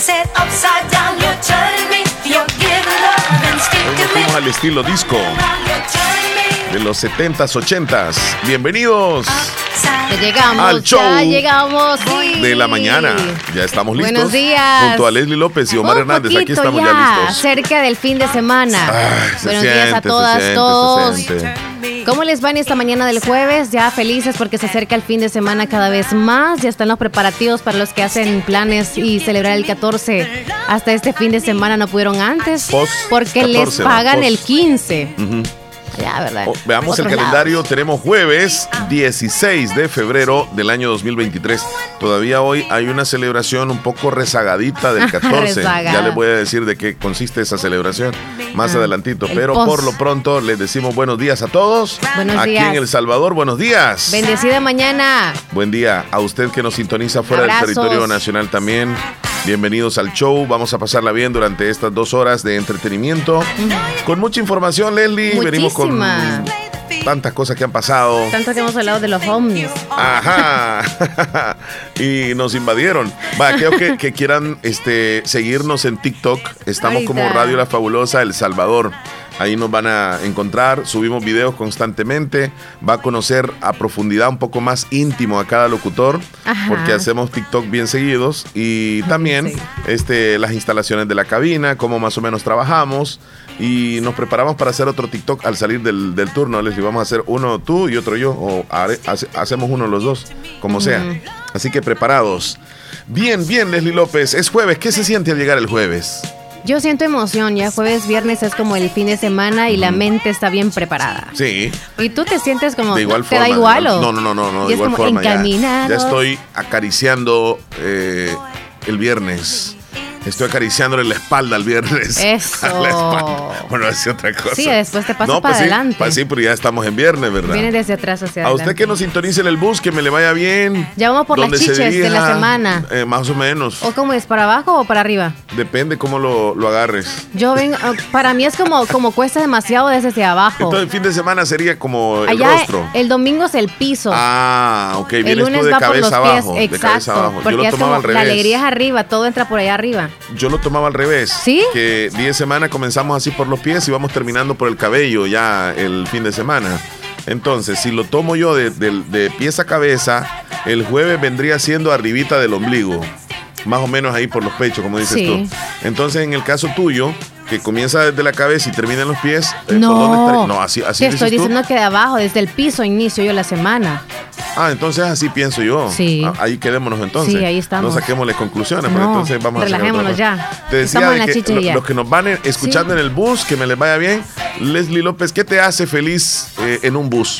Hoy nos fuimos al estilo disco de los 70s, 80s. Bienvenidos al show sí. de la mañana. Ya estamos listos. Buenos días. Junto a Leslie López y Omar Hernández. Aquí estamos ya listos. Cerca del fin de semana. Buenos días a todas, todos. ¿Cómo les va en esta mañana del jueves? Ya felices porque se acerca el fin de semana cada vez más. Ya están los preparativos para los que hacen planes y celebrar el 14. Hasta este fin de semana no pudieron antes. Porque 14, les pagan el 15. Ya, ¿verdad? Veamos el calendario. Tenemos jueves 16 de febrero del año 2023. Todavía hoy hay una celebración un poco rezagadita del 14. Ya les voy a decir de qué consiste esa celebración más adelantito. Pero por lo pronto les decimos buenos días a todos. Buenos Aquí días. en El Salvador, buenos días. Bendecida mañana. Buen día a usted que nos sintoniza fuera del territorio nacional también. Bienvenidos al show. Vamos a pasarla bien durante estas 2 horas de entretenimiento. Con mucha información, Leslie. Muchísima. Venimos con tantas cosas que han pasado. Tanto que hemos hablado de los ovnis. Ajá. Y nos invadieron. Aquellos que quieran seguirnos en TikTok, estamos como Radio La Fabulosa El Salvador. Ahí nos van a encontrar, subimos videos constantemente, va a conocer a profundidad un poco más íntimo a cada locutor, porque hacemos TikTok bien seguidos y también las instalaciones de la cabina, cómo más o menos trabajamos y nos preparamos para hacer otro TikTok al salir del turno. Les vamos a hacer uno tú y otro yo, o hacemos uno los dos, como sea. Así que preparados. Bien, Leslie López, es jueves, ¿qué se siente al llegar el jueves? Yo siento emoción, ya jueves, viernes es como el fin de semana y la mente está bien preparada. Sí. ¿Y tú te sientes como de igual te forma? da igual o? No, y de es igual como forma. Encaminado. Ya estoy acariciando el viernes. Estoy acariciándole la espalda al viernes. Eso. Bueno, es otra cosa. Sí, después te pasas para adelante. Sí, pero ya estamos en viernes, ¿verdad? Viene desde atrás hacia adelante. A usted que nos sintonice en el bus, que me le vaya bien. Ya vamos por las chiches de la semana. Más o menos. ¿O cómo es? ¿Para abajo o para arriba? Depende cómo lo agarres. Yo vengo, para mí es como cuesta demasiado desde abajo. Entonces el fin de semana sería como allá el rostro. El domingo es el piso. Ok. Vienes el lunes tú de va por los abajo, pies. de cabeza abajo. Porque yo lo tomaba al revés. La alegría es arriba, todo entra por allá arriba. Yo lo tomaba al revés. ¿Sí? Que 10 semanas comenzamos así por los pies y vamos terminando por el cabello ya el fin de semana. Entonces, si lo tomo yo de pies a cabeza, el jueves vendría siendo arribita del ombligo. Más o menos ahí por los pechos, como dices tú. Entonces, en el caso tuyo, que comienza desde la cabeza y termina en los pies, ¿por dónde estaría? No, así te estoy diciendo que de abajo, desde el piso, inicio yo la semana. Entonces así pienso yo. Sí. Ahí quedémonos entonces. Sí, ahí estamos. No saquémosle conclusiones, pero entonces vamos a relajémonos ya. Te decía de que los que nos van escuchando en el bus, que me les vaya bien. Leslie López, ¿qué te hace feliz en un bus?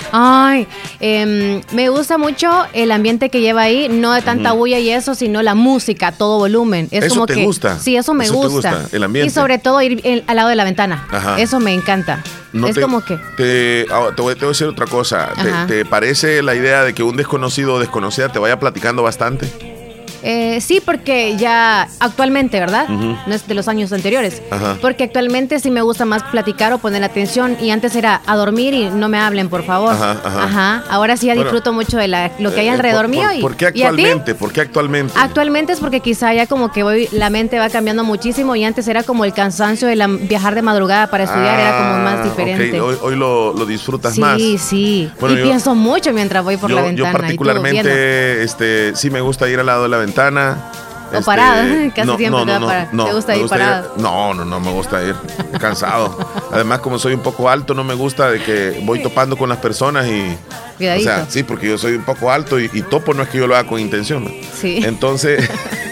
Me gusta mucho el ambiente que lleva ahí, no de tanta bulla y eso, sino la música, todo volumen. ¿Eso te gusta? Sí, eso me gusta. ¿Te gusta el ambiente? Y sobre todo ir al lado de la ventana. Eso me encanta. Como que... Te voy a decir otra cosa. ¿Te parece la idea de que un desconocido o desconocida te vaya platicando bastante? Sí, porque ya actualmente, ¿verdad? No es de los años anteriores. Porque actualmente sí me gusta más platicar o poner atención y antes era a dormir y no me hablen, por favor. Ahora sí ya disfruto mucho de lo que hay alrededor mío. ¿Por qué actualmente? ¿Por qué actualmente? Actualmente es porque quizá ya como que la mente va cambiando muchísimo y antes era como el cansancio de viajar de madrugada para estudiar, era como más diferente. Hoy lo disfrutas más. Sí. Bueno, pienso mucho mientras voy por la ventana. Yo particularmente sí me gusta ir al lado de la ventana. O parado, casi siempre ¿te gusta ir parado? No me gusta ir cansado. Además, como soy un poco alto, no me gusta de que voy topando con las personas y... Cuidadito. O sea, sí, porque yo soy un poco alto y topo, no es que yo lo haga con intención, ¿no? Sí. Entonces...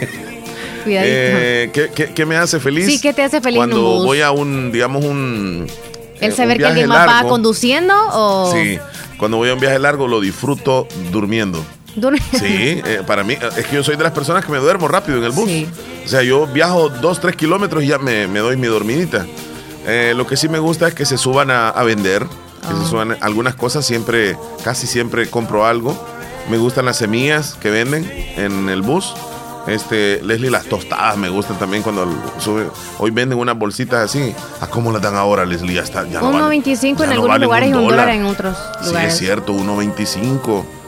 Cuidadito. ¿Qué me hace feliz? Sí, ¿qué te hace feliz? Cuando en un bus? voy a un ¿El saber que alguien más va conduciendo o...? Sí, cuando voy a un viaje largo lo disfruto durmiendo. Sí, para mí, es que yo soy de las personas que me duermo rápido en el bus. Sí. O sea, yo viajo 2-3 kilómetros y ya me doy mi dormidita. Lo que sí me gusta es que se suban a vender, que se suban algunas cosas, casi siempre compro algo. Me gustan las semillas que venden en el bus. Leslie, las tostadas me gustan también cuando suben. Hoy venden unas bolsitas así. ¿A cómo las dan ahora, Leslie? Ya no 1.25 en algunos lugares y $1 en otros lugares. Sí, es cierto, 1.25.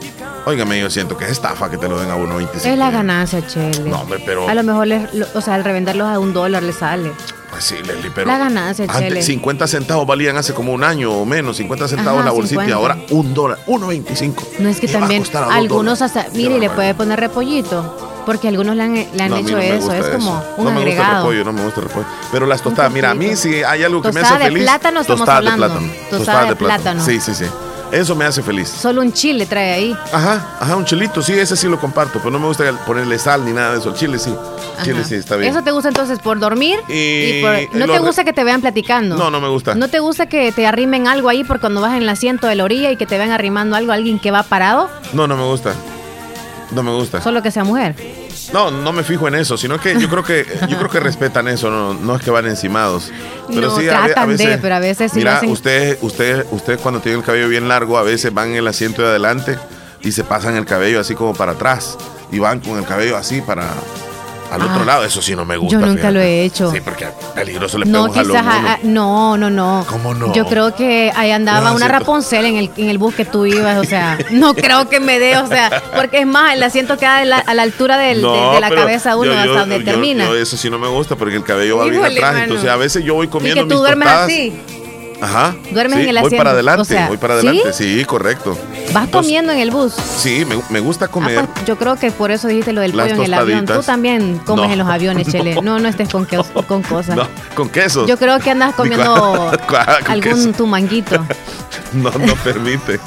Óigame, yo siento que es estafa que te lo den a 1.25. Es la ganancia, Chele. No, hombre, pero... A lo mejor, al revenderlos a $1 le sale. Pues sí, Leslie, pero... La ganancia, Chele. 50 centavos valían hace como un año o menos, 50 centavos la bolsita, 50. Y ahora $1, 1.25. No, es que también algunos hasta... Mire, le puede poner repollito. Porque algunos le han hecho eso, es como un agregado. No me gusta el repollo. Pero las tostadas, mira, a mí sí hay algo que me hace feliz. Plátano estamos hablando. Tostada de plátano. Sí. Eso me hace feliz. Solo un chile trae ahí. Ajá, un chilito, sí, ese sí lo comparto, pero no me gusta ponerle sal ni nada de eso. El chile sí. Chile sí, está bien. ¿Eso te gusta entonces por dormir? ¿No te gusta que te vean platicando? No me gusta. ¿No te gusta que te arrimen algo ahí por cuando vas en el asiento de la orilla y que te vean arrimando algo a alguien que va parado? No me gusta. Solo que sea mujer. No me fijo en eso, sino que yo creo que respetan eso, no es que van encimados. Pero no, sí, tratan pero a veces sí. Mira, usted cuando tiene el cabello bien largo, a veces van en el asiento de adelante y se pasan el cabello así como para atrás y van con el cabello así para al otro lado. Eso sí no me gusta. Yo nunca lo he hecho. Sí, porque peligroso le pega un jalón. No. ¿Cómo no? Yo creo que ahí andaba una Rapunzel en el bus que tú ibas, o sea, no creo que me dé, o sea, porque es más, el asiento queda a la altura de la cabeza uno hasta donde termina. Eso sí no me gusta porque el cabello va bien atrás, mano. Entonces a veces yo voy comiendo mis tostadas. ¿Y que tú duermes así? Ajá. ¿Duermes en el asiento? Voy para adelante, ¿sí? Correcto. ¿Vas comiendo en el bus? Sí, me gusta comer. Pues yo creo que por eso dijiste lo del pollo en el avión. Tú también comes en los aviones, Chele. No estés con cosas. No, con quesos. Yo creo que andas comiendo algún tu manguito. No permite.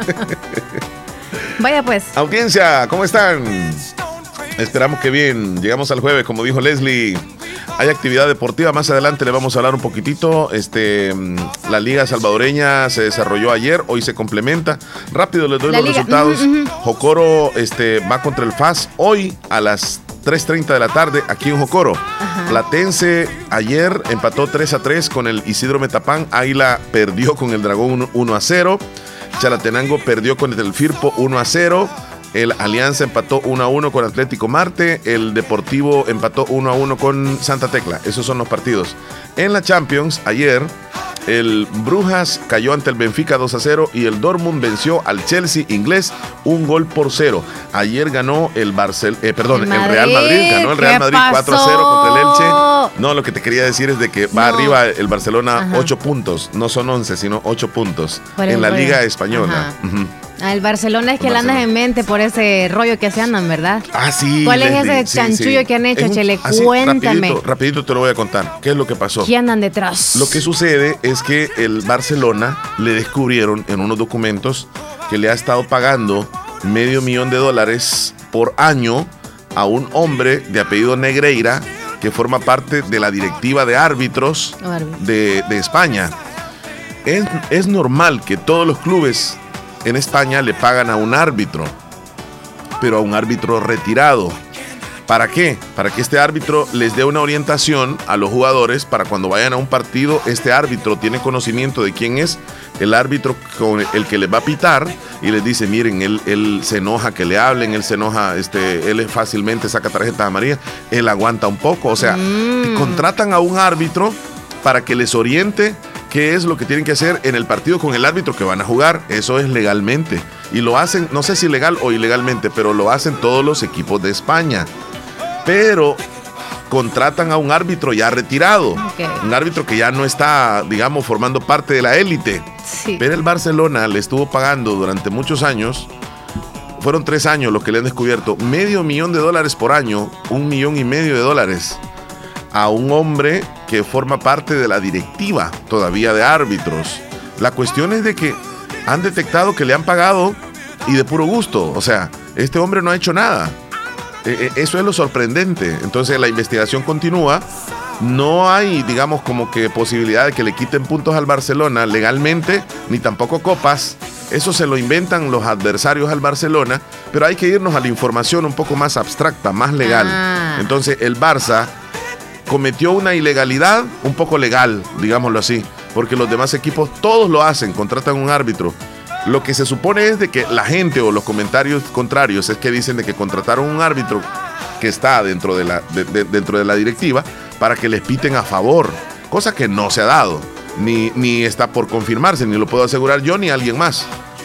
Vaya pues. Audiencia, ¿cómo están? Esperamos que bien. Llegamos al jueves, como dijo Leslie. Hay actividad deportiva, más adelante le vamos a hablar un poquitito. La Liga Salvadoreña se desarrolló ayer, hoy se complementa. Rápido les doy los resultados. Jocoro va contra el FAS hoy a las 3:30 de la tarde aquí en Jocoro. Platense ayer empató 3-3 con el Isidro Metapán. Águila perdió con el Dragón 1-0. Chalatenango perdió con el Firpo 1-0. El Alianza empató 1-1 con Atlético Marte. El Deportivo empató 1-1 con Santa Tecla. Esos son los partidos. En la Champions, ayer, el Brujas cayó ante el Benfica 2-0 y el Dortmund venció al Chelsea inglés 1-0. Ayer ganó el Real Madrid. Ganó el Real Madrid 4-0 contra el Elche. No, lo que te quería decir es de que va arriba el Barcelona 8 puntos. No son 11, sino 8 puntos en la Liga Española. El Barcelona es que le andas en mente por ese rollo que se andan, ¿verdad? Sí. ¿Cuál es ese chanchullo que han hecho, Chele? Cuéntame. Rapidito te lo voy a contar. ¿Qué es lo que pasó? ¿Qué andan detrás? Lo que sucede es que el Barcelona le descubrieron en unos documentos que le ha estado pagando $500,000 por año a un hombre de apellido Negreira que forma parte de la directiva de árbitros de España. Es normal que todos los clubes en España le pagan a un árbitro, pero a un árbitro retirado. ¿Para qué? Para que este árbitro les dé una orientación a los jugadores para cuando vayan a un partido, este árbitro tiene conocimiento de quién es el árbitro con el que les va a pitar y les dice, miren, él se enoja que le hablen, él se enoja, él fácilmente saca tarjetas amarillas, él aguanta un poco, o sea, contratan a un árbitro para que les oriente qué es lo que tienen que hacer en el partido con el árbitro que van a jugar. Eso es legalmente. Y lo hacen, no sé si legal o ilegalmente, pero lo hacen todos los equipos de España. Pero contratan a un árbitro ya retirado. Un árbitro que ya no está, digamos, formando parte de la élite. Sí. Pero el Barcelona le estuvo pagando durante muchos años, fueron 3 años los que le han descubierto, $500,000 por año, $1,500,000 a un hombre que forma parte de la directiva todavía de árbitros. La cuestión es de que han detectado que le han pagado y de puro gusto. O sea, este hombre no ha hecho nada. Eso es lo sorprendente. Entonces la investigación continúa. No hay, digamos, como que posibilidad de que le quiten puntos al Barcelona legalmente, ni tampoco copas. Eso se lo inventan los adversarios al Barcelona, pero hay que irnos a la información un poco más abstracta, más legal. Entonces el Barça cometió una ilegalidad un poco legal, digámoslo así, porque los demás equipos todos lo hacen, contratan un árbitro. Lo que se supone es de que la gente o los comentarios contrarios es que dicen de que contrataron un árbitro que está dentro de la directiva para que les piten a favor, cosa que no se ha dado, ni está por confirmarse, ni lo puedo asegurar yo ni alguien más.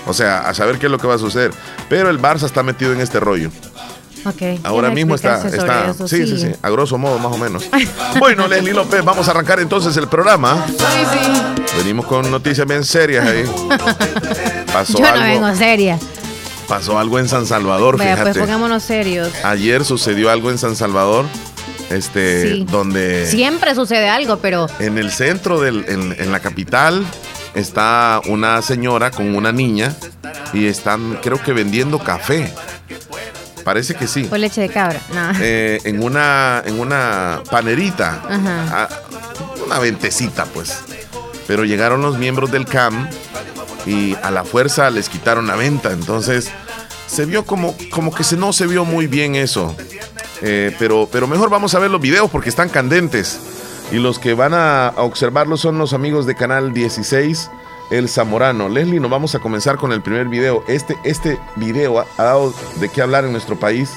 O sea, a saber qué es lo que va a suceder. Pero el Barça está metido en este rollo. Okay. Ahora mismo está sí, a grosso modo, más o menos. Bueno, Leslie López, vamos a arrancar entonces el programa. Sí. Venimos con noticias bien serias ahí. Yo no vengo seria. Pasó algo en San Salvador, fíjate. Pues pongámonos serios. Ayer sucedió algo en San Salvador, donde... Siempre sucede algo, pero... En el centro, en la capital, está una señora con una niña y están, creo que vendiendo café. Parece que sí. ¿O leche de cabra? No. En una panerita. Ajá. Una ventecita, pues. Pero llegaron los miembros del CAM y a la fuerza les quitaron la venta. Entonces, se vio como que no se vio muy bien eso. Pero mejor vamos a ver los videos porque están candentes. Y los que van a observarlos son los amigos de Canal 16, El Zamorano. Leslie, nos vamos a comenzar con el primer video. Este video ha dado de qué hablar en nuestro país.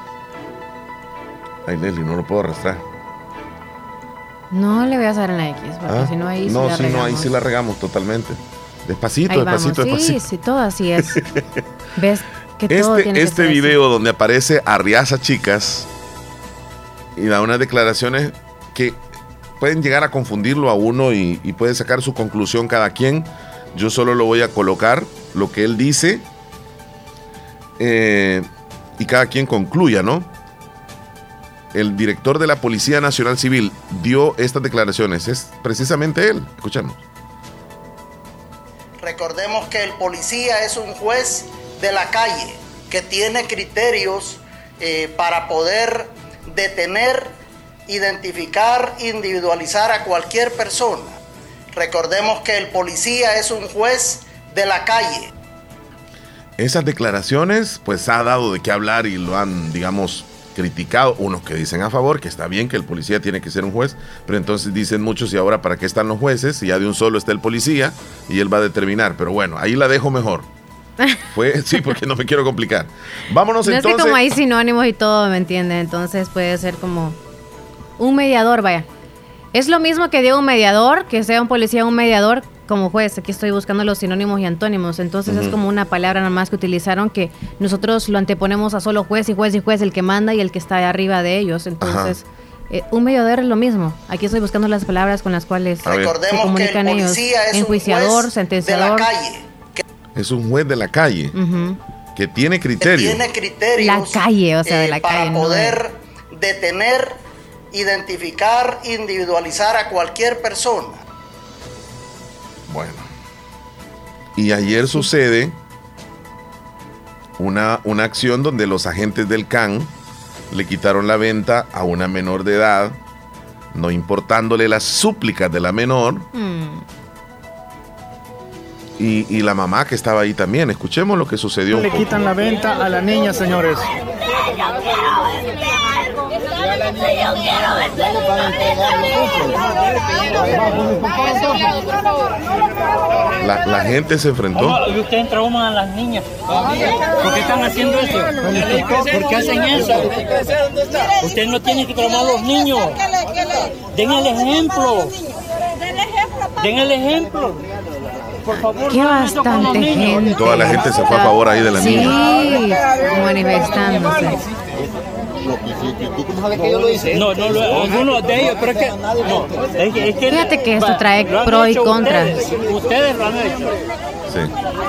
Ay, Leslie, no lo puedo arrastrar. No le voy a hacer en la X, porque si no ahí ahí sí la regamos totalmente. Despacito. Sí, todo así es. ¿Ves? Que todo tiene que ser video así. Donde aparece Arriaza Chicas y da unas declaraciones que pueden llegar a confundirlo a uno y puede sacar su conclusión cada quien. Yo solo lo voy a colocar lo que él dice y cada quien concluya, ¿no? El director de la Policía Nacional Civil dio estas declaraciones. Es precisamente él. Escuchamos. Recordemos que el policía es un juez de la calle que tiene criterios para poder detener, identificar, individualizar a cualquier persona. Recordemos que el policía es un juez de la calle. Esas declaraciones pues ha dado de qué hablar y lo han, digamos, criticado. Unos que dicen a favor, que está bien que el policía tiene que ser un juez, pero entonces dicen muchos, ¿y ahora para qué están los jueces? Si ya de un solo está el policía y él va a determinar. Pero bueno, ahí la dejo mejor. Sí, porque no me quiero complicar. Vámonos entonces. Es que como hay sinónimos y todo, ¿me entienden? Entonces puede ser como un mediador, vaya. Es lo mismo que diga un mediador, que sea un policía un mediador como juez. Aquí estoy buscando los sinónimos y antónimos. Entonces es como una palabra nada más que utilizaron que nosotros lo anteponemos a solo juez y juez y juez, el que manda y el que está arriba de ellos. Entonces, un mediador es lo mismo. Aquí estoy buscando las palabras con las cuales se comunican ellos. Enjuiciador, sentenciador. Es un juez de la calle que tiene criterio. La calle, o sea, de la calle. Para poder detener, identificar, individualizar a cualquier persona. Bueno. Y ayer sucede una acción donde los agentes del CAN le quitaron la venta a una menor de edad, no importándole las súplicas de la menor. Y la mamá que estaba ahí también. Escuchemos lo que sucedió. Le quitan la venta a la niña, señores. La gente se enfrentó. ¿Y ustedes trauman a las niñas? ¿Por qué están haciendo eso? ¿Por qué hacen eso? Ustedes no tienen que traumar a los niños. Den el ejemplo. Den el ejemplo. Por favor, qué bastante gente. Toda la gente se fue a favor ahí de la niña. Sí, manifestándose. No, algunos de ellos, pero es que fíjate que esto trae pro y contra. Ustedes lo han hecho. Sí.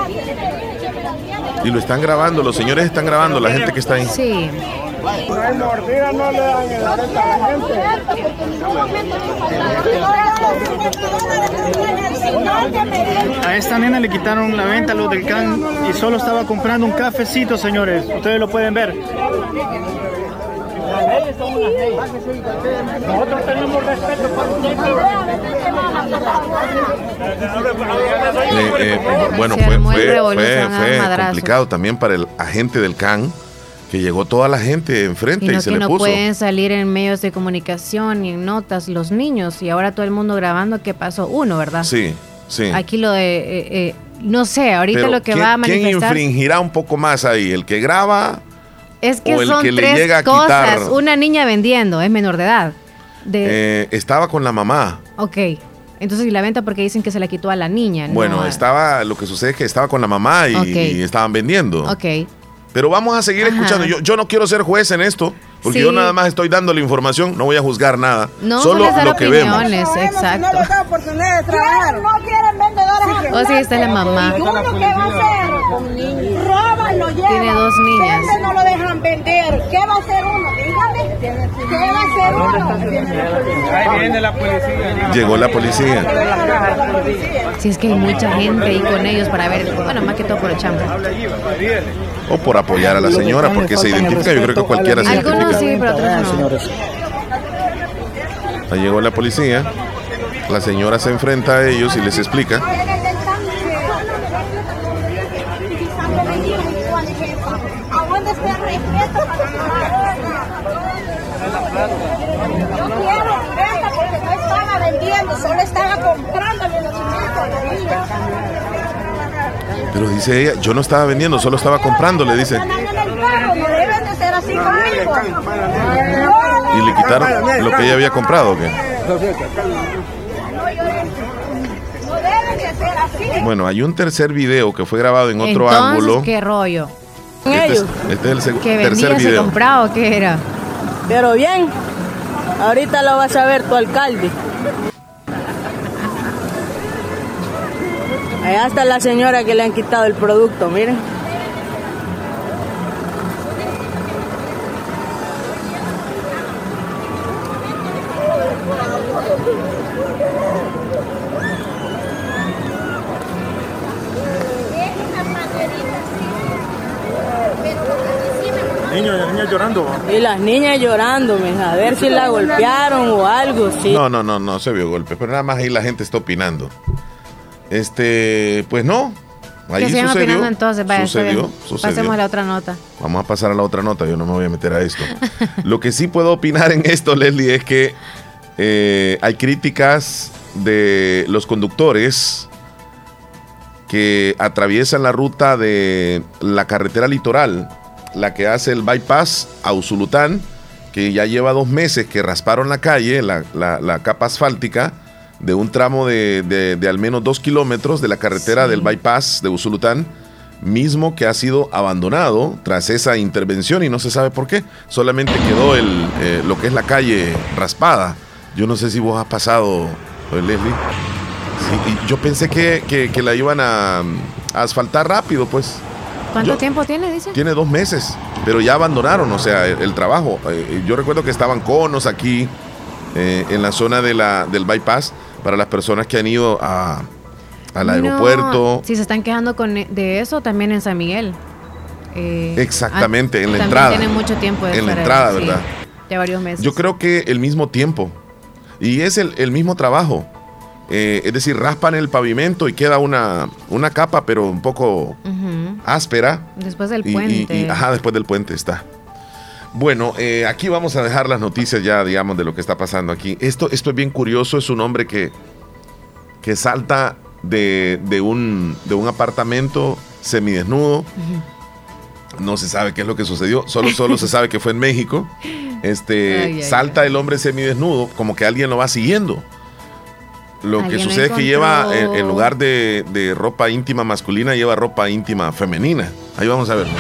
Y lo están grabando, los señores están grabando, la gente que está ahí. Sí. No hay mordida, no le dan en la venta a la gente. A esta nena le quitaron la venta a los del CAN y solo estaba comprando un cafecito, señores. Ustedes lo pueden ver. Las leyes son las leyes. Nosotros tenemos respeto por ustedes. Bueno, fue complicado también para el agente del CAN, que llegó toda la gente enfrente y se le puso. No pueden salir en medios de comunicación y en notas los niños, y ahora todo el mundo grabando. ¿Qué pasó? Uno, ¿verdad? Sí. Aquí lo de... no sé, ahorita pero lo que va a manifestar... ¿Quién infringirá un poco más ahí? ¿El que graba? Es que o el son que tres le llega a cosas. Quitar? Una niña vendiendo, es menor de edad. Estaba con la mamá. Ok. Entonces, ¿y la venta porque dicen que se la quitó a la niña? Bueno, lo que sucede es que estaba con la mamá y estaban vendiendo. Ok. Pero vamos a seguir escuchando. Yo no quiero ser juez en esto, porque yo nada más estoy dando la información, no voy a juzgar nada. No, solo lo que vemos. Exacto. No les da oportunidad de trabajar. No quieren vendedores. O sí, esta es la mamá. ¿Y uno qué va a hacer? Roban, lo llevan. Tiene 2 niñas. No lo dejan vender. ¿Qué va a hacer uno? Dígame. ¿Qué va a hacer uno? Ahí viene la policía. Llegó la policía. Sí, es que hay mucha gente ahí con ellos para ver, bueno, más que todo por el chambre. O por apoyar a la señora, porque se identifica, yo creo que cualquiera se identifica. Algunos sí, pero otros no. Ahí llegó la policía, la señora se enfrenta a ellos y les explica. Solo estaba comprando el nacimiento de la niña. Pero dice ella, yo no estaba vendiendo, solo estaba comprando, le dice. ¿Y le quitaron lo que ella había comprado o qué? Bueno, hay un tercer video que fue grabado en otro ángulo. ¿Qué rollo? Este es el ¿Que tercer video. ¿Se compraba o qué era? Pero bien, ahorita lo vas a ver tu alcalde. Allá está la señora que le han quitado el producto, miren. Niñas llorando. Y las niñas llorando, a ver si la golpearon o algo, sí. No se vio golpe, pero nada más ahí la gente está opinando. Pues no. Ahí que sigan opinando entonces, vaya, sucedió. Pasemos a la otra nota. Vamos a pasar a la otra nota, yo no me voy a meter a esto. Lo que sí puedo opinar en esto, Leslie, es que hay críticas de los conductores que atraviesan la ruta de la carretera litoral, la que hace el bypass a Usulután, que ya lleva 2 meses que rasparon la calle, la capa asfáltica, de un tramo de al menos 2 kilómetros de la carretera del bypass de Usulután, mismo que ha sido abandonado tras esa intervención y no se sabe por qué. Solamente quedó lo que es la calle raspada. Yo no sé si vos has pasado, Leslie. Sí, y yo pensé que la iban a asfaltar rápido, pues. ¿Cuánto tiempo tiene, dice? Tiene 2 meses, pero ya abandonaron, o sea, el trabajo. Yo recuerdo que estaban conos aquí en la zona del bypass para las personas que han ido al aeropuerto. Si se están quejando de eso, también en San Miguel. Exactamente, en la entrada. Tiene mucho tiempo de en la entrada, ¿verdad? Sí, ya varios meses. Yo creo que el mismo tiempo. Y es el mismo trabajo. Es decir, raspan el pavimento y queda una capa, pero un poco áspera. Después del puente. Después del puente está. Bueno, aquí vamos a dejar las noticias ya, digamos, de lo que está pasando aquí. Esto es bien curioso. Es un hombre que salta de un apartamento semidesnudo. No se sabe qué es lo que sucedió. Solo se sabe que fue en México. Salta el hombre semidesnudo, como que alguien lo va siguiendo. Lo que sucede es que lleva, en lugar de ropa íntima masculina, lleva ropa íntima femenina. Ahí vamos a ver.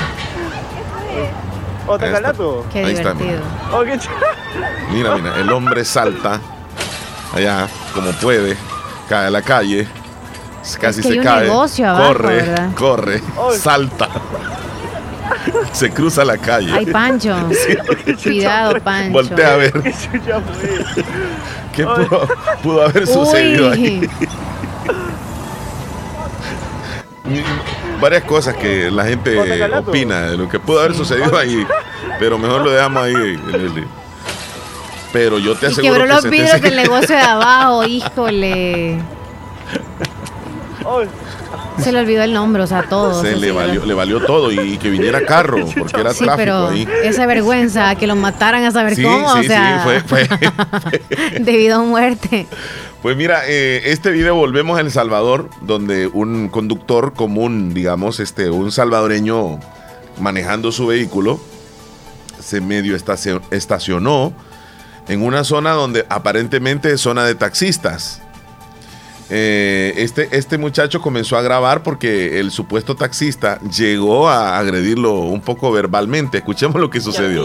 ¿Otra calato? Qué ahí divertido. Está, mira, el hombre salta allá como puede, cae a la calle, casi se cae, negocio abajo, corre, salta, se cruza la calle. Ay, Pancho, sí. Cuidado, Pancho. Voltea a ver. ¿Qué pudo haber sucedido ahí? Varias cosas que la gente opina de lo que pudo haber sucedido ahí, pero mejor lo dejamos ahí. Pero yo te aseguro quebró los vidrios del negocio de abajo, híjole. Se le olvidó el nombre, o sea, todo. Le valió todo y que viniera carro, porque era tráfico pero ahí. Esa vergüenza, que lo mataran a saber cómo, o sea. Sí, fue. Debido a muerte. Pues mira, este video volvemos a El Salvador, donde un conductor común, digamos, un salvadoreño manejando su vehículo, se medio estacionó en una zona donde aparentemente es zona de taxistas. Este muchacho comenzó a grabar porque el supuesto taxista llegó a agredirlo un poco verbalmente. Escuchemos lo que sucedió.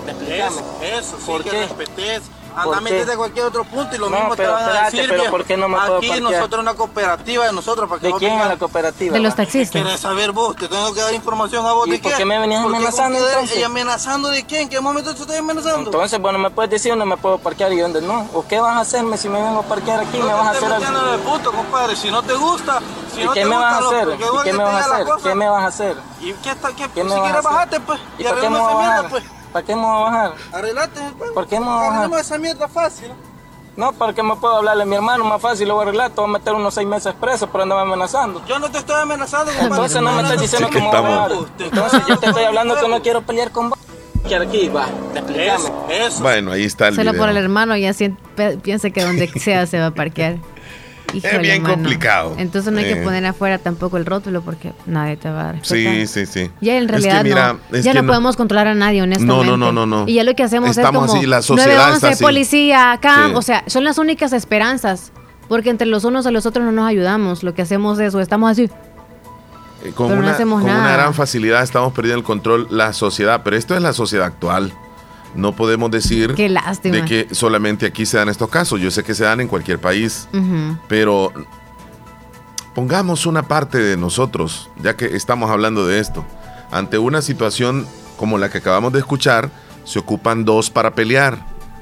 Eso, ¿por qué? Respetes. Anda, métete a cualquier otro punto y lo mismo te van a decir. Pero ¿por qué no me puedo aquí parquear? Nosotros una cooperativa de nosotros. Para que ¿De quién es la cooperativa? De los taxistas. ¿Quieres saber vos? Te tengo que dar información a vos. ¿Y de por qué? qué me venías amenazando entonces? ¿Y amenazando de quién? ¿En qué momento te estoy amenazando? Entonces, bueno, me puedes decir dónde me puedo parquear y dónde no. ¿O qué vas a hacerme si me vengo a parquear aquí? No ¿Me vas a hacer algo? No, puto, compadre. Si no te gusta, si no ¿qué te me vas a gusta, hacer? ¿Qué me vas a hacer? ¿Qué me vas a hacer? ¿Y qué está? ¿Qué? ¿Qué me Si vas a quieres hacer? bajarte, pues. ¿Y por qué me voy a bajar? ¿Para qué me voy a bajar? Arreglate, pues. ¿Por qué me voy a bajar? Arreglemos esa mierda fácil. No, porque me puedo hablarle a mi hermano más fácil, lo voy a arreglar, te voy a meter unos 6 meses preso por andarme amenazando. Yo no te estoy amenazando, compadre. Entonces no me estás diciendo cómo voy a bajar. Entonces yo te estoy hablando que no quiero pelear con vos. Aquí, va, explícame. Eso. Bueno, ahí está el Solo video. por el hermano ya piensa que donde sea se va a parquear. Híjole, es bien mano. complicado. Entonces no hay que poner afuera tampoco el rótulo porque nadie te va a respetar. Sí. Ya en realidad no podemos controlar a nadie, honestamente. No. Y ya lo que hacemos Estamos es como así, la sociedad 911, está así. policía, acá, Sí. o sea, son las únicas esperanzas, porque entre los unos a los otros no nos ayudamos. Lo que hacemos es, o estamos así, Con pero no hacemos nada. una gran facilidad estamos perdiendo el control la sociedad, pero esto es la sociedad actual. No podemos decir Qué lástima. de que solamente aquí se dan estos casos. Yo sé que se dan en cualquier país, pero pongamos una parte de nosotros, ya que estamos hablando de esto. Ante una situación como la que acabamos de escuchar, se ocupan dos para pelear.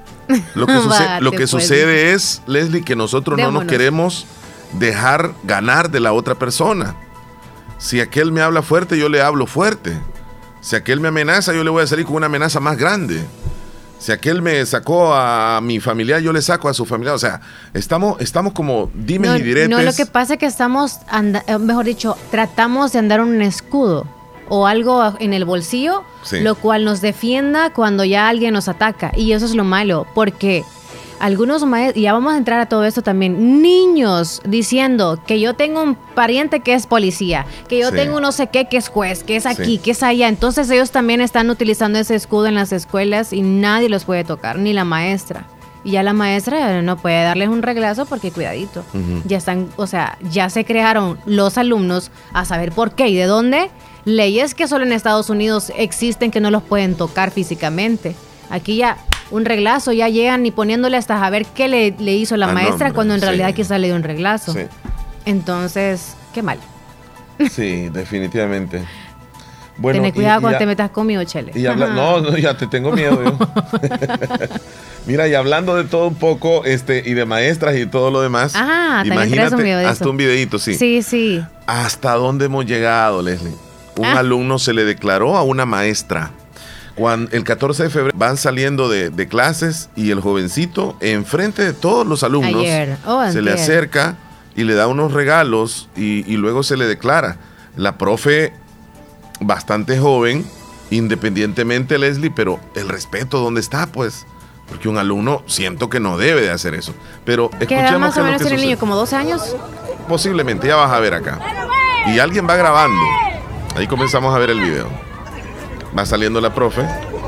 Lo que sucede es, Leslie, que nosotros no nos queremos dejar ganar de la otra persona. Si aquel me habla fuerte, yo le hablo fuerte. Si aquel me amenaza, yo le voy a salir con una amenaza más grande. Si aquel me sacó a mi familiar, yo le saco a su familiar. O sea, estamos como dimes y diretes. No, lo que pasa es que mejor dicho, tratamos de andar un escudo o algo en el bolsillo, sí, lo cual nos defienda cuando ya alguien nos ataca. Y eso es lo malo, porque algunos maestros, y ya vamos a entrar a todo esto también, niños diciendo que yo tengo un pariente que es policía, que yo tengo no sé qué que es juez, que es aquí, que es allá. Entonces ellos también están utilizando ese escudo en las escuelas y nadie los puede tocar, ni la maestra. Y ya la maestra no puede darles un reglazo porque cuidadito. Ya están, o sea, ya se crearon los alumnos a saber por qué y de dónde. Leyes que solo en Estados Unidos existen que no los pueden tocar físicamente. Aquí ya un reglazo, ya llegan y poniéndole hasta a ver qué le hizo la maestra, cuando en realidad quizá le dio un reglazo. Sí. Entonces, qué mal. Sí, definitivamente. Bueno, ten cuidado cuando te metas conmigo, Chele. No, ya te tengo miedo yo. Mira, y hablando de todo un poco, y de maestras y todo lo demás. Imagínate, hasta un videito, sí. Sí. ¿Hasta dónde hemos llegado, Leslie? Un alumno se le declaró a una maestra. Cuando el 14 de febrero van saliendo de clases y el jovencito, enfrente de todos los alumnos, se le acerca y le da unos regalos y luego se le declara. La profe, bastante joven, independientemente, Leslie, pero el respeto, ¿dónde está? Pues, porque un alumno siento que no debe de hacer eso. Pero ¿qué edad más o menos tiene el niño? ¿Como 12 años? Posiblemente, ya vas a ver acá. Y alguien va grabando. Ahí comenzamos a ver el video. Va saliendo la profe.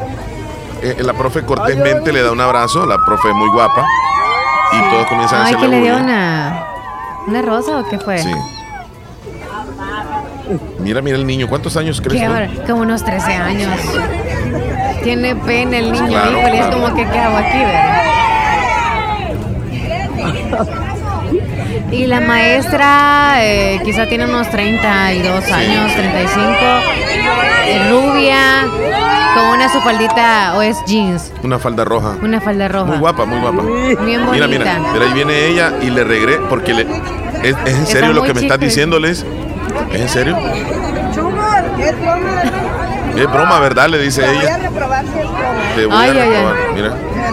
La profe cortésmente le da un abrazo. La profe es muy guapa. Y todos comienzan a hacerle ¿que le dio bulla. una rosa o qué fue? Sí. Mira el niño. ¿Cuántos años crees tú? Como unos 13 años. Tiene pena el niño. Claro, híjole, es como que ¿qué hago aquí, verdad? Y la maestra quizá tiene unos 32 años, 35, rubia, con una sufaldita o es jeans. Una falda roja. Una falda roja. Muy guapa, muy guapa. Bien bonita. Mira, pero ahí viene ella y le regresa, porque ¿es en serio lo que me estás diciéndoles? ¿Es en serio? Es broma, ¿verdad? Le dice ella. Te voy a reprobar. Mira.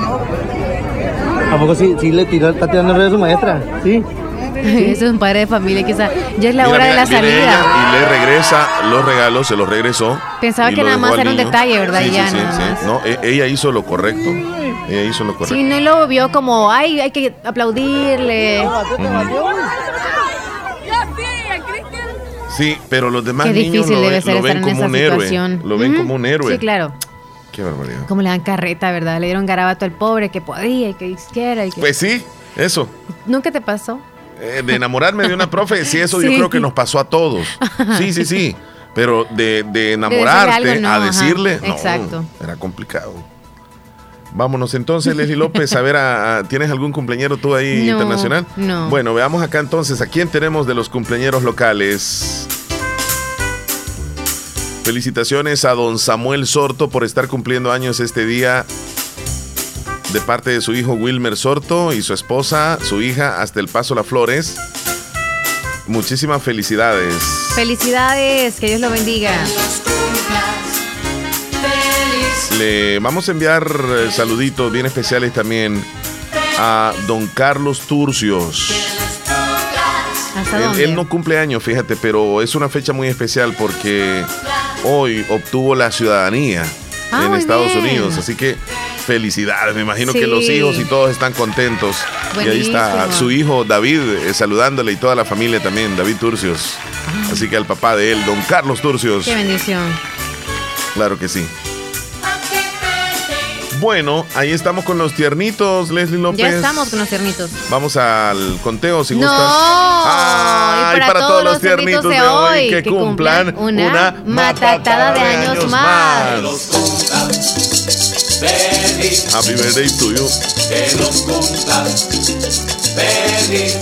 ¿A poco sí le está tirando el rollo a su maestra? Sí. Eso es un padre de familia, quizá. Ya es la hora de la salida. Ella y le regresa los regalos, se los regresó. Pensaba que nada más era un detalle, ¿verdad? Sí. No, ella hizo lo correcto. Sí, no lo vio como, ay, hay que aplaudirle. Sí, pero los demás Qué niños lo ven como un héroe. Lo ven como un héroe. Sí, claro. Qué barbaridad. Como le dan carreta, ¿verdad? Le dieron garabato al pobre que podía y que quisiera. Pues sí, eso. ¿Nunca te pasó? de enamorarme de una profe, sí, eso yo creo que nos pasó a todos. Sí. Pero de enamorarte algo, no, a decirle, no, exacto. Era complicado. Vámonos entonces, Leslie López, a ver, ¿tienes algún cumpleañero tú ahí internacional? No. Bueno, veamos acá entonces, ¿a quién tenemos de los cumpleañeros locales? Felicitaciones a don Samuel Sorto por estar cumpliendo años este día de parte de su hijo Wilmer Sorto y su esposa, su hija, hasta El Paso Las Flores. Muchísimas felicidades. Felicidades, que Dios lo bendiga. Le vamos a enviar saluditos bien especiales también a don Carlos Turcios. Él no cumple años, fíjate, pero es una fecha muy especial porque hoy obtuvo la ciudadanía en Estados Unidos, así que felicidades, me imagino que los hijos y todos están contentos. Buenísimo. Y ahí está su hijo David saludándole y toda la familia también, David Turcios. Así que al papá de él, don Carlos Turcios. Qué bendición. Claro que sí. Bueno, ahí estamos con los tiernitos, Leslie López. Ya estamos con los tiernitos. Vamos al conteo, si gustas. ¡Ay, para todos los tiernitos de hoy que cumplan una matatada de años más! Happy birthday to you. Que los cumplas feliz.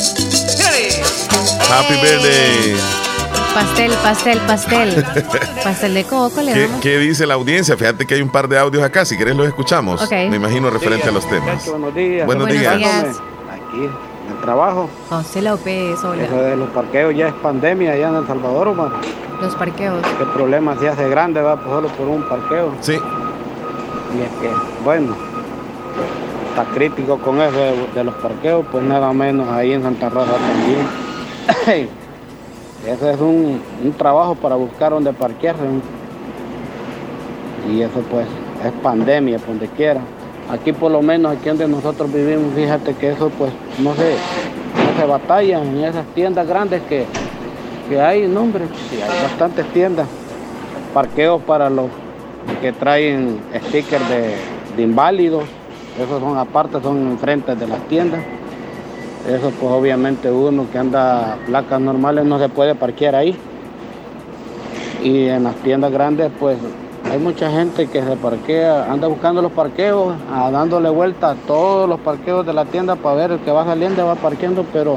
Happy birthday. Pastel. Pastel de coco, le damos. ¿Qué dice la audiencia? Fíjate que hay un par de audios acá, si querés los escuchamos. Okay. Me imagino referente a los temas. Buenos días. Buenos días. Aquí, en el trabajo. José López, hola. Eso de los parqueos ya es pandemia allá en El Salvador, Omar. Los parqueos. ¿Qué problema se hace grande, va? Pues solo por un parqueo. Sí. Y es que, bueno, está crítico con eso de los parqueos, pues nada menos ahí en Santa Rosa también. Ese es un trabajo para buscar donde parquearse. Y eso pues es pandemia por donde quiera. Aquí por lo menos, aquí donde nosotros vivimos, fíjate que eso pues no se batalla en esas tiendas grandes que hay, no hombre, sí, hay bastantes tiendas. Parqueos para los que traen stickers de inválidos, esos son aparte, son enfrente de las tiendas. Eso pues obviamente uno que anda placas normales no se puede parquear ahí. Y en las tiendas grandes pues hay mucha gente que se parquea, anda buscando los parqueos, dándole vuelta a todos los parqueos de la tienda para ver el que va saliendo, va parqueando, pero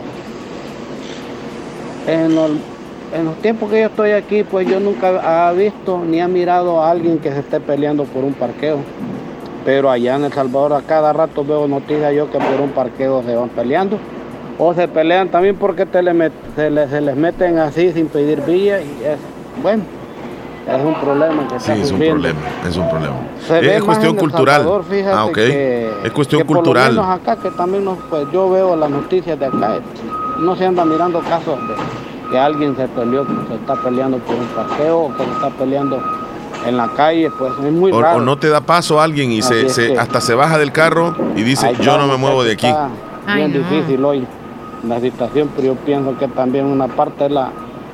en los tiempos que yo estoy aquí pues yo nunca he visto ni he mirado a alguien que se esté peleando por un parqueo. Pero allá en El Salvador a cada rato veo noticias yo que por un parqueo se van peleando. O se pelean también porque se les meten así sin pedir vía y bueno, es un problema que está sufriendo. Es un problema. Es cuestión cultural. Fíjate es cuestión cultural. Por lo menos acá que también pues yo veo las noticias de acá, no se anda mirando casos de que alguien se está peleando por un parqueo o que se está peleando en la calle, pues es muy raro. O no te da paso a alguien y hasta se baja del carro y dice, yo no me muevo de aquí. Bien difícil hoy la situación, pero yo pienso que también una parte no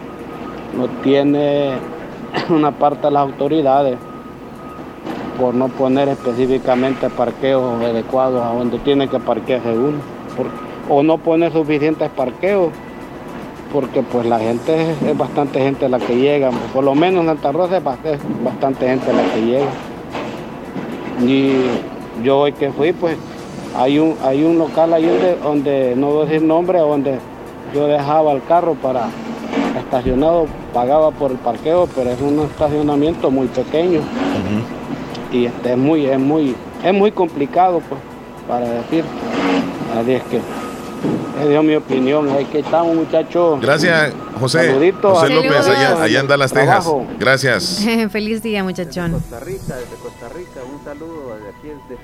tiene una parte de las autoridades por no poner específicamente parqueos adecuados a donde tiene que parquearse uno, o no poner suficientes parqueos, porque pues la gente es bastante gente la que llega, por lo menos en Santa Rosa es bastante gente la que llega. Y yo hoy que fui pues hay un local ahí donde no voy a decir nombre, donde yo dejaba el carro para estacionado, pagaba por el parqueo, pero es un estacionamiento muy pequeño. Uh-huh. Y es muy complicado pues para decir. Así es que dio mi opinión. Aquí estamos, muchachos. Gracias, José. Saluditos. José López, allá en Dallas, Texas. Gracias. Feliz día, muchachón. Desde Costa Rica, un saludo desde aquí, desde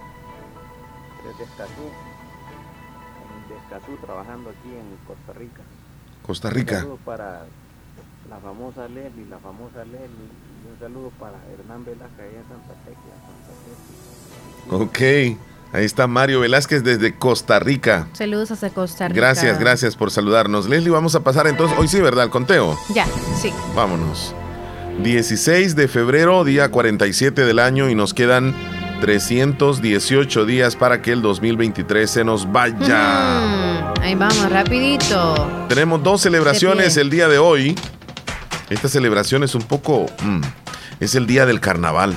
Escazú, trabajando aquí en Costa Rica. Costa Rica. Un saludo para la famosa Leslie, y un saludo para Hernán Velázquez allá en Santa Tecla. Ok. Ahí está Mario Velázquez desde Costa Rica. Saludos hasta Costa Rica. Gracias por saludarnos. Leslie, vamos a pasar entonces, hoy sí, ¿verdad? El conteo. Ya, sí. Vámonos. 16 de febrero, día 47 del año, y nos quedan 318 días para que el 2023 se nos vaya. Ahí vamos, rapidito. Tenemos 2 celebraciones el día de hoy. Esta celebración es un poco... es el día del carnaval.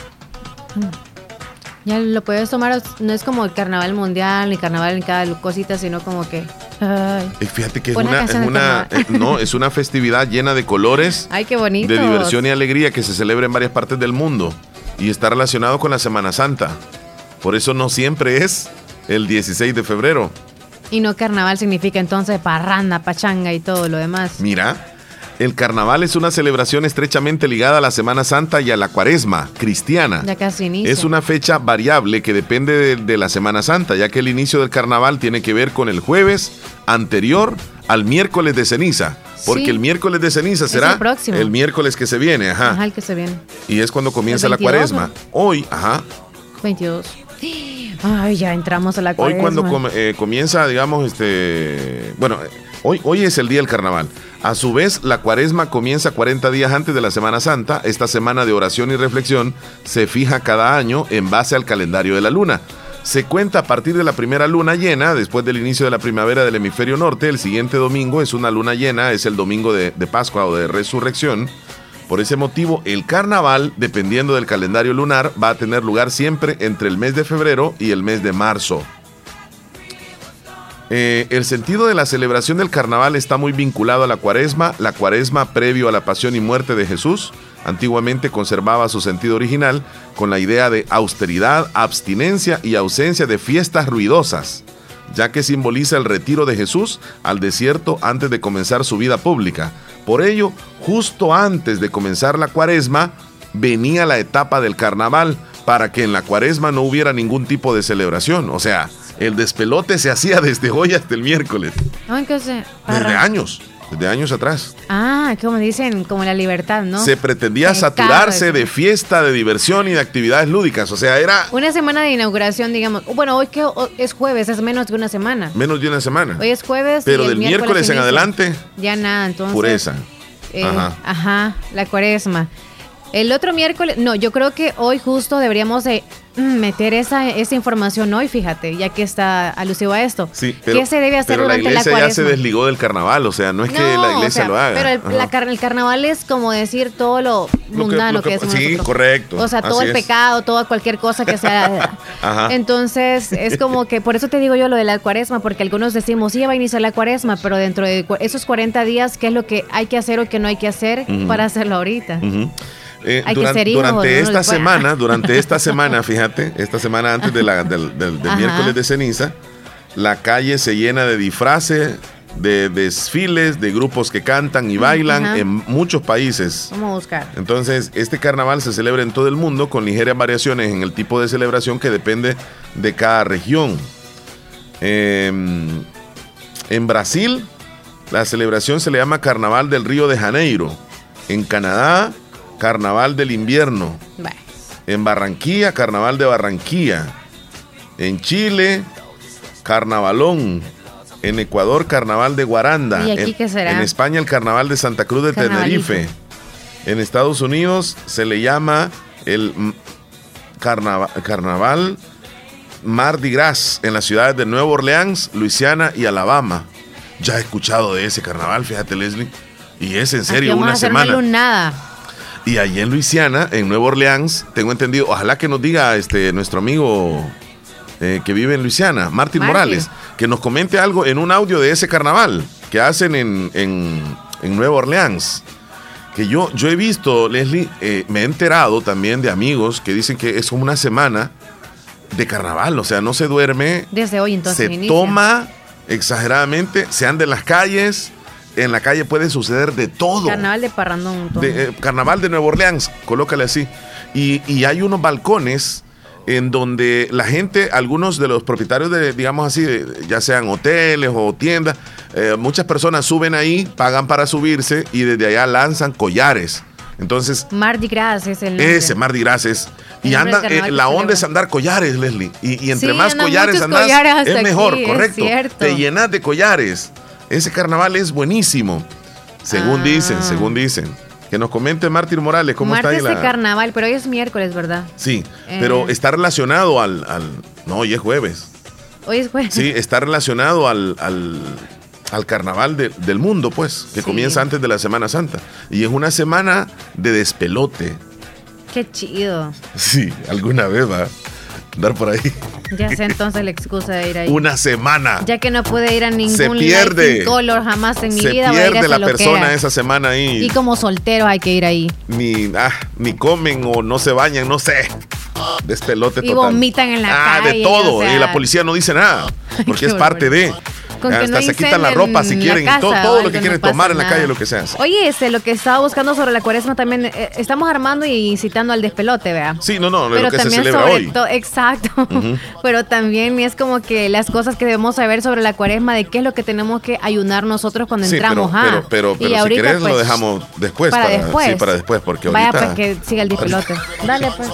Ya lo puedes tomar, no es como el carnaval mundial, ni carnaval en cada cosita, sino como que... Ay, fíjate que es una festividad llena de colores. Ay, qué bonito. De diversión y alegría que se celebra en varias partes del mundo. Y está relacionado con la Semana Santa. Por eso no siempre es el 16 de febrero. Y no carnaval significa entonces parranda, pachanga y todo lo demás. Mira, el carnaval es una celebración estrechamente ligada a la Semana Santa y a la Cuaresma cristiana. Ya casi inicia. Es una fecha variable que depende de la Semana Santa, ya que el inicio del carnaval tiene que ver con el jueves anterior al miércoles de ceniza. Porque el miércoles de ceniza será el miércoles que se viene. Ajá, el que se viene. Y es cuando comienza la Cuaresma. ¿No? Hoy, 22. Ay, ya entramos a la Cuaresma. Hoy cuando comienza, digamos, hoy es el día del carnaval. A su vez, la Cuaresma comienza 40 días antes de la Semana Santa. Esta semana de oración y reflexión se fija cada año en base al calendario de la luna. Se cuenta a partir de la primera luna llena, después del inicio de la primavera del hemisferio norte. El siguiente domingo es una luna llena, es el domingo de Pascua o de Resurrección. Por ese motivo, el carnaval, dependiendo del calendario lunar, va a tener lugar siempre entre el mes de febrero y el mes de marzo. El sentido de la celebración del carnaval está muy vinculado a la Cuaresma previo a la pasión y muerte de Jesús. Antiguamente conservaba su sentido original con la idea de austeridad, abstinencia y ausencia de fiestas ruidosas, ya que simboliza el retiro de Jesús al desierto antes de comenzar su vida pública. Por ello, justo antes de comenzar la Cuaresma, venía la etapa del carnaval para que en la Cuaresma no hubiera ningún tipo de celebración. O sea, el despelote se hacía desde hoy hasta el miércoles. Desde años atrás. Como dicen, como la libertad, ¿no? Se pretendía saturarse de fiesta, de diversión y de actividades lúdicas. O sea, era... una semana de inauguración, digamos. Bueno, hoy que es jueves, es menos de una semana. Menos de una semana. Hoy es jueves. Pero del miércoles en adelante. Ya nada, entonces. Pureza. La Cuaresma. El otro miércoles, yo creo que hoy justo deberíamos de meter esa información hoy, fíjate, ya que está alusivo a esto. Sí, pero, ¿qué se debe hacer durante la Cuaresma? La iglesia ya se desligó del carnaval, o sea, no es que la iglesia lo haga. Pero el carnaval es como decir todo lo mundano que es. Sí, nosotros. Correcto. O sea, todo el pecado, toda cualquier cosa que sea. Entonces, es como que, por eso te digo yo lo de la Cuaresma, porque algunos decimos, sí, va a iniciar la Cuaresma, pero dentro de esos 40 días, ¿qué es lo que hay que hacer o que no hay que hacer para hacerlo ahorita? Durante esta semana, fíjate, esta semana antes del miércoles de ceniza, la calle se llena de disfraces, de desfiles, de grupos que cantan y bailan en muchos países. Vamos a buscar. Entonces, este carnaval se celebra en todo el mundo con ligeras variaciones en el tipo de celebración que depende de cada región. En Brasil, la celebración se le llama Carnaval del Río de Janeiro. En Canadá, Carnaval del Invierno. En Barranquilla, Carnaval de Barranquilla. En Chile, Carnavalón. En Ecuador, Carnaval de Guaranda. ¿Y aquí qué será? En España, el Carnaval de Santa Cruz de Tenerife. En Estados Unidos se le llama el Carnaval Mardi Gras en las ciudades de Nueva Orleans, Luisiana y Alabama. Ya he escuchado de ese carnaval, fíjate, Leslie. Y es en serio una semana. Nada. Y allí en Luisiana, en Nueva Orleans, tengo entendido, ojalá que nos diga nuestro amigo que vive en Luisiana, Martín Morales, que nos comente algo en un audio de ese carnaval que hacen en Nueva Orleans. Que yo he visto, Leslie, me he enterado también de amigos que dicen que es como una semana de carnaval, o sea, no se duerme. Desde hoy entonces se toma exageradamente, se anda en las calles. En la calle puede suceder de todo. Carnaval de Parrandón. Carnaval de Nueva Orleans, colócale así. Y hay unos balcones en donde la gente, algunos de los propietarios de, digamos así, ya sean hoteles o tiendas, muchas personas suben ahí, pagan para subirse y desde allá lanzan collares. Entonces, Mardi Gras es el nombre. Ese Mardi Gras es. Y anda, la onda es andar collares, Leslie. Y entre más collares andas, es mejor, correcto. Te llenas de collares. Ese carnaval es buenísimo, según dicen. Que nos comente Martín Morales cómo está ahí la... carnaval, pero hoy es miércoles, ¿verdad? Sí, pero está relacionado al... No, hoy es jueves. Hoy es jueves. Sí, está relacionado al carnaval del mundo, pues, que comienza antes de la Semana Santa. Y es una semana de despelote. Qué chido. Sí, alguna vez va a andar por ahí. Ya sé entonces la excusa de ir ahí. Una semana. Ya que no pude ir a ningún se pierde. Light Color jamás en mi vida. Se pierde la persona esa semana ahí. Y como soltero hay que ir ahí. Ni comen o no se bañan, no sé. Despelote total. Y vomitan en la calle. De todo. O sea, y la policía no dice nada. Porque es parte de... Hasta se quitan la ropa si quieren, casa, todo lo que quieren tomar en la calle, lo que sea. Oye, lo que estaba buscando sobre la cuaresma también, estamos armando y incitando al despelote, ¿vea? Sí, no, pero lo que se también celebra hoy. Exacto. Pero también es como que las cosas que debemos saber sobre la cuaresma, de qué es lo que tenemos que ayunar nosotros cuando entramos. Pero y si ahorita, querés pues, lo dejamos después. Para después. Sí, para después, porque vaya, ahorita... pues que siga el despelote. Dale, pues.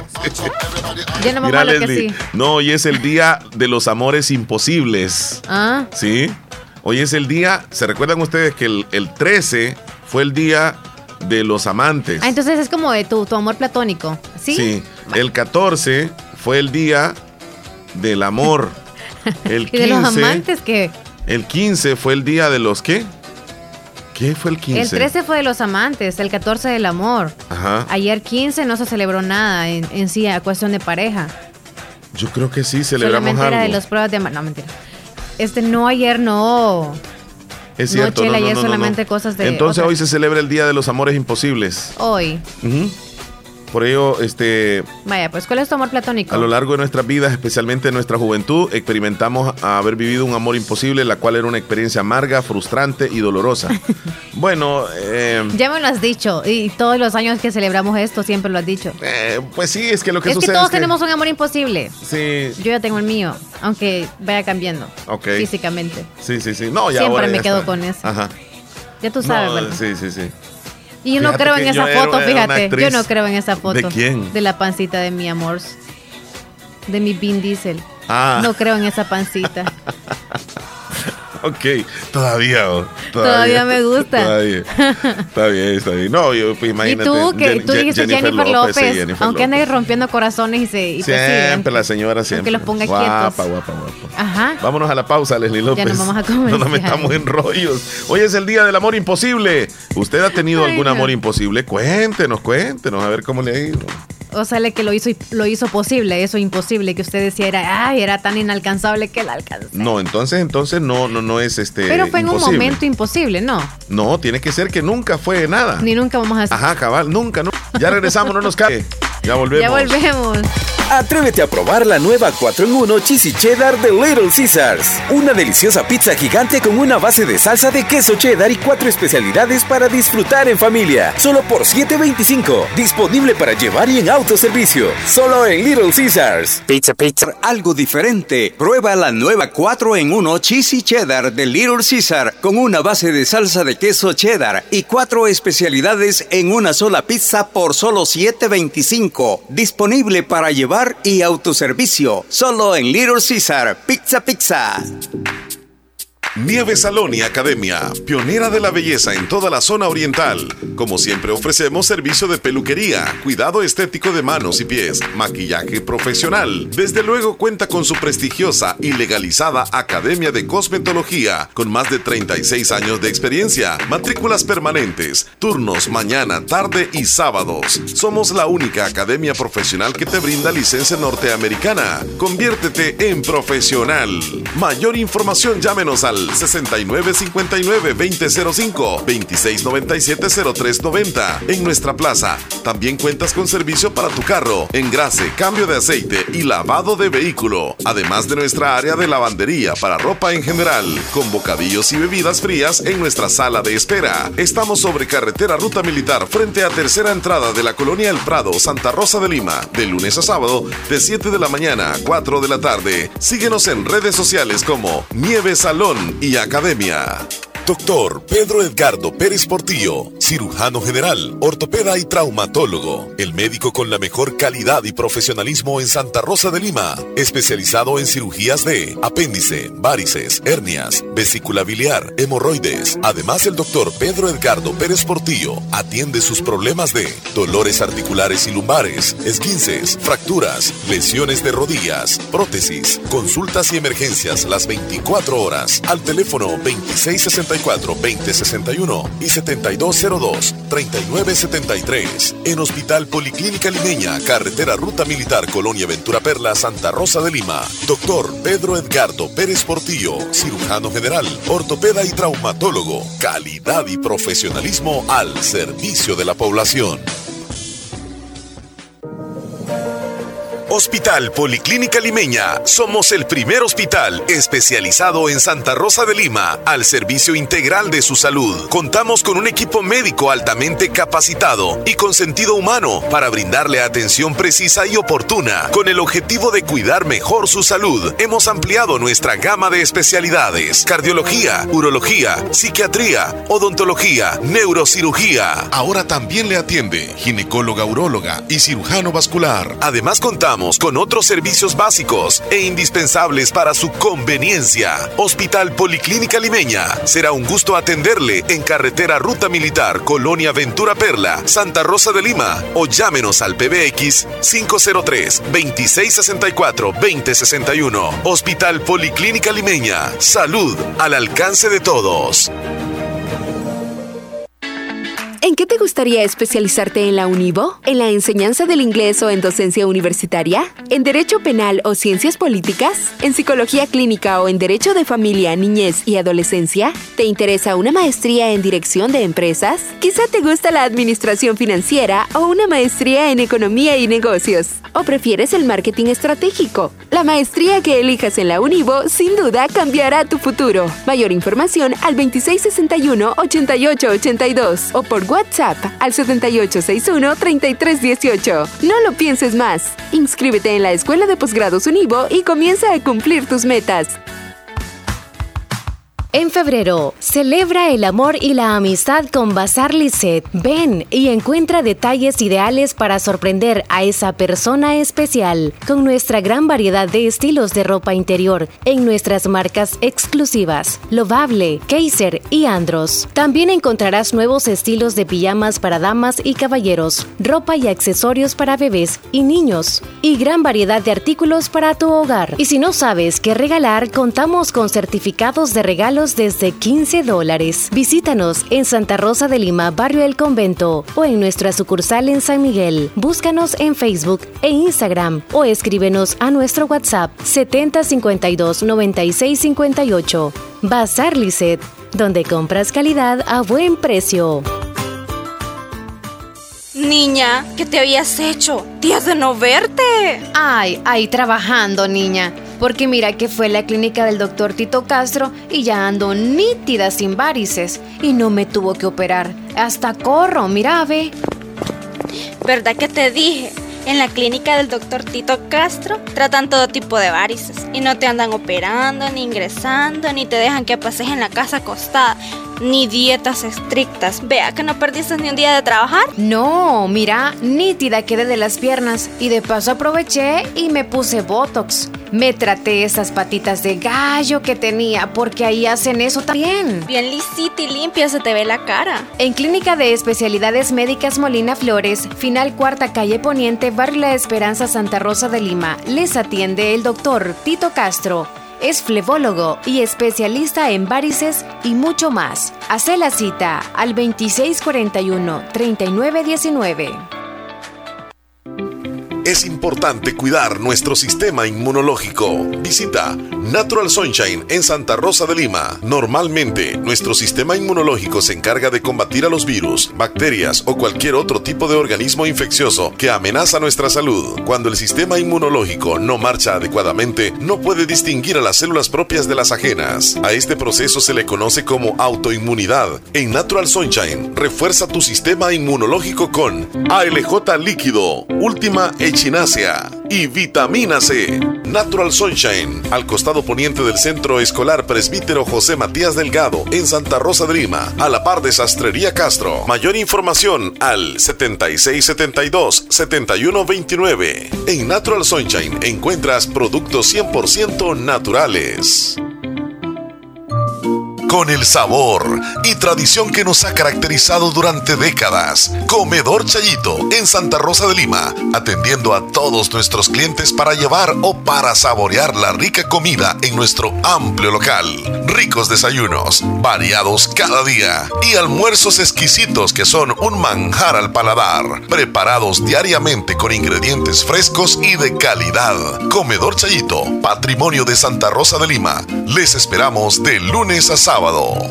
Ya no Mira, lo que Leslie, sí. no, hoy es el día de los amores imposibles. ¿Sí? Hoy es el día, ¿se recuerdan ustedes que el 13 fue el día de los amantes? Entonces es como de tu amor platónico, ¿sí? Sí, el 14 fue el día del amor. El 15, ¿y de los amantes qué? El 15 fue el día de los ¿qué? ¿Qué fue el 15? El 13 fue de los amantes, el 14 del amor. Ajá. Ayer 15 no se celebró nada en sí a cuestión de pareja. Yo creo que sí, celebramos solamente algo. Era de las pruebas de amor. No, mentira. Ayer no. Es cierto, Chela, ayer solamente cosas de... Entonces hoy se celebra el Día de los Amores Imposibles. Hoy. Por ello, Vaya, pues, ¿cuál es tu amor platónico? A lo largo de nuestras vidas, especialmente en nuestra juventud, experimentamos haber vivido un amor imposible, la cual era una experiencia amarga, frustrante y dolorosa. Bueno, ya me lo has dicho, y todos los años que celebramos esto siempre lo has dicho. Pues sí, es que lo que sucede es que todos tenemos un amor imposible. Sí. Yo ya tengo el mío, aunque vaya cambiando. Físicamente. Sí. No, ya siempre me ya quedo está. con eso. Ajá. Ya tú sabes, ¿verdad? Sí. Y yo no creo en esa foto, fíjate. Yo no creo en esa foto. ¿De quién? De la pancita de mi amor. De mi Vin Diesel. No creo en esa pancita. Ok, todavía me gusta. Todavía. Está bien. No, yo pues imagínate. Y tú, que tú dijiste Jennifer López, aunque andes rompiendo corazones y siempre la señora siempre. Aunque los ponga guapa. Ajá. Vámonos a la pausa, Leslie López. Ya nos vamos a comer. No nos metamos en rollos. Hoy es el día del amor imposible. ¿Usted ha tenido algún amor imposible? Cuéntenos, a ver cómo le ha ido. O sea, que lo hizo posible, eso imposible, que usted decía era tan inalcanzable que la alcancé. No, entonces no es Pero fue en un momento imposible, ¿no? No, tiene que ser que nunca fue nada. Ni nunca vamos a hacer. Ajá, cabal, nunca. Ya regresamos, no nos cae. Ya volvemos. Atrévete a probar la nueva 4-en-1 Cheesy Cheddar de Little Caesars. Una deliciosa pizza gigante con una base de salsa de queso cheddar y 4 especialidades para disfrutar en familia. Solo por $7.25. Disponible para llevar y en autoservicio. Solo en Little Caesars. Pizza. Algo diferente. Prueba la nueva 4-en-1 Cheesy Cheddar de Little Caesar con una base de salsa de queso cheddar y 4 especialidades en una sola pizza por solo $7.25. Disponible para llevar y autoservicio. Solo en Little Caesar. Pizza. Nieves Salón y Academia, pionera de la belleza en toda la zona oriental. Como siempre ofrecemos servicio de peluquería, cuidado estético de manos y pies, maquillaje profesional. Desde luego cuenta con su prestigiosa y legalizada Academia de Cosmetología, con más de 36 años de experiencia, matrículas permanentes, turnos mañana, tarde y sábados. Somos la única academia profesional que te brinda licencia norteamericana. Conviértete en profesional. Mayor información, llámenos al 6959-2005, 2697-0390. En nuestra plaza también cuentas con servicio para tu carro, engrase, cambio de aceite y lavado de vehículo, además de nuestra área de lavandería para ropa en general, con bocadillos y bebidas frías en nuestra sala de espera. Estamos sobre carretera Ruta Militar frente a tercera entrada de la colonia El Prado, Santa Rosa de Lima, de lunes a sábado de 7 de la mañana a 4 de la tarde. Síguenos en redes sociales como Nieves Salón y Academia. Doctor Pedro Edgardo Pérez Portillo, cirujano general, ortopeda y traumatólogo. El médico con la mejor calidad y profesionalismo en Santa Rosa de Lima. Especializado en cirugías de apéndice, varices, hernias, vesícula biliar, hemorroides. Además, el doctor Pedro Edgardo Pérez Portillo atiende sus problemas de dolores articulares y lumbares, esguinces, fracturas, lesiones de rodillas, prótesis, consultas y emergencias las 24 horas al teléfono 2664-2061 y 7202-3973. En Hospital Policlínica Limeña, carretera Ruta Militar, Colonia Ventura Perla, Santa Rosa de Lima. Doctor Pedro Edgardo Pérez Portillo, cirujano general, ortopeda y traumatólogo. Calidad y profesionalismo al servicio de la población. Hospital Policlínica Limeña. Somos el primer hospital especializado en Santa Rosa de Lima al servicio integral de su salud. Contamos con un equipo médico altamente capacitado y con sentido humano para brindarle atención precisa y oportuna. Con el objetivo de cuidar mejor su salud, hemos ampliado nuestra gama de especialidades: cardiología, urología, psiquiatría, odontología, neurocirugía. Ahora también le atiende ginecóloga, uróloga y cirujano vascular. Además, contamos con otros servicios básicos e indispensables para su conveniencia. Hospital Policlínica Limeña. Será un gusto atenderle en carretera Ruta Militar, Colonia Ventura Perla, Santa Rosa de Lima, o llámenos al PBX 503-2664-2061. Hospital Policlínica Limeña. Salud al alcance de todos. ¿En qué te gustaría especializarte en la Univo? ¿En la enseñanza del inglés o en docencia universitaria? ¿En derecho penal o ciencias políticas? ¿En psicología clínica o en derecho de familia, niñez y adolescencia? ¿Te interesa una maestría en dirección de empresas? Quizá te gusta la administración financiera o una maestría en economía y negocios. ¿O prefieres el marketing estratégico? La maestría que elijas en la Univo sin duda cambiará tu futuro. Mayor información al 2661-8882 o por WhatsApp al 7861-3318. No lo pienses más. Inscríbete en la Escuela de Posgrados Univo y comienza a cumplir tus metas. En febrero, celebra el amor y la amistad con Bazar Lisset. Ven y encuentra detalles ideales para sorprender a esa persona especial con nuestra gran variedad de estilos de ropa interior en nuestras marcas exclusivas, Lovable, Kaiser y Andros. También encontrarás nuevos estilos de pijamas para damas y caballeros, ropa y accesorios para bebés y niños, y gran variedad de artículos para tu hogar. Y si no sabes qué regalar, contamos con certificados de regalo desde $15. Visítanos en Santa Rosa de Lima, Barrio El Convento, o en nuestra sucursal en San Miguel. Búscanos en Facebook e Instagram o escríbenos a nuestro WhatsApp 7052-9658. Bazar Lisset, donde compras calidad a buen precio. Niña, ¿qué te habías hecho? ¡Días de no verte! Ay, trabajando, niña. Porque mira que fue la clínica del doctor Tito Castro y ya ando nítida sin varices. Y no me tuvo que operar. Hasta corro, mira, ve. ¿Verdad que te dije? En la clínica del doctor Tito Castro tratan todo tipo de varices. Y no te andan operando, ni ingresando, ni te dejan que pases en la casa acostada. Ni dietas estrictas. Vea que no perdiste ni un día de trabajar. No, mira, nítida quedé de las piernas. Y de paso aproveché y me puse Botox. Me traté esas patitas de gallo que tenía, porque ahí hacen eso también. Bien lisita y limpia se te ve la cara. En Clínica de Especialidades Médicas Molina Flores, final Cuarta Calle Poniente, Barrio La Esperanza, Santa Rosa de Lima, les atiende el doctor Tito Castro. Es flebólogo y especialista en varices y mucho más. Hace la cita al 2641-3919. Es importante cuidar nuestro sistema inmunológico. Visita Natural Sunshine en Santa Rosa de Lima. Normalmente, nuestro sistema inmunológico se encarga de combatir a los virus, bacterias o cualquier otro tipo de organismo infeccioso que amenaza nuestra salud. Cuando el sistema inmunológico no marcha adecuadamente, no puede distinguir a las células propias de las ajenas. A este proceso se le conoce como autoinmunidad. En Natural Sunshine, refuerza tu sistema inmunológico con ALJ líquido, última hecha Echinacea y Vitamina C. Natural Sunshine, al costado poniente del Centro Escolar Presbítero José Matías Delgado, en Santa Rosa de Lima, a la par de Sastrería Castro. Mayor información al 7672-7129. En Natural Sunshine encuentras productos 100% naturales. Con el sabor y tradición que nos ha caracterizado durante décadas. Comedor Chayito en Santa Rosa de Lima, atendiendo a todos nuestros clientes para llevar o para saborear la rica comida en nuestro amplio local. Ricos desayunos, variados cada día y almuerzos exquisitos que son un manjar al paladar, preparados diariamente con ingredientes frescos y de calidad. Comedor Chayito, patrimonio de Santa Rosa de Lima. Les esperamos de lunes a sábado.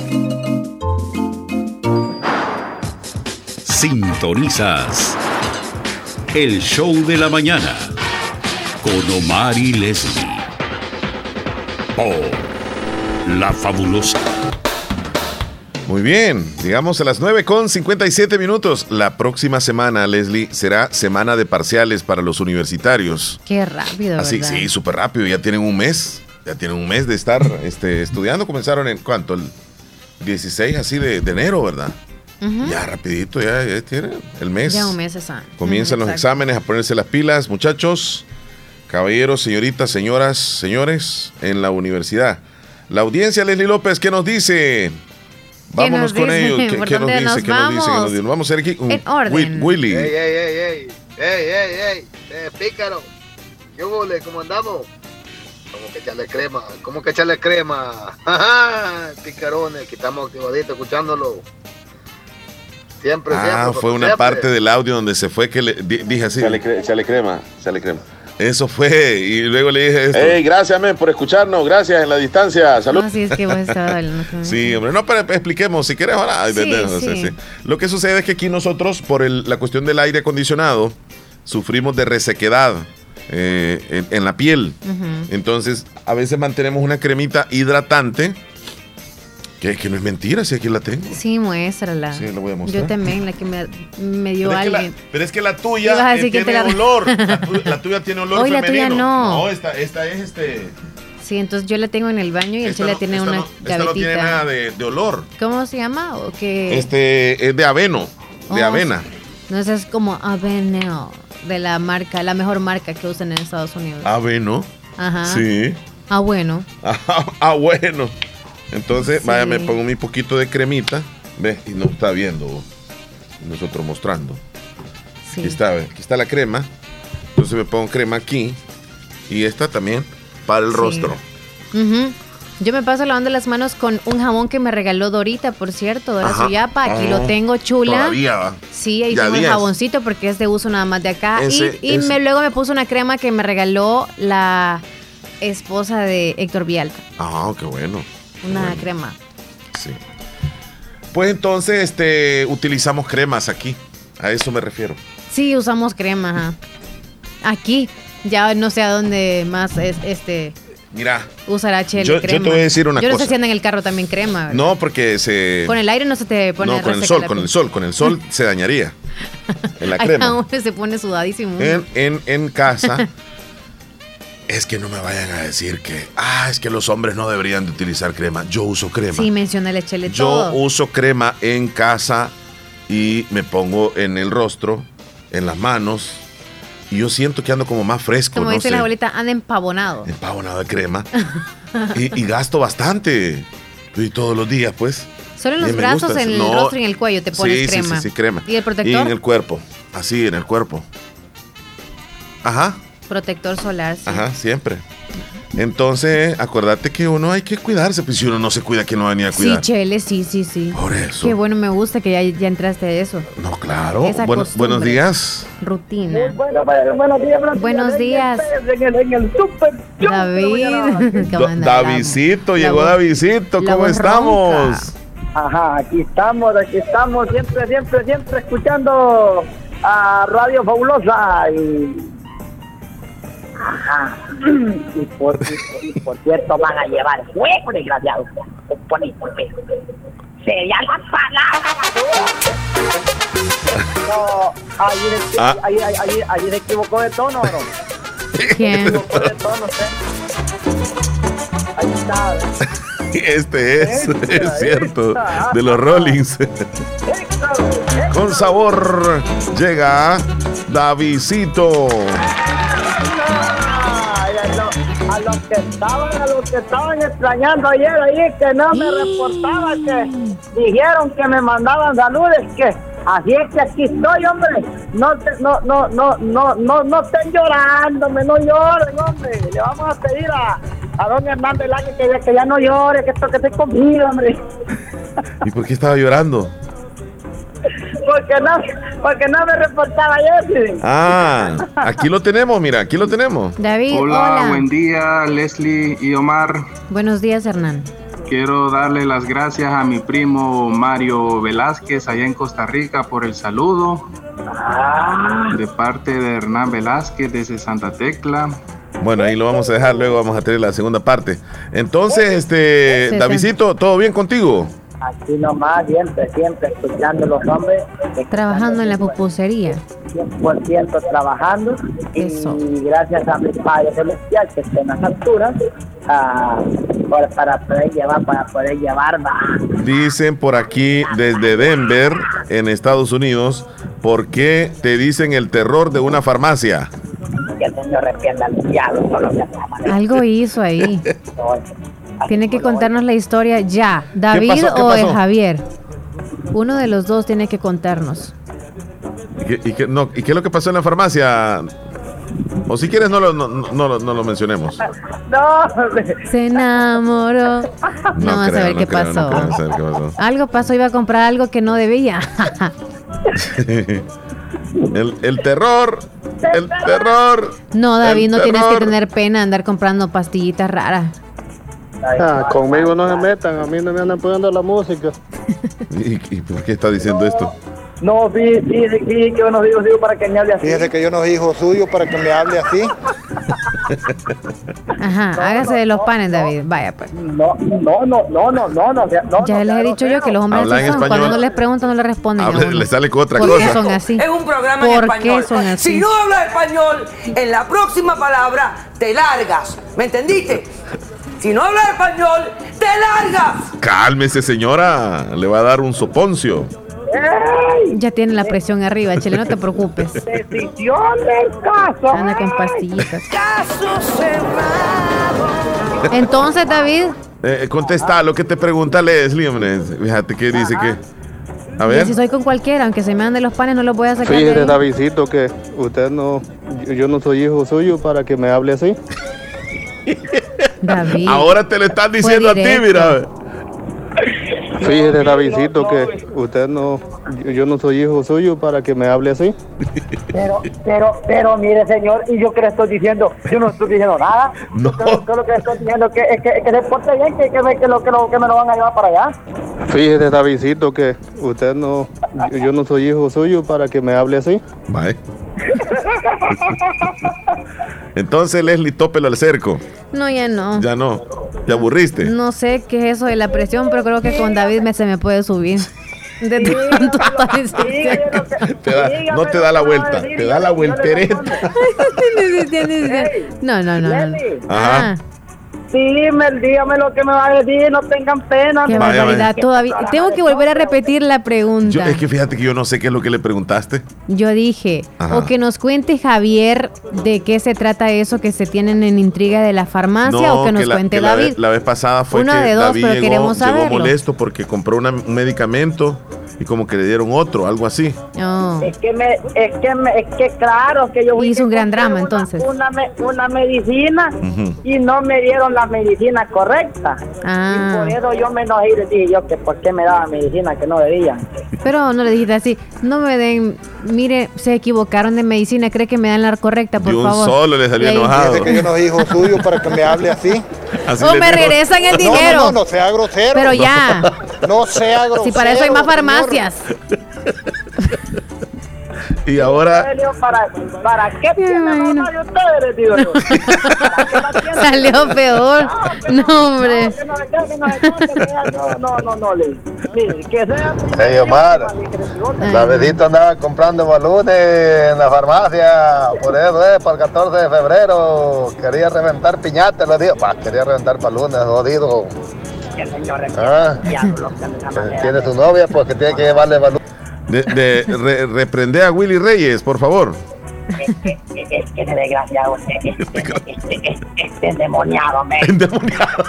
Sintonizas el show de la mañana con Omar y Leslie por La Fabulosa. Muy bien, llegamos a las 9:57. La próxima semana, Leslie, será semana de parciales para los universitarios. Qué rápido, así, ¿verdad? Sí, súper rápido, ya tienen un mes. Ya tienen un mes de estar estudiando. Comenzaron en ¿cuánto? El 16 así de enero, ¿verdad? Ya rapidito, ya tienen el mes. Ya un mes esa. Comienzan los exámenes, a ponerse las pilas, muchachos, caballeros, señoritas, señoras, señores, en la universidad. La audiencia, Leslie López, ¿qué nos dice? Vámonos con ellos. ¿Qué nos dice? ¿Qué nos dice? Nos vamos a hacer aquí en orden. Willy. ¡Ey! Pícaro. ¿Qué huele? ¿Cómo andamos? ¿Cómo que echarle crema? Picarones, que estamos activaditos escuchándolo. Siempre. Fue una parte del audio donde se fue que le dije así. Echale crema. Eso fue, y luego le dije esto. ¡Ey, gracias, men, por escucharnos! Gracias, en la distancia. ¡Salud! No, sí, es que vos estabas hablando. Sí, hombre, no, pero expliquemos, si quieres ahora. Sí. Lo que sucede es que aquí nosotros, por la cuestión del aire acondicionado, sufrimos de resequedad. En la piel. Entonces, a veces mantenemos una cremita hidratante, que no es mentira, si aquí la tengo. Sí, muéstrala. Sí, la voy a mostrar. Yo también, la que me dio alguien. Pero es que la tuya tiene olor. La tuya tiene olor femenino. La tuya no. No, esta es Sí, entonces yo la tengo en el baño y el Chela tiene una gavetita. Esta no tiene nada de olor. ¿Cómo se llama? ¿O qué? Es de aveno, de avena. No, es como aveno. De la mejor marca que usan en Estados Unidos. Aveno. Ajá. Sí. Bueno. Bueno. Entonces, vaya, me pongo mi poquito de cremita. ¿Ves? Y no está viendo. Nosotros mostrando. Sí. Aquí está la crema. Entonces me pongo crema aquí. Y esta también para el rostro. Yo me paso lavando las manos con un jabón que me regaló Dorita, por cierto, Dora Suyapa. Aquí lo tengo, chula. Todavía va. Sí, ahí tengo el jaboncito porque es de uso nada más de acá. Luego me puso una crema que me regaló la esposa de Héctor Villalta. Qué bueno. Una crema. Sí. Pues entonces utilizamos cremas aquí. A eso me refiero. Sí, usamos crema. Ajá. Aquí. Ya no sé a dónde más Mira, usará crema. Yo te voy a decir una cosa. Yo no sé si anda en el carro también crema, ¿verdad? No, porque con el aire no se te pone. No, con el sol se dañaría. En la crema. Uno se pone sudadísimo. En casa. Es que no me vayan a decir que es que los hombres no deberían de utilizar crema. Yo uso crema. Sí, menciona el Chele todo. Yo uso crema en casa y me pongo en el rostro, en las manos. Y yo siento que ando como más fresco. Como dice la abuelita, anda empavonado. Empavonado de crema. y gasto bastante. Y todos los días, pues. Solo en los brazos, en el rostro y en el cuello te pones crema. Sí, crema. ¿Y el protector? Y en el cuerpo. Así, en el cuerpo. Ajá. Protector solar, sí. Ajá, siempre. Entonces, acuérdate que uno hay que cuidarse. Pues si uno no se cuida, ¿quién no va a venir a cuidar? Sí, Chele, sí. Por eso. Qué bueno, me gusta que ya entraste de eso. No, claro. Buenos días. Rutina. Buenos días. En el super David. Davidcito, llegó Davidcito. ¿Cómo estamos? Ajá, aquí estamos siempre escuchando a Radio Fabulosa Ajá. Y por cierto van a llevar fuego, desgraciado. Sería la palabra. No, allí se equivocó de tono, bro. ¿Quién? Se equivocó de tono, ahí está. Este es cierto, de los Rollings. Con sabor llega Davidcito. A los que estaban extrañando ayer ahí, que no me reportaban, que dijeron que me mandaban saludos, que así es que aquí estoy, hombre. No estén llorándome, no lloren, hombre. Le vamos a pedir a don Hernán Velázquez que ya no llore, que estoy conmigo, hombre. ¿Y por qué estaba llorando? Porque no me reportaba ayer. Aquí lo tenemos, mira, aquí lo tenemos. David, hola. Buen día, Leslie y Omar. Buenos días, Hernán. Quiero darle las gracias a mi primo Mario Velázquez allá en Costa Rica por el saludo de parte de Hernán Velázquez desde Santa Tecla. Bueno, ahí lo vamos a dejar, luego vamos a tener la segunda parte. Entonces, Davidcito, ¿todo bien contigo? Aquí nomás, siempre escuchando los hombres. Trabajando en la pupusería. 100% trabajando. Eso. Y gracias a mi Padre Celestial que está en las alturas, para poder llevar. Dicen por aquí desde Denver, en Estados Unidos, ¿por qué te dicen el terror de una farmacia? Que el Señor reprenda al diablo. Algo hizo ahí. Tiene que contarnos la historia ya. ¿David o Javier? Uno de los dos tiene que contarnos. ¿Y qué es lo que pasó en la farmacia? O si quieres no lo mencionemos. Se enamoró. No vamos a ver qué pasó. Algo pasó, iba a comprar algo que no debía. El terror. El terror. No, David, no tienes que tener pena andar comprando pastillitas raras. Conmigo no se metan, a mí no me andan poniendo la música. ¿Y por qué está diciendo esto? No, sí, que yo no digo para que me hable así. Fíjese que yo no soy hijo suyo para que me hable así. Ajá, hágase de los panes, David. Vaya, pues. No. Ya les he dicho yo que los hombres así son. Cuando no les preguntan, no les responden. Le sale con otra cosa. ¿Por qué son así? Es un programa en español. ¿Por qué son así? Si no hablas español, en la próxima palabra te largas. ¿Me entendiste? Si no hablas español, te largas. Cálmese, señora. Le va a dar un soponcio. Ya tiene la presión arriba, Chile, no te preocupes. Decisión del caso. Anda con pastillitas. Caso cerrado. Entonces, David. Contesta lo que te pregunta Leslie, hombre. Fíjate que dice que. A ver. Y si soy con cualquiera, aunque se me ande los panes, no los voy a sacar. Fíjate, Davidcito, que usted no. Yo no soy hijo suyo para que me hable así. David. Ahora te le están diciendo a ti, mira. Fíjese, Davidcito, que usted no, yo no soy hijo suyo para que me hable así. Pero mire, señor, y yo que le estoy diciendo, yo no estoy diciendo nada. No. Yo lo que le estoy diciendo es que se porte bien, que me lo van a llevar para allá. Fíjese, Davidito, que usted no, yo no soy hijo suyo para que me hable así. Bye. Entonces, Leslie, tópelo al cerco. No, ya no. Ya no. ¿Te aburriste? No sé qué es eso de la presión, pero creo que con David se me puede subir. De tanto no te da la vuelta, te da la vueltereta. No. Ajá. Dígame lo que me va a decir, no tengan pena. Qué barbaridad, todavía. Tengo que volver a repetir la pregunta. Es que fíjate que yo no sé qué es lo que le preguntaste. Yo dije, o que nos cuente Javier de qué se trata eso que se tienen en intriga de la farmacia, o que nos cuente David. La vez pasada fue uno que de dos, David pero llegó molesto porque compró un medicamento y como que le dieron otro, algo así. Oh. Es que claro, que yo hizo un gran drama entonces. Una medicina y no me dieron la medicina correcta. Y por eso yo me enojé y le dije yo que por qué me daban medicina que no debían. Pero no le dijiste así, no me den, mire, se equivocaron de medicina, cree que me dan la correcta, por favor. Y un solo le salió enojado. Dice que yo no soy hijo suyo para que me hable así. O me regresan el dinero. No sea grosero. Pero ya. No sea grosero. Si para eso hay más farmacias. Y ahora... ¿Para qué tiene mamá de ustedes, tío? Salió peor. No, hombre. No, que sea... Hey, Omar, Davidito andaba comprando balones en la farmacia, por eso para el 14 de febrero, quería reventar piñata, lo digo, quería reventar balones, jodido. Tiene su novia, pues que tiene que llevarle balones. Reprende a Willy Reyes, por favor. Es que desgraciado, endemoniado, me. Endemoniado,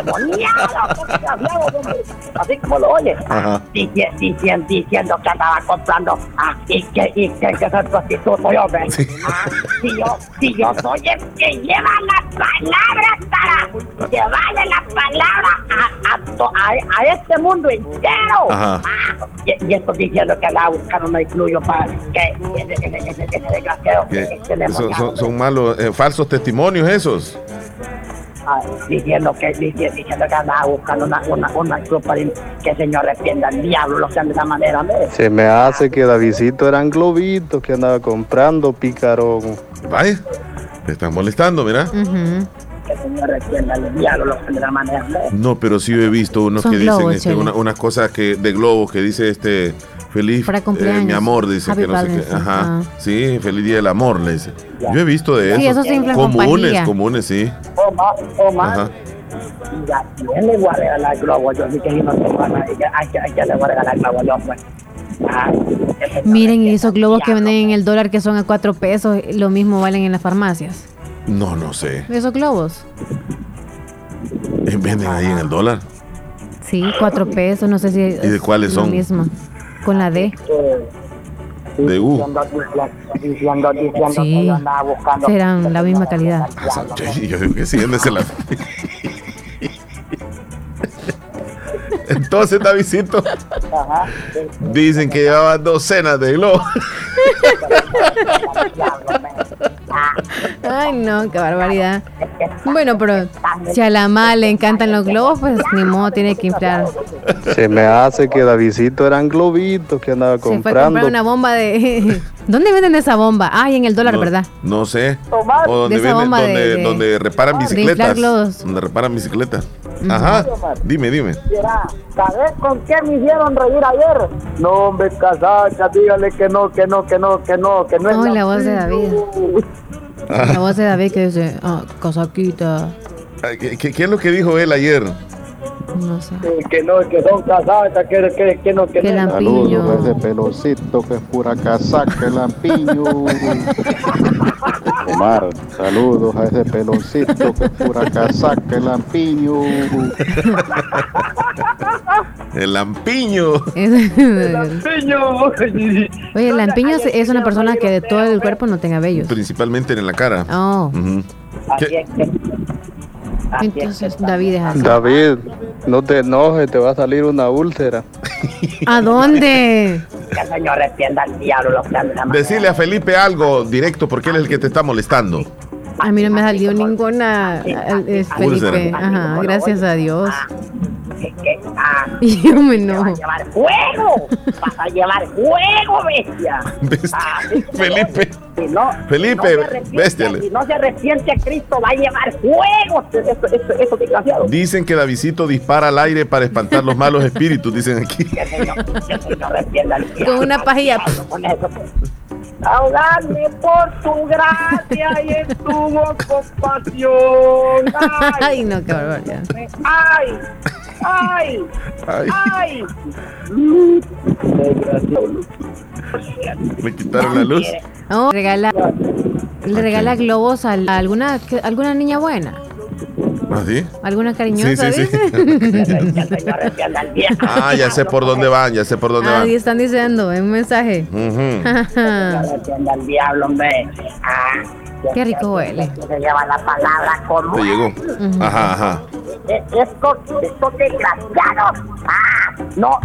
así como lo oyes. Diciendo que andaba comprando y que soy prostituto, yo, ven. Si yo soy el que lleva la palabra para llevarle la palabra a este mundo entero. Y estoy diciendo que andaba buscando un incluyo para que ese desgraciado. Son malos, falsos testimonios esos. Diciendo que andaba buscando una cruz para que el Señor reprenda al diablo, lo que de esa manera. Se me hace que Davidito eran globitos que andaba comprando, picarón. Vaya, te están molestando, mira. Que el Señor reprenda al diablo, lo que de esa manera. No, pero sí he visto unos que globos, dicen unas cosas de globos que dice feliz mi amor, dice que no sé qué. Ajá. Sí, feliz día del amor, le dice. Yo he visto de eso. Sí, eso se comunes, sí. Omar. Ya, ¿quién le voy a regalar globo? Yo sí que no tengo nada. ¿A quién le voy a regalar globo? Yo, pues. Miren, y esos globos que venden en el dólar que son a 4 pesos, lo mismo valen en las farmacias. No sé. ¿Esos globos? ¿Venden ahí en el dólar? Sí, 4 pesos, no sé si ¿Y de cuáles son? Misma. Con la D. De U. Sí, serán la misma calidad. Yo digo que sí, la... Entonces, Davidito, dicen que llevaba docenas de globos. Ay, no, qué barbaridad. Bueno, pero si a la mamá le encantan los globos, pues ni modo, tiene que inflar. Se me hace que Davidito eran globitos que andaba comprando. Se fue a comprar una bomba de... ¿Dónde venden esa bomba? Ah, en el dólar, ¿verdad? No sé. O donde venden, donde reparan bicicletas. Donde reparan bicicletas. Ajá. Dime. ¿Sabes con qué me hicieron reír ayer? No, hombre, casaca, dígale que no es la voz de David. La voz de David que dice, casaquita. ¿Qué es lo que dijo él ayer? No sé. Que son casacas, que no. Que lampiño. Saludos a ese pelocito que es pura casaca, el lampiño. Omar, saludos a ese peloncito que es pura casaca, el lampiño. El lampiño. Oye, el lampiño es una persona que de todo el cuerpo no tenga vellos. Principalmente en la cara. Oh. Entonces, David es así. David, no te enojes, te va a salir una úlcera. ¿A dónde? Que el Señor reprenda al diablo. Decirle a Felipe algo directo porque él es el que te está molestando. A mí no me salió ninguna, Felipe. Ajá, gracias a Dios. Y yo me enojo. Vas a llevar fuego, bestia. Felipe. Bestia. Si no se arrepiente a Cristo, va a llevar fuego. Eso desgraciado. Dicen que Davidito dispara al aire para espantar los malos espíritus, dicen aquí. Con una pajilla. Ahogadme por tu gracia y en tu compasión. Ay, no, qué barbaridad. Ay. Me quitaron la luz. Oh, le regala globos a alguna niña buena. ¿Ah, sí? ¿Alguna cariñosa? Sí. Ya sé por dónde van, Ahí están diciendo, en un mensaje. Al diablo, hombre. Qué rico huele. Se lleva la palabra como. Te llegó. Ajá. Estos desgraciados. No.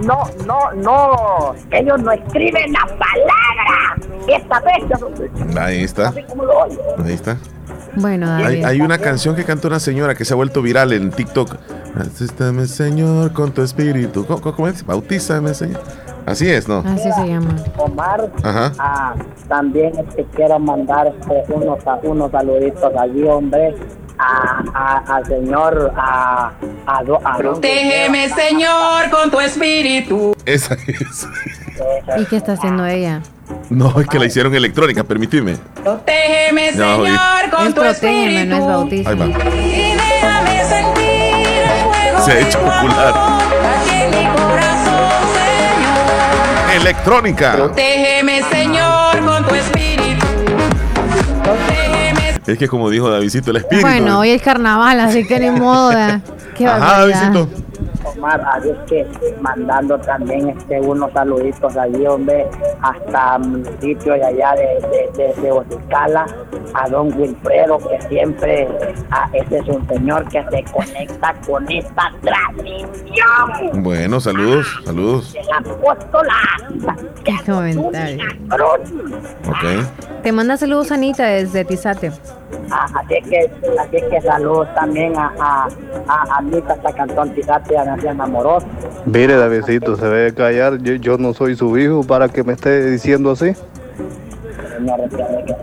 Ellos no escriben la palabra. Esta vez. Ahí está. Así como lo oyen. Ahí está. Bueno, hay una canción que canta una señora que se ha vuelto viral en TikTok. Asístame, Señor, con tu espíritu. ¿Cómo es? Bautízame, Señor. Así es, ¿no? Así se llama. Omar. Ajá. También quiero mandar unos saluditos allí, hombre. Al Señor, protégeme, Señor, con tu espíritu. Esa es. ¿Y qué está haciendo ella? No, es que la hicieron electrónica, permíteme. Protégeme, Señor, con tu espíritu. No es bautismo. Ahí va. Y déjame sentir el fuego. Se ha hecho popular. Aquí en mi corazón, Señor. Electrónica. Protégeme, Señor, con tu espíritu. Protégeme. Es que como dijo Davidito, el espíritu. Bueno, hoy es carnaval, así que ni modo. Qué Ajá, Davidito. Omar, así es que mandando también unos saluditos allí, hombre, hasta municipios de allá de Oticala, a don Wilfredo, que siempre, ese es un señor que se conecta con esta transmisión. Bueno, saludos. El apóstola. Qué comentario. Ok. Te manda saludos Anita desde Tizate. Así es que saludos también a Anita hasta Cantón Tizate, a Nación Amorosa. Mire, Davidito, se debe callar. Yo no soy su hijo para que me esté diciendo así. Señores, que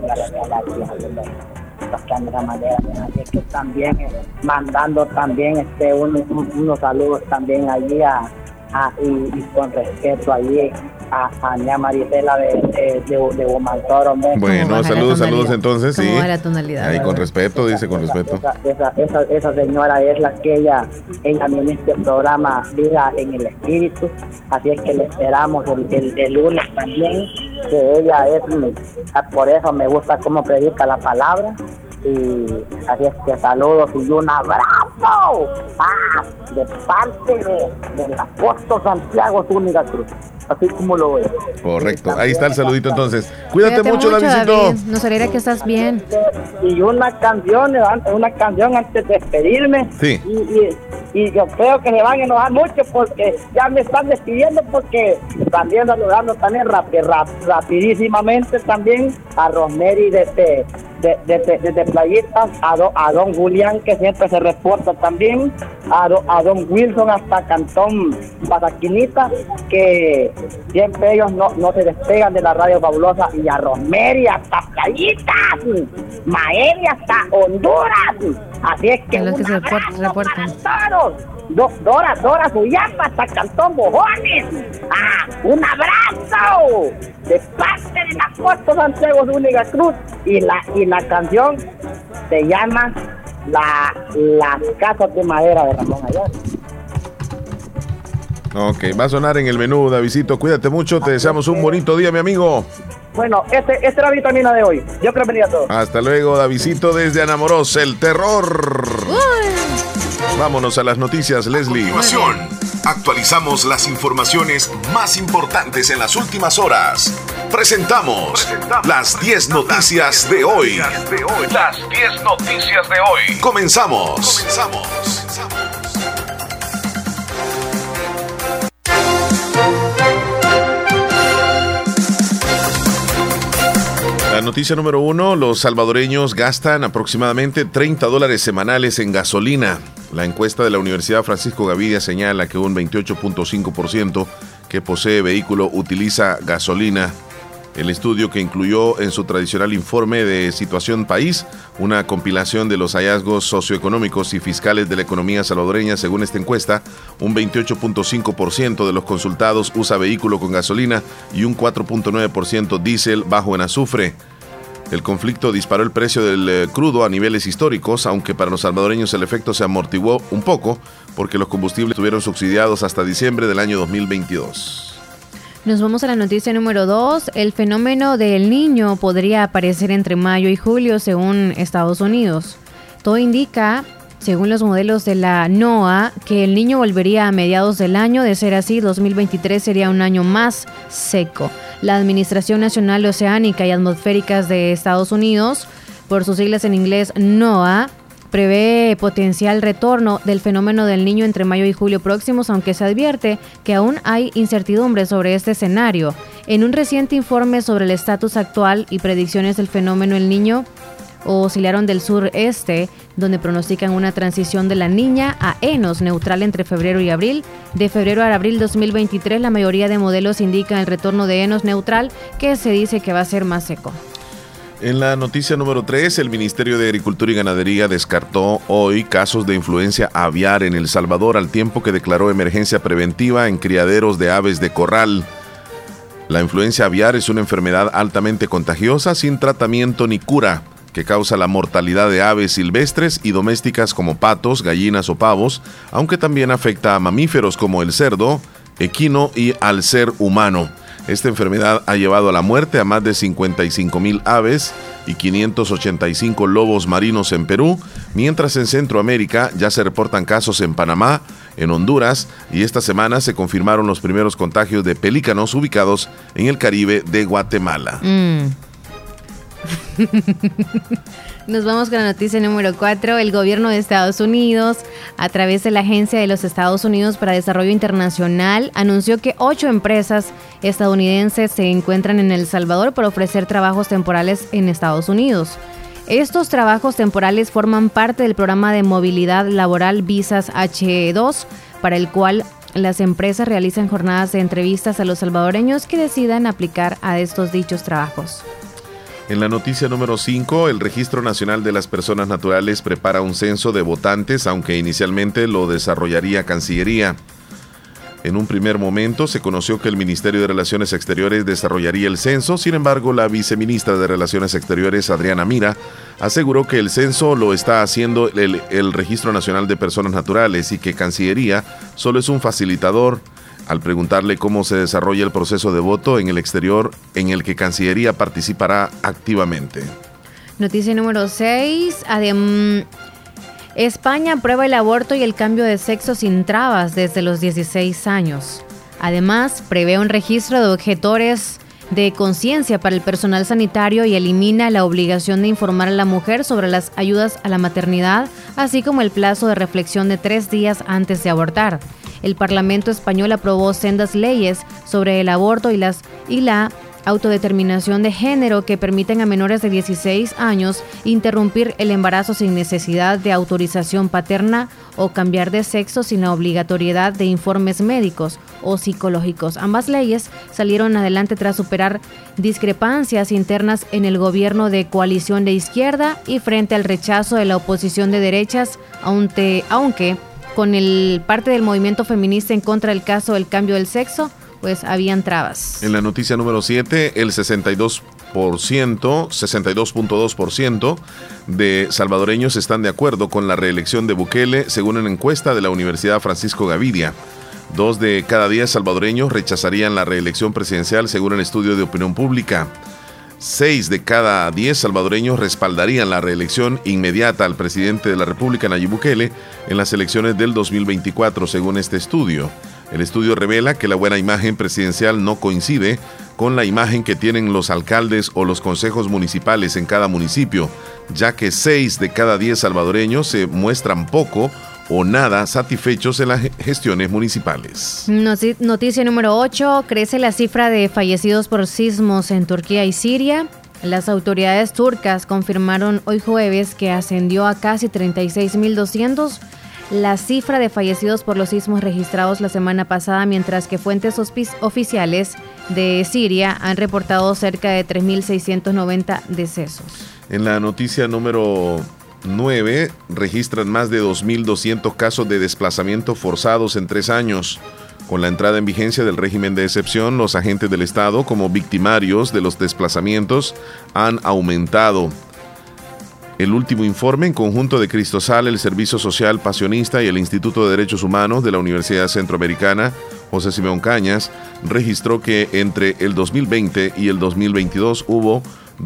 así es que también mandando también unos saludos también allí y con respeto allí a Ña Marisela de Guamantoro. Bueno, saludos entonces, sí. ¿Cómo va la tonalidad? Ahí con respeto, dice con respeto. Esa señora es la que ella en este programa Vida en el Espíritu, así es que le esperamos el lunes también, que ella es, por eso me gusta cómo predica la palabra. Y así es que saludos y un abrazo de parte del apóstol Santiago Zúñiga Cruz, así como lo veo. Correcto, ahí está el saludito entonces. Cuídate mucho, Davidito. David. Nos alegra que estás bien. Y una canción antes de despedirme. Sí. Y yo creo que se van a enojar mucho porque ya me están despidiendo, porque también saludando también rapidísimamente también a Rosemary desde Playitas, a don Julián, que siempre se reporta también, a don Wilson hasta Cantón Pataquinita, que siempre ellos no se despegan de la Radio Fabulosa, y a Rosemary hasta Playitas, Maeli hasta Honduras. Así es que los que se reportan. Dora Suyapa hasta Cantón Bojones. Un abrazo de parte del apóstol Santiago Zúñiga Cruz, y la canción se llama Las Casas de Madera de Ramón Ayala. Ok, va a sonar en el menú, Davidito. Cuídate mucho, te deseamos un bonito día, mi amigo. Bueno, esta es la vitamina de hoy. Yo creo que venía todo. Hasta luego, Davidito, desde Anamoros, el terror. Vámonos a las noticias, Leslie. Continuación, actualizamos las informaciones más importantes en las últimas horas. Presentamos las 10 noticias de hoy. Las 10 noticias de hoy. Comenzamos. La noticia número 1, los salvadoreños gastan aproximadamente $30 semanales en gasolina. La encuesta de la Universidad Francisco Gavidia señala que un 28.5% que posee vehículo utiliza gasolina. El estudio, que incluyó en su tradicional informe de Situación País una compilación de los hallazgos socioeconómicos y fiscales de la economía salvadoreña, según esta encuesta, un 28.5% de los consultados usa vehículo con gasolina y un 4.9% diésel bajo en azufre. El conflicto disparó el precio del crudo a niveles históricos, aunque para los salvadoreños el efecto se amortiguó un poco porque los combustibles estuvieron subsidiados hasta diciembre del año 2022. Nos vamos a la noticia número 2. El fenómeno del Niño podría aparecer entre mayo y julio, según Estados Unidos. Todo indica, según los modelos de la NOAA, que el Niño volvería a mediados del año. De ser así, 2023 sería un año más seco. La Administración Nacional Oceánica y Atmosféricas de Estados Unidos, por sus siglas en inglés NOAA, prevé potencial retorno del fenómeno del Niño entre mayo y julio próximos, aunque se advierte que aún hay incertidumbre sobre este escenario. En un reciente informe sobre el estatus actual y predicciones del fenómeno El Niño, oscilaron del sureste donde pronostican una transición de la niña a Enos neutral entre febrero y abril. De febrero a abril 2023, la mayoría de modelos indican el retorno de Enos neutral, que se dice que va a ser más seco. En la noticia número 3, el Ministerio de Agricultura y Ganadería descartó hoy casos de influencia aviar en El Salvador, al tiempo que declaró emergencia preventiva en criaderos de aves de corral. La influencia aviar es una enfermedad altamente contagiosa sin tratamiento ni cura, que causa la mortalidad de aves silvestres y domésticas como patos, gallinas o pavos, aunque también afecta a mamíferos como el cerdo, equino y al ser humano. Esta enfermedad ha llevado a la muerte a más de 55,000 aves y 585 lobos marinos en Perú, mientras en Centroamérica ya se reportan casos en Panamá, en Honduras, y esta semana se confirmaron los primeros contagios de pelícanos ubicados en el Caribe de Guatemala. Nos vamos con la noticia número 4. El gobierno de Estados Unidos, a través de la Agencia de los Estados Unidos para Desarrollo Internacional, anunció que 8 empresas estadounidenses se encuentran en El Salvador para ofrecer trabajos temporales en Estados Unidos. Estos trabajos temporales forman parte del programa de movilidad laboral Visas H2, para el cual las empresas realizan jornadas de entrevistas a los salvadoreños que decidan aplicar a estos dichos trabajos. En la noticia número 5, el Registro Nacional de las Personas Naturales prepara un censo de votantes, aunque inicialmente lo desarrollaría Cancillería. En un primer momento se conoció que el Ministerio de Relaciones Exteriores desarrollaría el censo. Sin embargo, la viceministra de Relaciones Exteriores, Adriana Mira, aseguró que el censo lo está haciendo el Registro Nacional de Personas Naturales y que Cancillería solo es un facilitador. Al preguntarle cómo se desarrolla el proceso de voto en el exterior, en el que Cancillería participará activamente. Noticia número 6. España aprueba el aborto y el cambio de sexo sin trabas desde los 16 años. Además, prevé un registro de objetores de conciencia para el personal sanitario y elimina la obligación de informar a la mujer sobre las ayudas a la maternidad, así como el plazo de reflexión de 3 días antes de abortar. El Parlamento español aprobó sendas leyes sobre el aborto y la autodeterminación de género que permiten a menores de 16 años interrumpir el embarazo sin necesidad de autorización paterna o cambiar de sexo sin la obligatoriedad de informes médicos o psicológicos. Ambas leyes salieron adelante tras superar discrepancias internas en el gobierno de coalición de izquierda y frente al rechazo de la oposición de derechas, aunque con el parte del movimiento feminista en contra del caso del cambio del sexo, pues habían trabas. En la noticia número 7, el 62.2% de salvadoreños están de acuerdo con la reelección de Bukele, según una encuesta de la Universidad Francisco Gavidia. 2 de cada 10 salvadoreños rechazarían la reelección presidencial, según el estudio de opinión pública. 6 de cada 10 salvadoreños respaldarían la reelección inmediata al presidente de la República, Nayib Bukele, en las elecciones del 2024, según este estudio. El estudio revela que la buena imagen presidencial no coincide con la imagen que tienen los alcaldes o los consejos municipales en cada municipio, ya que 6 de cada 10 salvadoreños se muestran poco o nada satisfechos en las gestiones municipales. Noticia número 8. Crece la cifra de fallecidos por sismos en Turquía y Siria. Las autoridades turcas confirmaron hoy jueves que ascendió a casi 36.200 la cifra de fallecidos por los sismos registrados la semana pasada, mientras que fuentes oficiales de Siria han reportado cerca de 3.690 decesos. En la noticia número 9, registran más de 2.200 casos de desplazamiento forzados en 3 años. Con la entrada en vigencia del régimen de excepción, los agentes del Estado, como victimarios de los desplazamientos, han aumentado. El último informe en conjunto de Cristosal, el Servicio Social Pasionista y el Instituto de Derechos Humanos de la Universidad Centroamericana, José Simeón Cañas, registró que entre el 2020 y el 2022 hubo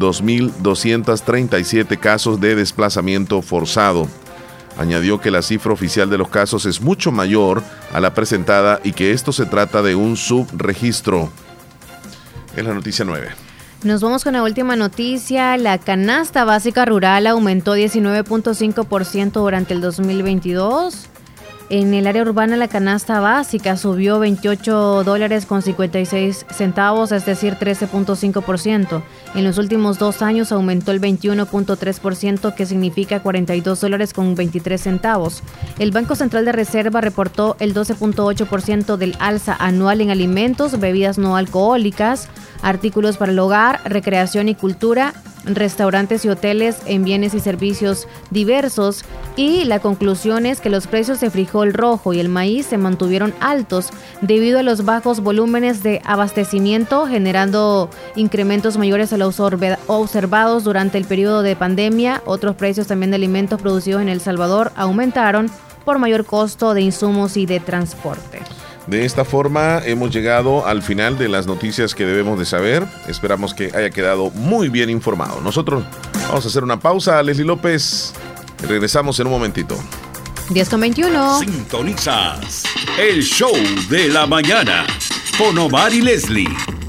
2.237 casos de desplazamiento forzado. Añadió que la cifra oficial de los casos es mucho mayor a la presentada y que esto se trata de un subregistro. Es la noticia 9. Nos vamos con la última noticia. La canasta básica rural aumentó 19.5% durante el 2022. En el área urbana la canasta básica subió $28.56, es decir, 13.5%. En los últimos 2 años aumentó el 21.3%, que significa $42.23. El Banco Central de Reserva reportó el 12.8% del alza anual en alimentos, bebidas no alcohólicas, artículos para el hogar, recreación y cultura, restaurantes y hoteles en bienes y servicios diversos, y la conclusión es que los precios de frijol rojo y el maíz se mantuvieron altos debido a los bajos volúmenes de abastecimiento, generando incrementos mayores a los observados durante el periodo de pandemia. Otros precios también de alimentos producidos en El Salvador aumentaron por mayor costo de insumos y de transporte. De esta forma hemos llegado al final de las noticias que debemos de saber. Esperamos que haya quedado muy bien informado. Nosotros vamos a hacer una pausa. Leslie López, regresamos en un momentito. 10:21. Sintonizas el show de la mañana con Omar y Leslie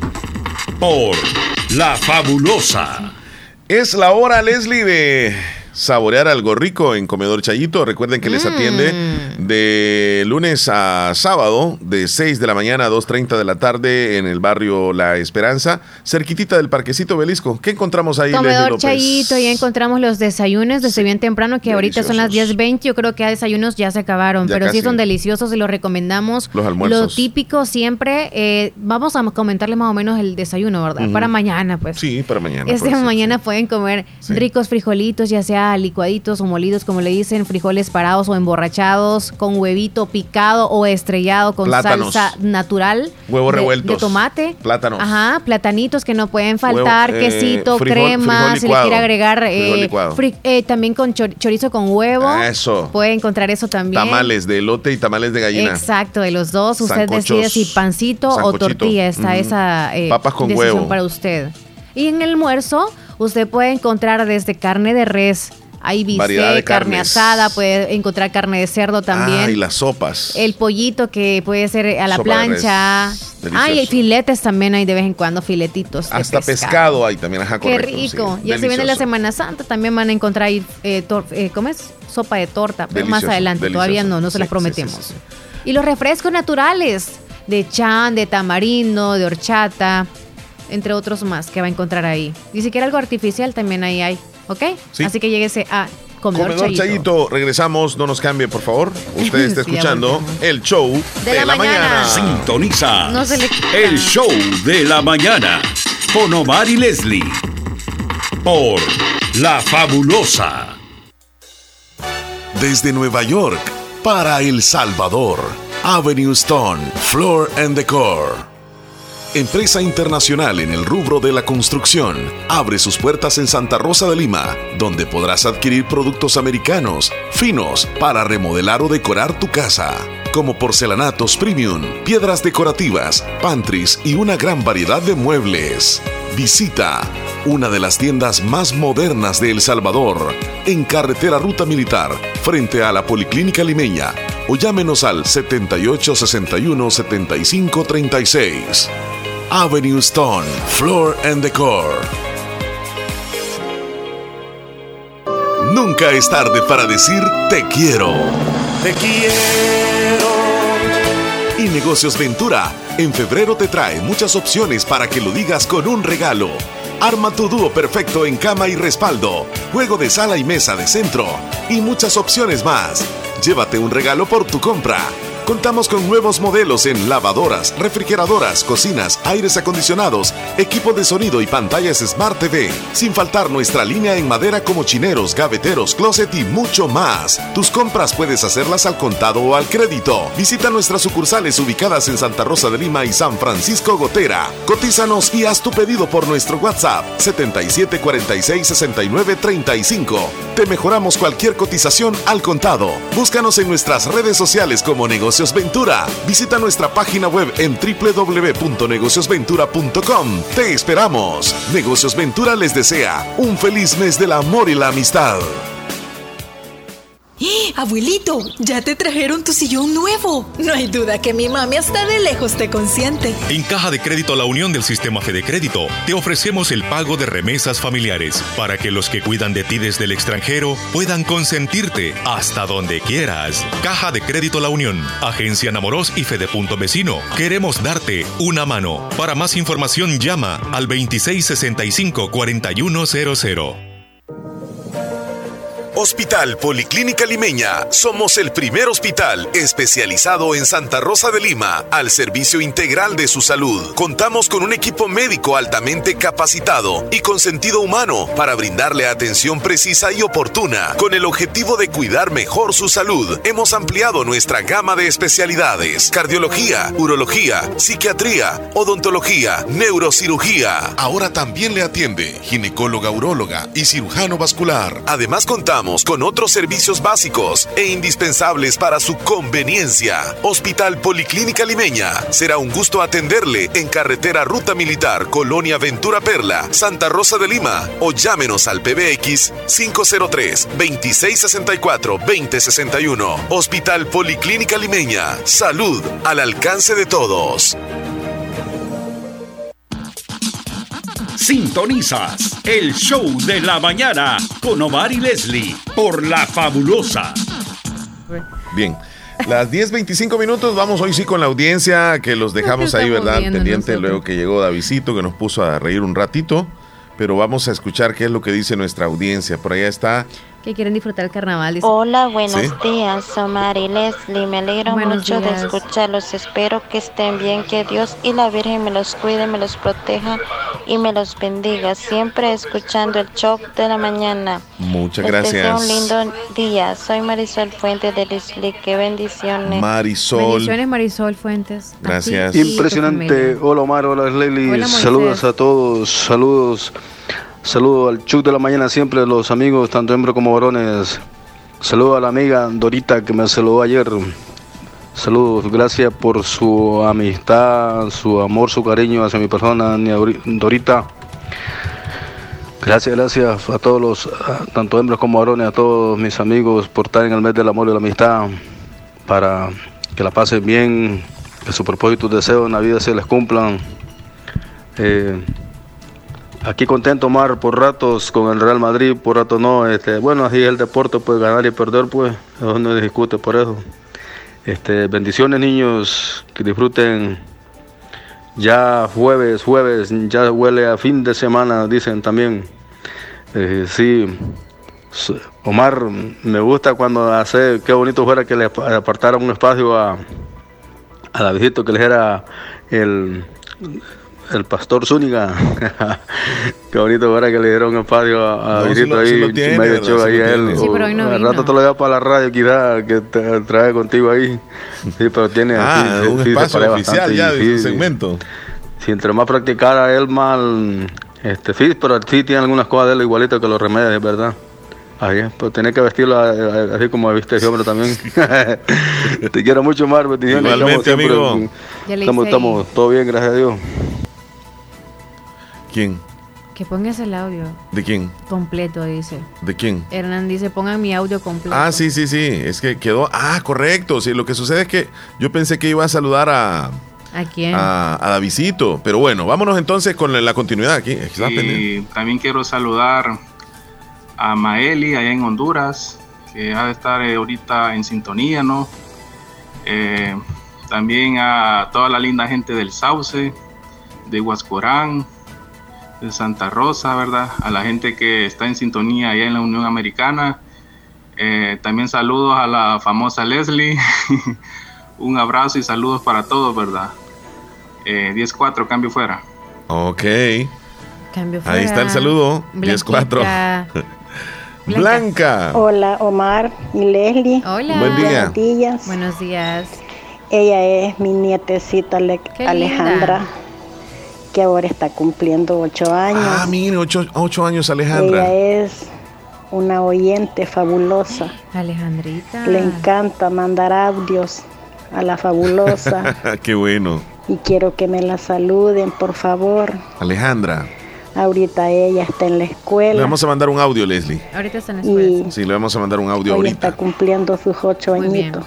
por La Fabulosa. Es la hora, Leslie, de saborear algo rico en Comedor Chayito. Recuerden que les atiende de lunes a sábado, de 6 de la mañana a 2:30 de la tarde en el barrio La Esperanza, cerquitita del Parquecito Belisco. ¿Qué encontramos ahí, Comedor Chayito, ya encontramos los desayunos desde bien temprano, que ahorita son las 10:20. Yo creo que a desayunos ya se acabaron, pero casi. Sí son deliciosos y los recomendamos. Los almuerzos. Lo típico siempre, vamos a comentarles más o menos el desayuno, ¿verdad? Para mañana, pues. Sí, para mañana. Mañana pueden comer ricos frijolitos, ya sea licuaditos o molidos, como le dicen, frijoles parados o emborrachados, con huevito picado o estrellado con plátanos, salsa natural, huevos revueltos, de tomate, plátanos, platanitos que no pueden faltar, quesito, crema, si le quiere agregar también con chorizo con huevo. Eso. Puede encontrar eso también. Tamales de elote y tamales de gallina. Exacto, de los dos. Usted decide si pancito o tortilla. Está esa papas con decisión huevo para usted. Y en el almuerzo usted puede encontrar desde carne de res, hay bistec, carne asada, puede encontrar carne de cerdo también. Y las sopas. El pollito que puede ser a la plancha. Y hay filetes también, hay de vez en cuando filetitos. Hasta pescado hay también, ajá, correcto. Qué rico. Sí, ya se viene la Semana Santa, también van a encontrar ahí, ¿cómo es? Sopa de torta, pero más adelante, todavía no se las prometemos. Sí. Y los refrescos naturales, de chan, de tamarindo, de horchata, entre otros más que va a encontrar ahí. Ni siquiera algo artificial también ahí hay. ¿Ok? Sí. Así que lléguese a Comedor Chayito. Regresamos, no nos cambie, por favor. Usted está escuchando el show de la mañana. Sintoniza el show de la mañana con Omar y Leslie por La Fabulosa. Desde Nueva York para El Salvador, Avenue Stone Floor and Decor. Empresa internacional en el rubro de la construcción, abre sus puertas en Santa Rosa de Lima, donde podrás adquirir productos americanos, finos, para remodelar o decorar tu casa, como porcelanatos premium, piedras decorativas, pantries y una gran variedad de muebles. Visita una de las tiendas más modernas de El Salvador, en Carretera Ruta Militar, frente a la Policlínica Limeña, o llámenos al 7861-7536. Avenue Stone Floor and Decor. Nunca es tarde para decir te quiero. Te quiero. Y Negocios Ventura en febrero te trae muchas opciones para que lo digas con un regalo. Arma tu dúo perfecto en cama y respaldo, juego de sala y mesa de centro y muchas opciones más. Llévate un regalo por tu compra. Contamos con nuevos modelos en lavadoras, refrigeradoras, cocinas, aires acondicionados, equipo de sonido y pantallas Smart TV. Sin faltar nuestra línea en madera como chineros, gaveteros, closet y mucho más. Tus compras puedes hacerlas al contado o al crédito. Visita nuestras sucursales ubicadas en Santa Rosa de Lima y San Francisco Gotera. Cotízanos y haz tu pedido por nuestro WhatsApp 77466935. Te mejoramos cualquier cotización al contado. Búscanos en nuestras redes sociales como Negocios Ventura. Visita nuestra página web en www.negociosventura.com. Te esperamos. Negocios Ventura les desea un feliz mes del amor y la amistad. Abuelito, ya te trajeron tu sillón nuevo. No hay duda que mi mami hasta de lejos te consiente. En Caja de Crédito La Unión del Sistema Fede Crédito te ofrecemos el pago de remesas familiares para que los que cuidan de ti desde el extranjero puedan consentirte hasta donde quieras. Caja de Crédito La Unión, Agencia Namorós y Fede Punto Vecino. Queremos darte una mano. Para más información llama al 2665-4100. Hospital Policlínica Limeña. Somos el primer hospital especializado en Santa Rosa de Lima al servicio integral de su salud. Contamos con un equipo médico altamente capacitado y con sentido humano para brindarle atención precisa y oportuna. Con el objetivo de cuidar mejor su salud, hemos ampliado nuestra gama de especialidades: cardiología, urología, psiquiatría, odontología, neurocirugía. Ahora también le atiende ginecóloga, uróloga y cirujano vascular. Además contamos con otros servicios básicos e indispensables para su conveniencia. Hospital Policlínica Limeña. Será un gusto atenderle en carretera Ruta Militar, Colonia Ventura Perla, Santa Rosa de Lima, o llámenos al PBX 503-2664-2061. Hospital Policlínica Limeña. Salud al alcance de todos. Sintonizas el show de la mañana con Omar y Leslie por La Fabulosa. Bien, las 10:25 minutos, vamos hoy sí con la audiencia que los dejamos ahí, ¿verdad? Pendiente luego que llegó Davidcito, que nos puso a reír un ratito, pero vamos a escuchar qué es lo que dice nuestra audiencia. Por allá está... que quieren disfrutar el carnaval. Dice. Hola, buenos días, Omar y Leslie. Me alegro mucho de escucharlos. Espero que estén bien, que Dios y la Virgen me los cuide, me los proteja y me los bendiga. Siempre escuchando el show de la mañana. Muchas Les gracias. deseo un lindo día. Soy Marisol Fuentes de Leslie. Qué bendiciones. Bendiciones, Marisol Fuentes. Gracias. Impresionante. Hola, Omar. Hola, Leslie. Hola, saludos a todos. Saludos al show de la mañana, siempre los amigos, tanto hembras como varones. Saludos a la amiga Dorita que me saludó ayer. Saludos, gracias por su amistad, su amor, su cariño hacia mi persona, Dorita. Gracias a todos los, tanto hembras como varones, a todos mis amigos por estar en el mes del amor y la amistad, para que la pasen bien, que sus propósitos, deseos en la vida se les cumplan. Aquí contento, Omar, por ratos con el Real Madrid, por ratos no. Bueno, así es el deporte, pues ganar y perder, pues, eso no se discute por eso. Bendiciones, niños, que disfruten. Ya jueves, ya huele a fin de semana, dicen también. Sí, Omar, me gusta cuando hace, qué bonito fuera que le apartara un espacio a Davidito, que le dijera el pastor Zúñiga. Qué bonito fuera que le dieron un espacio a Davidito ahí, medio show ahí a él. Sí, pero hoy no al rato te lo llevas para la radio, quizás, que te trae contigo ahí. Sí, pero tiene un espacio oficial ya de ese segmento. Si entre más practicara él, más sí, pero sí tiene algunas cosas de él igualito que los remedios, ¿verdad? Ahí es, pero tenés que vestirlo así como viste ese hombre también. Te quiero mucho, Mar. Igualmente, amigo. Estamos todo bien, gracias a Dios. ¿Quién? Que pongas el audio. ¿De quién? Completo, dice. ¿De quién? Hernán dice, pongan mi audio completo. Ah, sí. Es que quedó... Ah, correcto. Sí, lo que sucede es que yo pensé que iba a saludar a... ¿A quién? A Davidito. Pero bueno, vámonos entonces con la continuidad aquí. Y también quiero saludar a Maeli allá en Honduras, que ha de estar ahorita en sintonía, ¿no? También a toda la linda gente del Sauce, de Huascorán, de Santa Rosa, ¿verdad? A la gente que está en sintonía allá en la Unión Americana. También saludos a la famosa Leslie. Un abrazo y saludos para todos, ¿verdad? 10-4, cambio fuera. Ok. Cambio fuera. Ahí está el saludo. 10-4. Blanca. Hola, Omar y Leslie. Hola. Buen día. Buenos días. Ella es mi nietecita Alejandra, que ahora está cumpliendo 8 años. Ah, mire, 8 años Alejandra. Ella es una oyente fabulosa. Alejandrita. Le encanta mandar audios a la fabulosa. Qué bueno. Y quiero que me la saluden, por favor. Alejandra. Ahorita ella está en la escuela. Le vamos a mandar un audio, Leslie. Ahorita está en la escuela. Sí, le vamos a mandar un audio hoy ahorita. Está cumpliendo sus 8 añitos.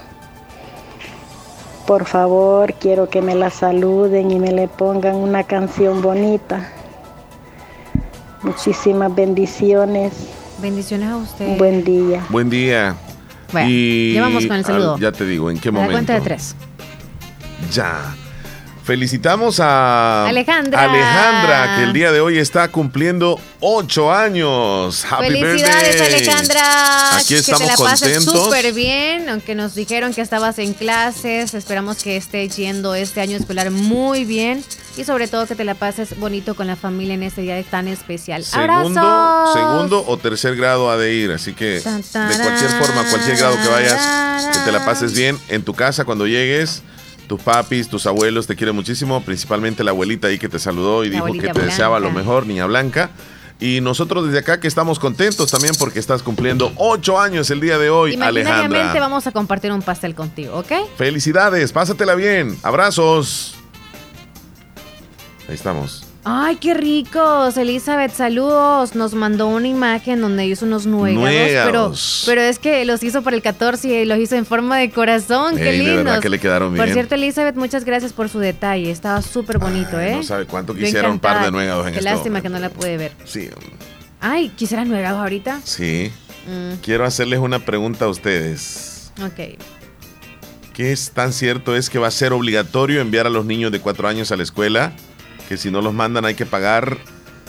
Por favor, quiero que me la saluden y me le pongan una canción bonita. Muchísimas bendiciones. Bendiciones a usted. Buen día. Buen día. Bueno, ya vamos con el saludo. Ya te digo, ¿en qué A momento? la cuenta de 3. Ya. Felicitamos a Alejandra, que el día de hoy está cumpliendo 8 años. Happy Felicidades, birthday. Alejandra. Aquí estamos que te la pases contentos. súper bien, aunque nos dijeron que estabas en clases. Esperamos que estés yendo este año escolar muy bien y sobre todo que te la pases bonito con la familia en este día tan especial. Segundo o tercer grado ha de ir, así que de cualquier forma, cualquier grado que vayas, que te la pases bien en tu casa cuando llegues. Tus papis, tus abuelos te quieren muchísimo, principalmente la abuelita ahí que te saludó y dijo que te deseaba lo mejor, niña Blanca. Y nosotros desde acá que estamos contentos también porque estás cumpliendo 8 años el día de hoy, Imaginariamente Alejandra. vamos a compartir un pastel contigo, ¿ok? Felicidades, pásatela bien, abrazos. Ahí estamos. Ay, qué ricos, Elizabeth, saludos. Nos mandó una imagen donde hizo unos nuegados, pero es que los hizo para el 14 y los hizo en forma de corazón. Qué lindos. De verdad que le quedaron bien. Por cierto, Elizabeth, muchas gracias por su detalle. Estaba súper bonito, ¿eh? No sabe cuánto quisiera un par de nuegados en Qué este lástima momento. que no la pude ver. Sí. Ay, ¿quisieras nuegados ahorita? Sí. Quiero hacerles una pregunta a ustedes. Ok. ¿Qué es tan cierto es que va a ser obligatorio enviar a los niños de 4 años a la escuela? Que si no los mandan hay que pagar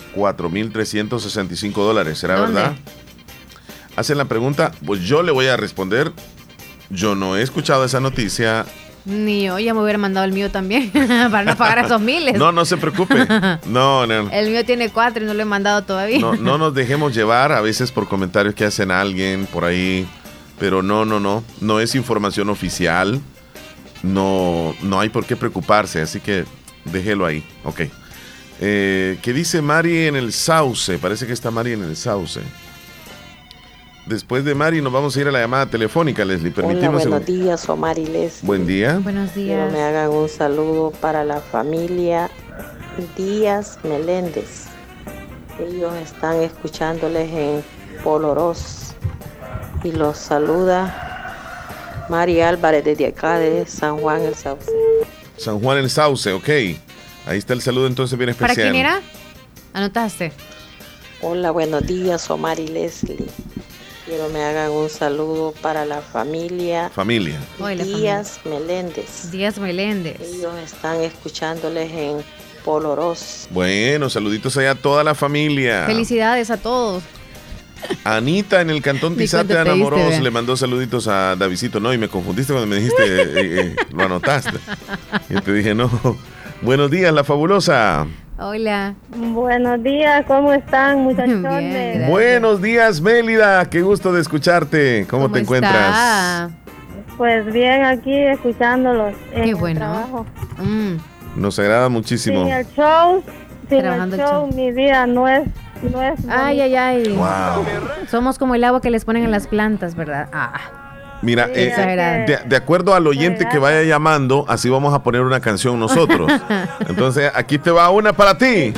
$4,365. ¿Será ¿Dónde? verdad? Hacen la pregunta, pues yo le voy a responder. Yo no he escuchado esa noticia. Ni yo, ya me hubiera mandado el mío también para no pagar esos miles. No se preocupe. No. El mío tiene 4 y no lo he mandado todavía. No nos dejemos llevar a veces por comentarios que hacen alguien por ahí. Pero no. No es información oficial. No hay por qué preocuparse. Así que déjelo ahí. Ok. ¿Qué dice Mari en el Sauce? Parece que está Mari en el Sauce. Después de Mari nos vamos a ir a la llamada telefónica, Leslie. Hola, buenos días, Omar y Leslie. Buen día. Buenos días. Quiero me hagan un saludo para la familia Díaz Meléndez. Ellos están escuchándoles en Polorós. Y los saluda Mari Álvarez desde acá de San Juan el Sauce. San Juan el Sauce, ok. Ahí está el saludo entonces bien especial. ¿Para quién era? ¿Anotaste? Hola, buenos días, Omar y Leslie. Quiero me hagan un saludo para la familia Díaz Meléndez. Díaz Meléndez. Ellos están escuchándoles en Polorós. Bueno, saluditos allá a toda la familia. Felicidades a todos. Anita en el Cantón Tizate Ana Moros le mandó saluditos a Davidito. No, y me confundiste cuando me dijiste, lo anotaste. Y te dije, no. Buenos días, la fabulosa. Hola. Buenos días, ¿cómo están, muchachones? Buenos días, Mélida. Qué gusto de escucharte. ¿Cómo te encuentras? Pues bien, aquí escuchándolos. Qué bueno. Trabajo. Nos agrada muchísimo. Sin el show, mi vida no es Ay. Wow. Somos como el agua que les ponen en las plantas, ¿verdad? Mira, Sí, de acuerdo al oyente que vaya llamando, así vamos a poner una canción nosotros. Entonces, aquí te va una para ti.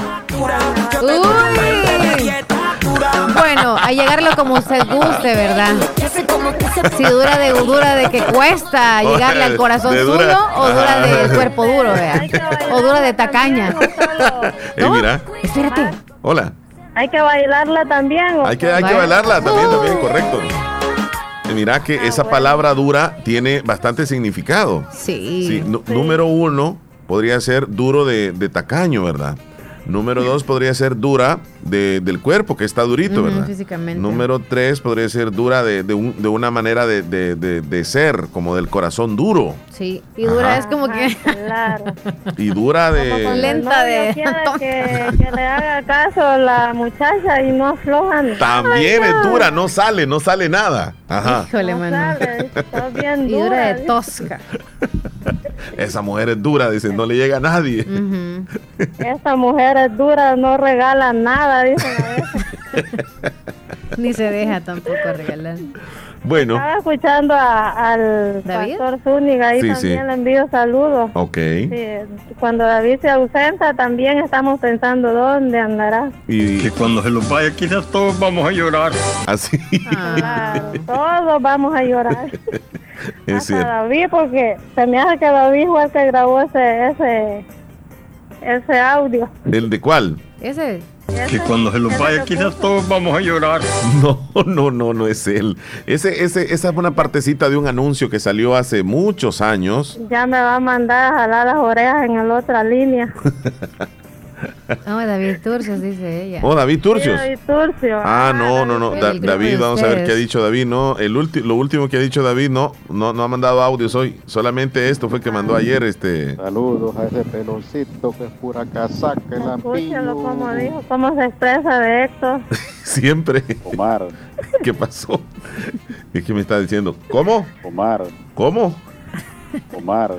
Bueno, a llegarlo como usted guste, ¿verdad? Si dura de que cuesta llegarle al corazón suyo o dura del cuerpo duro, vea. O dura de tacaña. Mira. Espérate. Hola. Hay que bailarla también. Hay que bailarla también, correcto. Mira que esa palabra dura tiene bastante significado. Sí. Número 1 podría ser duro de tacaño, ¿verdad? Número 2 podría ser dura del cuerpo, que está durito, ¿verdad? Físicamente. Número 3 podría ser dura de una manera de ser, como del corazón duro. Sí, y dura es como que... Claro. Y dura de... Lenta de... Que le haga caso la muchacha y no aflojan. También es dura, no sale nada. Ajá. Híjole, mano. Está bien y dura de tosca. Esa mujer es dura, dice, no le llega a nadie. Esta mujer es dura, no regala nada, dicen a veces. Ni se deja tampoco regalar. Bueno. Estaba escuchando al pastor Zúñiga, ahí también le envío saludos. Ok. Sí, cuando David se ausenta, también estamos pensando dónde andará. Y que cuando se los vaya, quizás todos vamos a llorar. Así. Claro, todos vamos a llorar. Es cierto. David, porque se me hace que David fue el que grabó ese audio. ¿El de cuál? Ese. Que cuando se los vaya, quizás todos vamos a llorar. No es él. Esa es una partecita de un anuncio que salió hace muchos años. Ya me va a mandar a jalar las orejas en la otra línea. No, David Turcios, dice ella. Oh, David Turcios. Sí, David Turcios. No. David, vamos a ver qué ha dicho David. No, lo último que ha dicho David, no ha mandado audios hoy. Solamente esto fue que mandó ayer. Saludos a ese peloncito que es pura casaca. Escúchalo como dijo, cómo se expresa de Héctor. Siempre. Omar. ¿Qué pasó? Es que me está diciendo, ¿cómo? Omar. ¿Cómo? Omar.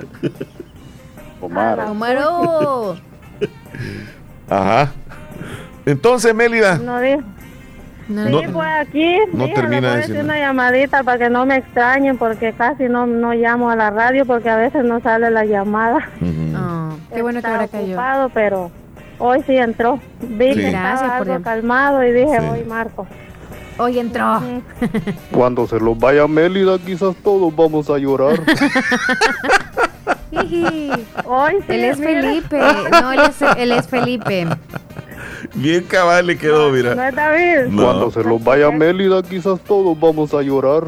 Omaro. Ajá. Entonces, Mélida. No dijo. No, sí, pues aquí. No termina de una llamadita para que no me extrañen, porque casi no llamo a la radio porque a veces no sale la llamada. Qué bueno que ahora cayó. Ocupado, pero hoy sí entró. Vi que estaba algo calmado y dije, hoy Marco. Hoy entró. Cuando se los vaya Mélida, quizás todos vamos a llorar. Hoy sí, él es Felipe. No, él es Felipe. Bien cabal le quedó, mira. No es David. No. Cuando se los vaya Mélida, quizás todos vamos a llorar.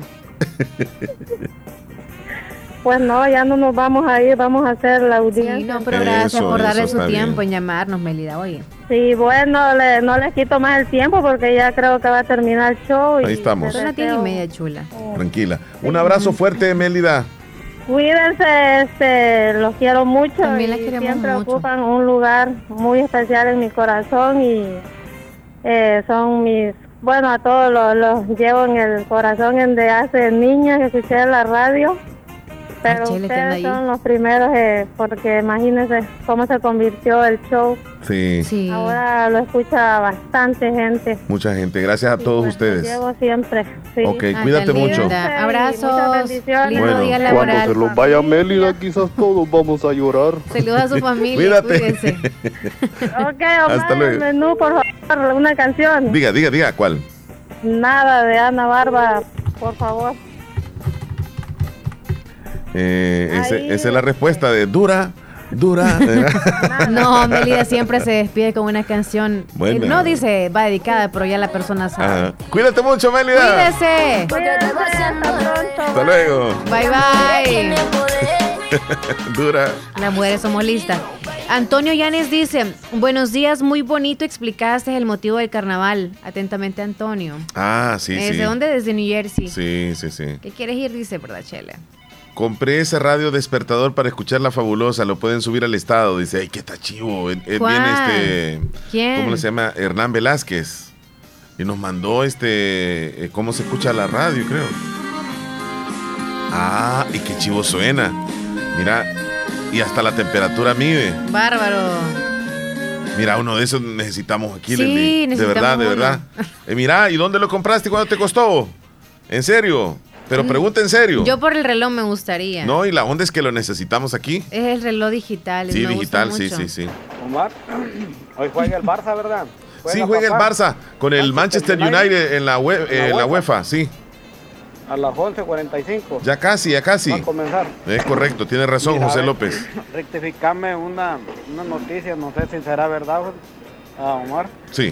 Pues no, ya no nos vamos a ir, vamos a hacer la audiencia. Sí, no, pero gracias por darle su tiempo en llamarnos, Mélida, oye. Sí, bueno, no les quito más el tiempo porque ya creo que va a terminar el show. Ahí estamos. Son las 10:30, chula. Tranquila. Un abrazo fuerte, Mélida. Cuídense, los quiero mucho. También las queremos siempre mucho. Ocupan un lugar muy especial en mi corazón y son mis, bueno, a todos los llevo en el corazón desde hace niña que escuché la radio. Pero ustedes son los primeros porque imagínense cómo se convirtió el show. Sí. Ahora lo escucha bastante gente. Mucha gente. Gracias a todos ustedes. Lo llevo siempre. Sí. Ok, cuídate mucho. Abrazos. Lindo día laboral. Cuando se los vaya Mélida, quizás todos vamos a llorar. Saludos a su familia. Cuídate. Cuídense. Ok, Omar, el menú, por favor, una canción. Diga, ¿cuál? Nada de Ana Barba, por favor. Esa es la respuesta de dura. No, Mélida siempre se despide con una canción. Bueno. No dice va dedicada, pero ya la persona sabe. Ajá. Cuídate mucho, Mélida. Cuídese. Hasta luego. Bye. Dura. Las mujeres somos listas. Antonio Llanes dice, buenos días, muy bonito explicaste el motivo del carnaval. Atentamente, Antonio. Sí. ¿Desde dónde? Desde New Jersey. Sí. ¿Qué quieres ir? Dice, ¿verdad, Chela? Compré ese radio despertador para escuchar La Fabulosa. Lo pueden subir al estado. Dice, ay, qué está chivo. Viene ¿Quién? ¿Cómo se llama? Hernán Velázquez. Y nos mandó cómo se escucha la radio, creo. Y qué chivo suena. Mira, y hasta la temperatura mide. Bárbaro. Mira, uno de esos necesitamos aquí. Sí, de verdad. Mira, ¿y dónde lo compraste? ¿Cuánto te costó? ¿En serio? Pero pregunta en serio. Yo por el reloj me gustaría. No, y la onda es que lo necesitamos aquí. Es el reloj digital. Sí, me digital, gusta sí. Omar, hoy juega el Barça, ¿verdad? Sí, juega el Barça con el Manchester United en la UEFA, sí. A las 11:45. Ya casi. Va a comenzar. Es correcto, tiene razón. Mira, José López. Rectificame una noticia, no sé si será verdad, Omar. Sí.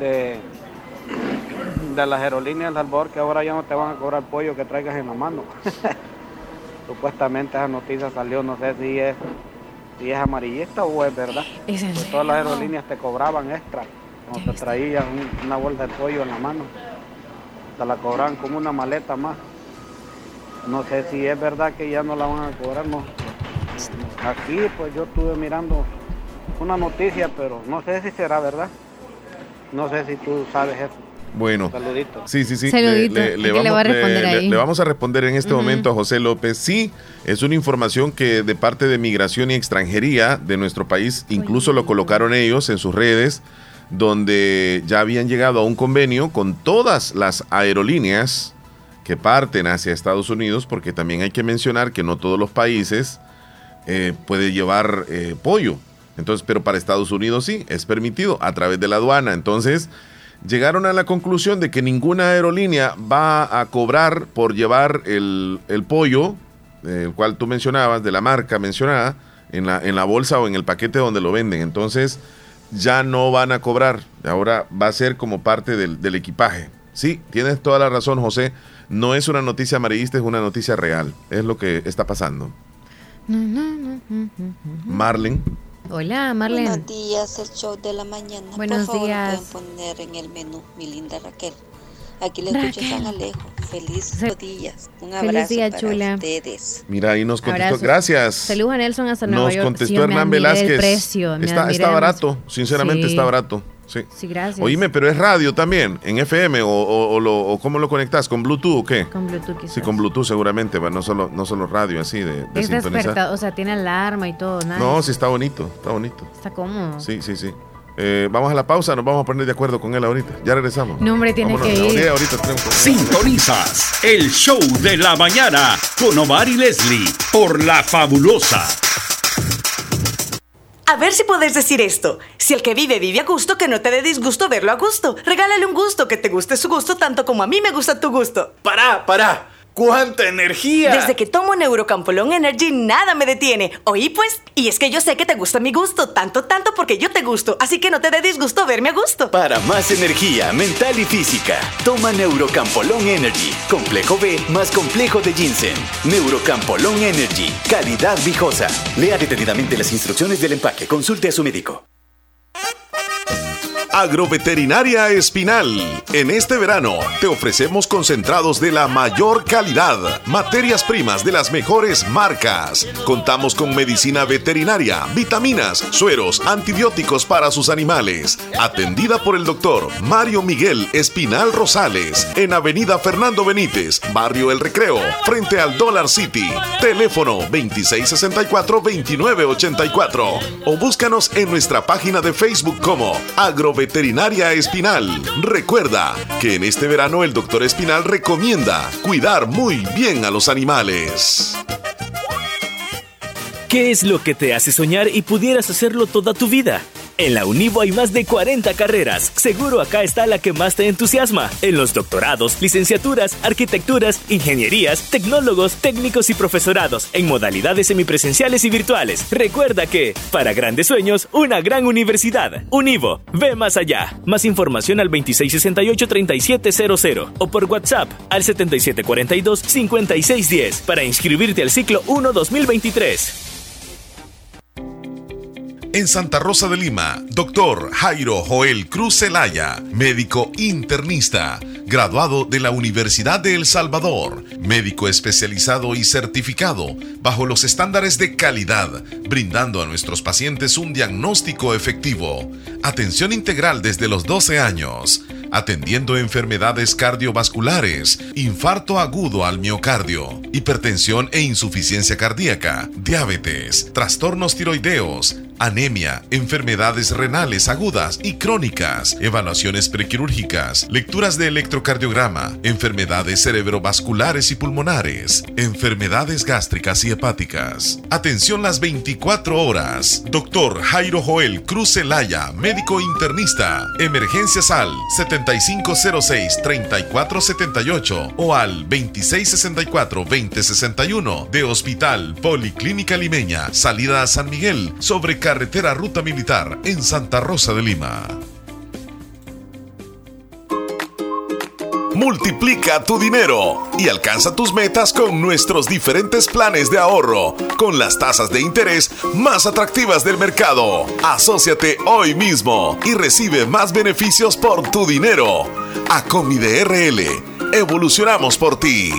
De las aerolíneas del Salvador, que ahora ya no te van a cobrar pollo que traigas en la mano. Supuestamente esa noticia salió, no sé si es amarillista o es verdad. ¿Es en serio? Todas las aerolíneas te cobraban extra cuando te traías una bolsa de pollo en la mano. Te la cobraban como una maleta más. No sé si es verdad que ya no la van a cobrar, no. Aquí pues yo estuve mirando una noticia, pero no sé si será verdad. No sé si tú sabes eso. Bueno, saludito. Sí. Saludito. Le vamos a responder en este momento a José López. Sí, es una información que de parte de Migración y Extranjería de nuestro país, incluso lo colocaron ellos en sus redes, donde ya habían llegado a un convenio con todas las aerolíneas que parten hacia Estados Unidos, porque también hay que mencionar que no todos los países pueden llevar pollo. Entonces, pero para Estados Unidos sí, es permitido a través de la aduana. Entonces, llegaron a la conclusión de que ninguna aerolínea va a cobrar por llevar el pollo, el cual tú mencionabas, de la marca mencionada, en la bolsa o en el paquete donde lo venden. Entonces, ya no van a cobrar. Ahora va a ser como parte del equipaje. Sí, tienes toda la razón, José. No es una noticia amarillista, es una noticia real. Es lo que está pasando. Marlene. Hola, Marlene. Buenos días, el show de la mañana. Buenos Por favor, días. pueden poner en el menú mi linda Raquel. Aquí le escucho San Alejo. Feliz días. Un abrazo día, para chula. ustedes. Mira, ahí nos contestó. Abrazos. Gracias. Saludos a Nelson hasta Nueva York. Nos contestó Sí, Hernán me admiré Velázquez. el precio, me admiré Está barato, sinceramente Sí. está barato. Sí. Sí, gracias. Oíme, pero es radio también, en FM o ¿cómo lo conectas? ¿Con Bluetooth o qué? Con Bluetooth quizás. Sí, con Bluetooth seguramente, no solo radio así de Es sintonizar. despertado, o sea, tiene alarma y todo. Nice. No, sí está bonito, está bonito. Está cómodo. Sí. Vamos a la pausa, nos vamos a poner de acuerdo con él ahorita. Ya regresamos. No, hombre, tiene Vámonos, que ir. Ahorita tenemos que... Sintonizas el show de la mañana con Omar y Leslie por La Fabulosa. A ver si puedes decir esto. Si el que vive a gusto, que no te dé disgusto verlo a gusto. Regálale un gusto, que te guste su gusto tanto como a mí me gusta tu gusto. ¡Para! ¡Cuánta energía! Desde que tomo Neurocampolón Energy, nada me detiene. Oí pues, y es que yo sé que te gusta mi gusto, tanto porque yo te gusto. Así que no te dé disgusto verme a gusto. Para más energía mental y física, toma Neurocampolón Energy. Complejo B más complejo de ginseng. Neurocampolón Energy. Calidad viejosa. Lea detenidamente las instrucciones del empaque. Consulte a su médico. Agroveterinaria Espinal. En este verano te ofrecemos concentrados de la mayor calidad, materias primas de las mejores marcas. Contamos con medicina veterinaria, vitaminas, sueros, antibióticos para sus animales. Atendida por el doctor Mario Miguel Espinal Rosales, en Avenida Fernando Benítez, Barrio El Recreo, frente al Dollar City. Teléfono 2664-2984. O búscanos en nuestra página de Facebook como Agroveterinaria Espinal. Recuerda que en este verano el doctor Espinal recomienda cuidar muy bien a los animales. ¿Qué es lo que te hace soñar y pudieras hacerlo toda tu vida? En la Univo hay más de 40 carreras. Seguro acá está la que más te entusiasma. En los doctorados, licenciaturas, arquitecturas, ingenierías, tecnólogos, técnicos y profesorados, en modalidades semipresenciales y virtuales. Recuerda que, para grandes sueños, una gran universidad. Univo, ve más allá. Más información al 2668-3700 o por WhatsApp al 7742-5610 para inscribirte al ciclo 1 2023. En Santa Rosa de Lima, Dr. Jairo Joel Cruz Zelaya, médico internista, graduado de la Universidad de El Salvador, médico especializado y certificado bajo los estándares de calidad, brindando a nuestros pacientes un diagnóstico efectivo, atención integral desde los 12 años, atendiendo enfermedades cardiovasculares, infarto agudo al miocardio, hipertensión e insuficiencia cardíaca, diabetes, trastornos tiroideos, anemia, enfermedades renales agudas y crónicas, evaluaciones prequirúrgicas, lecturas de electrocardiograma, enfermedades cerebrovasculares y pulmonares, enfermedades gástricas y hepáticas. Atención las 24 horas. Dr. Jairo Joel Cruz Zelaya, médico internista. Emergencias al 7506-3478 o al 2664-2061 de Hospital Policlínica Limeña, salida a San Miguel, sobre carretera Ruta Militar en Santa Rosa de Lima. Multiplica tu dinero y alcanza tus metas con nuestros diferentes planes de ahorro, con las tasas de interés más atractivas del mercado. Asóciate hoy mismo y recibe más beneficios por tu dinero. Acomide RL, evolucionamos por ti.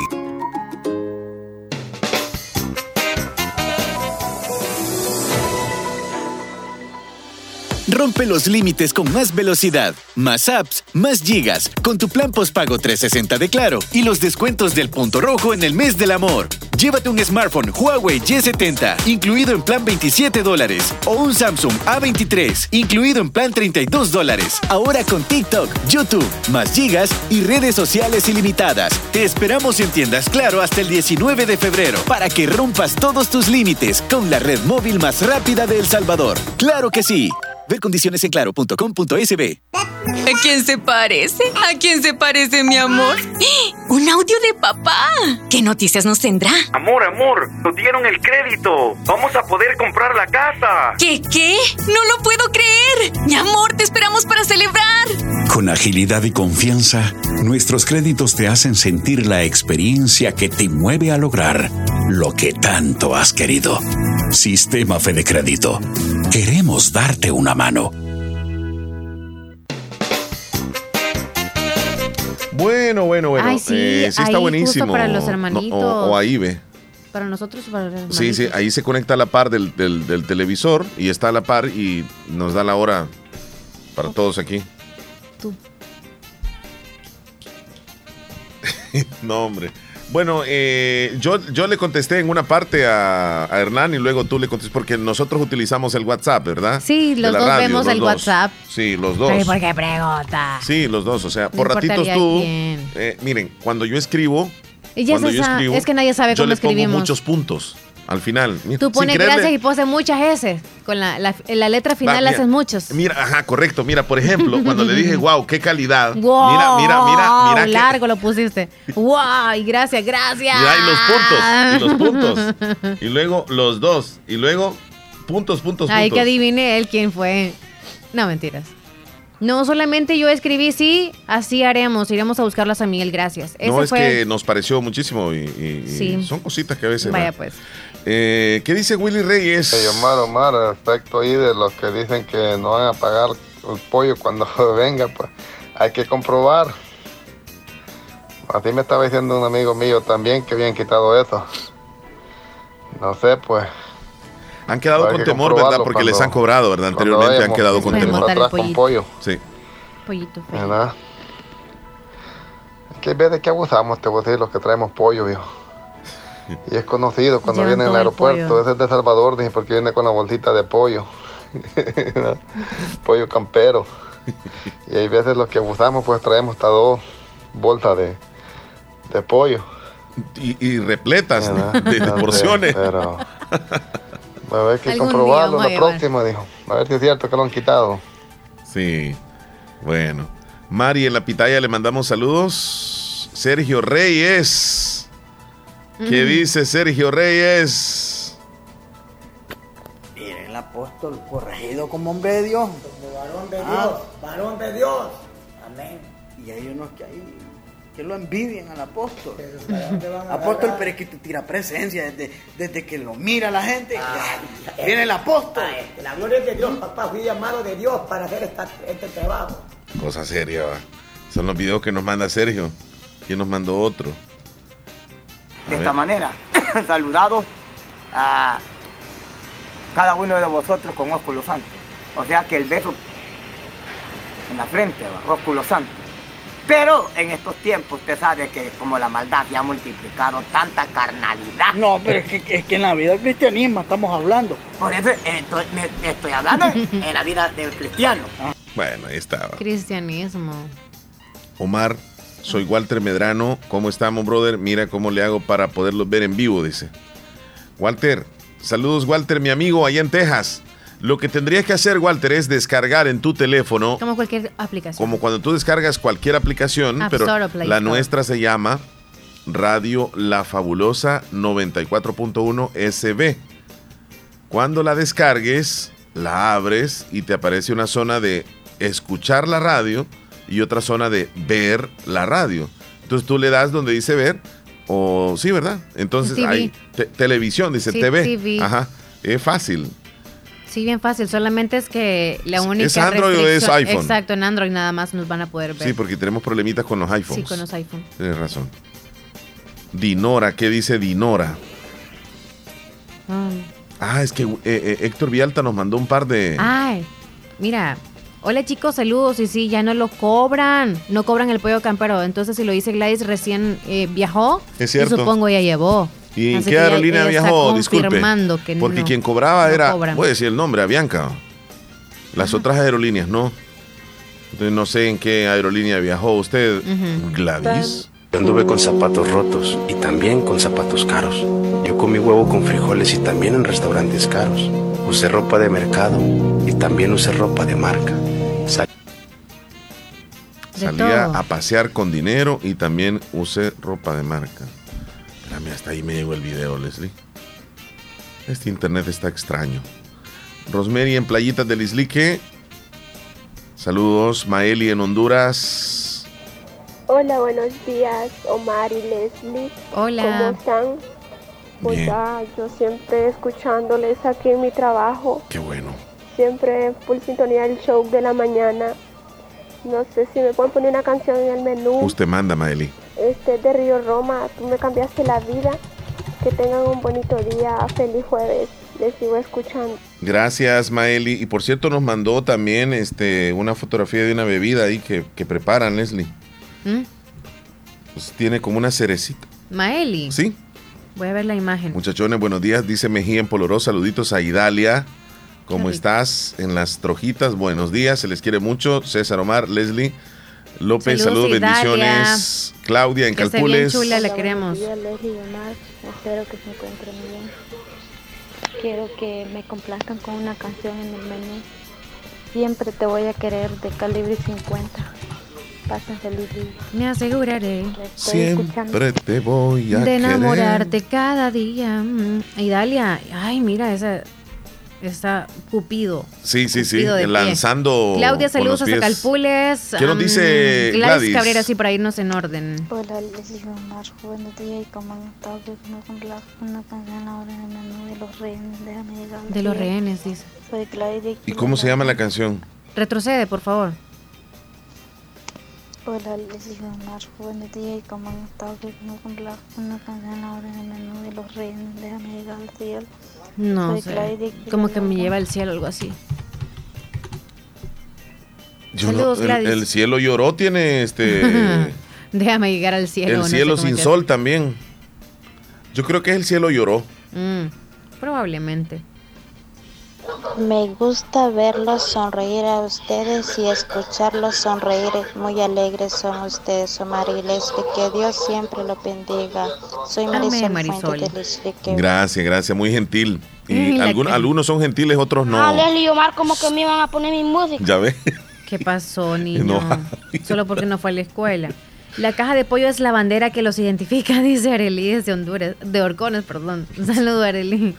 Rompe los límites con más velocidad, más apps, más gigas, con tu plan postpago 360 de Claro y los descuentos del punto rojo en el mes del amor. Llévate un smartphone Huawei Y70, incluido en plan $27, o un Samsung A23, incluido en plan $32. Ahora con TikTok, YouTube, más gigas y redes sociales ilimitadas. Te esperamos en tiendas Claro hasta el 19 de febrero para que rompas todos tus límites con la red móvil más rápida de El Salvador. ¡Claro que sí! Ver condiciones en claro.com.sb. ¿A quién se parece? ¿A quién se parece, mi amor? ¡Un audio de papá! ¿Qué noticias nos tendrá? Amor, nos dieron el crédito. Vamos a poder comprar la casa. ¿Qué? ¡No lo puedo creer! Mi amor, te esperamos para celebrar. Con agilidad y confianza, nuestros créditos te hacen sentir la experiencia que te mueve a lograr lo que tanto has querido. Sistema Fede Crédito. Queremos darte una mano. Bueno. Ay, sí está buenísimo. Justo para los hermanitos. O ahí ve. Para nosotros o para los hermanitos. Sí, ahí se conecta a la par del televisor y está a la par y nos da la hora para todos aquí. Tú. No, hombre. Bueno, yo le contesté en una parte a Hernán y luego tú le contestas porque nosotros utilizamos el WhatsApp, ¿verdad? Sí, los dos vemos el WhatsApp. Sí, los dos. Pero ¿por qué pregunta? Sí, los dos, o sea, por ratitos tú. Miren, cuando yo escribo, es que nadie sabe cómo escribimos. Yo le pongo muchos puntos al final. Mira, tú pones gracias y poses muchas S. Con la letra final haces muchos. Mira, correcto. Mira, por ejemplo, cuando le dije, wow, qué calidad. Wow, mira. Largo lo pusiste. Wow, y gracias. Mira, y los puntos. Y luego los dos. Y luego puntos. Ay, que adivine él quién fue. No, mentiras. No, solamente yo escribí, sí, así haremos. Iremos a buscarlas a Miguel, gracias. Que nos pareció muchísimo y sí. Son cositas que a veces... Vaya, pues. ¿Qué dice Willy Reyes? Omar, respecto ahí de los que dicen que no van a pagar el pollo cuando venga, pues hay que comprobar. Así me estaba diciendo un amigo mío también que habían quitado eso. No sé, pues. Han quedado con temor, ¿verdad? Porque les han cobrado, ¿verdad? Anteriormente han quedado con temor. Atrás con pollo. Sí. Pollito. ¿Verdad? Es que en vez de que abusamos, te voy a decir los que traemos pollo, viejo. Y es conocido cuando viene al aeropuerto. Ese es de Salvador, dije, porque viene con la bolsita de pollo. Pollo campero. Y hay veces los que abusamos, pues traemos hasta 2 bolsas de pollo. Y repletas de porciones. Pero a ver, que comprobarlo la próxima, dijo. A ver si es cierto que lo han quitado. Sí. Bueno. Mari, en la pitaya le mandamos saludos. Sergio Reyes. ¿Qué dice Sergio Reyes? Mire, el apóstol corregido como hombre de Dios. Como varón de Dios. Varón de Dios. Amén. Y hay unos que hay que lo envidian al apóstol. Apóstol, pero es que te tira presencia desde que lo mira la gente. Viene el apóstol. La gloria es de Dios, papá. Fui llamado de Dios para hacer este trabajo. Cosa seria, va. Son los videos que nos manda Sergio. ¿Quién nos mandó otro? De esta manera, saludados a cada uno de vosotros con ósculo santo. O sea que el beso en la frente, ósculo santo. Pero en estos tiempos usted sabe que como la maldad se ha multiplicado, tanta carnalidad. No, pero es que en la vida del cristianismo estamos hablando. Por eso estoy hablando en la vida del cristiano. Bueno, ahí estaba. Cristianismo. Omar, soy Walter Medrano. ¿Cómo estamos, brother? Mira cómo le hago para poderlos ver en vivo, dice. Walter, saludos, Walter, mi amigo, allá en Texas. Lo que tendrías que hacer, Walter, es descargar en tu teléfono. Como cualquier aplicación. Como cuando tú descargas cualquier aplicación, App pero Store o Play la Store. nuestra se llama Radio La Fabulosa 94.1 SB. Cuando la descargues, la abres y te aparece una zona de escuchar la radio y otra zona de ver la radio. Entonces tú le das donde dice ver, o sí, ¿verdad? Entonces TV. hay televisión, dice Sí, TV. TV. Ajá, es fácil. Sí, bien fácil. Solamente es que la única ¿Es Android o es iPhone? Exacto, en Android nada más nos van a poder ver. Sí, porque tenemos problemitas con los iPhones. Sí, con los iPhones. Tienes razón. Dinora, ¿qué dice Dinora? Es que Héctor Vialta nos mandó un par de... Ay, Mira, hola chicos, saludos. Y sí, ya no lo cobran. No cobran el pollo campero. Entonces, si lo dice Gladys, recién viajó. Es cierto. Y supongo ya llevó. ¿Y en qué aerolínea viajó? Disculpe. Que porque no, quien cobraba no era, cobran. voy a decir el nombre, Avianca. Las otras aerolíneas no. Entonces no sé en qué aerolínea viajó usted, Gladys. Yo anduve con zapatos rotos y también con zapatos caros. Yo comí huevo con frijoles y también en restaurantes caros. Usé ropa de mercado y también usé ropa de marca. Salía a pasear con dinero y también usé ropa de marca. Espérame, hasta ahí me llegó el video, Leslie. Este internet está extraño. Rosemary en Playitas del Islique. Saludos, Maeli en Honduras. Hola, buenos días, Omar y Leslie. Hola. ¿Cómo están? Pues Bien. yo siempre escuchándoles aquí en mi trabajo. Qué bueno. Siempre full sintonía del show de la mañana. No sé si me pueden poner una canción en el menú. Usted manda, Maeli. De Río Roma, tú me cambiaste la vida. Que tengan un bonito día, feliz jueves. Les sigo escuchando. Gracias, Maeli. Y por cierto, nos mandó también una fotografía de una bebida ahí que preparan, Leslie. Pues tiene como una cerecita. Maeli. Sí. Voy a ver la imagen. Muchachones, buenos días. Dice Mejía en Poloró. Saluditos a Idalia. ¿Cómo estás? En las Trojitas. Buenos días. Se les quiere mucho. César Omar, Leslie López. Saludos, bendiciones. Claudia en Calpules. Bien chula, la queremos. Buenos días, Leslie y Omar. Espero que se encuentren bien. Quiero que me complazcan con una canción en el menú. Siempre te voy a querer, de Calibre 50. Pasen feliz día. Me aseguraré. Siempre te voy a de enamorarte querer. cada día. Idalia, ay, mira, esa está Cupido. Sí, Cupido de pie. lanzando. Claudia, saludos con los hasta pies. Calpules. ¿Qué nos dice Gladys? Cabrera, sí, para irnos en orden. Hola, Leslie y Omar. Buenos días. Y como han estado, me complazco una canción ahora en el menú de los rehenes. Déjame llegar. De los rehenes, dice. Soy Gladys. ¿Y cómo se llama la canción? Retrocede, por favor. Hola, Leslie y Omar. Buenos días. Y como han estado, me complazco una canción ahora en el menú de los rehenes. Déjame llegar al cielo. No Soy sé, Gladys. como que me lleva al cielo, algo así. Saludos, el cielo lloró, tiene Déjame llegar al cielo. El cielo sin sol también. Yo creo que es el cielo lloró. Probablemente. Me gusta verlos sonreír a ustedes y escucharlos sonreír. Muy alegres son ustedes, Omar y Leslie. Que Dios siempre los bendiga. Soy Marisol Fuentes de Leslie. Gracias, muy gentil. Y algunos son gentiles, otros no. Leslie y Omar como que me iban a poner mi música. Ya ves. ¿Qué pasó, niño? Solo porque no fue a la escuela. La caja de pollo es la bandera que los identifica, dice Arely desde Honduras. De Orcones, perdón. Saludos, Arely.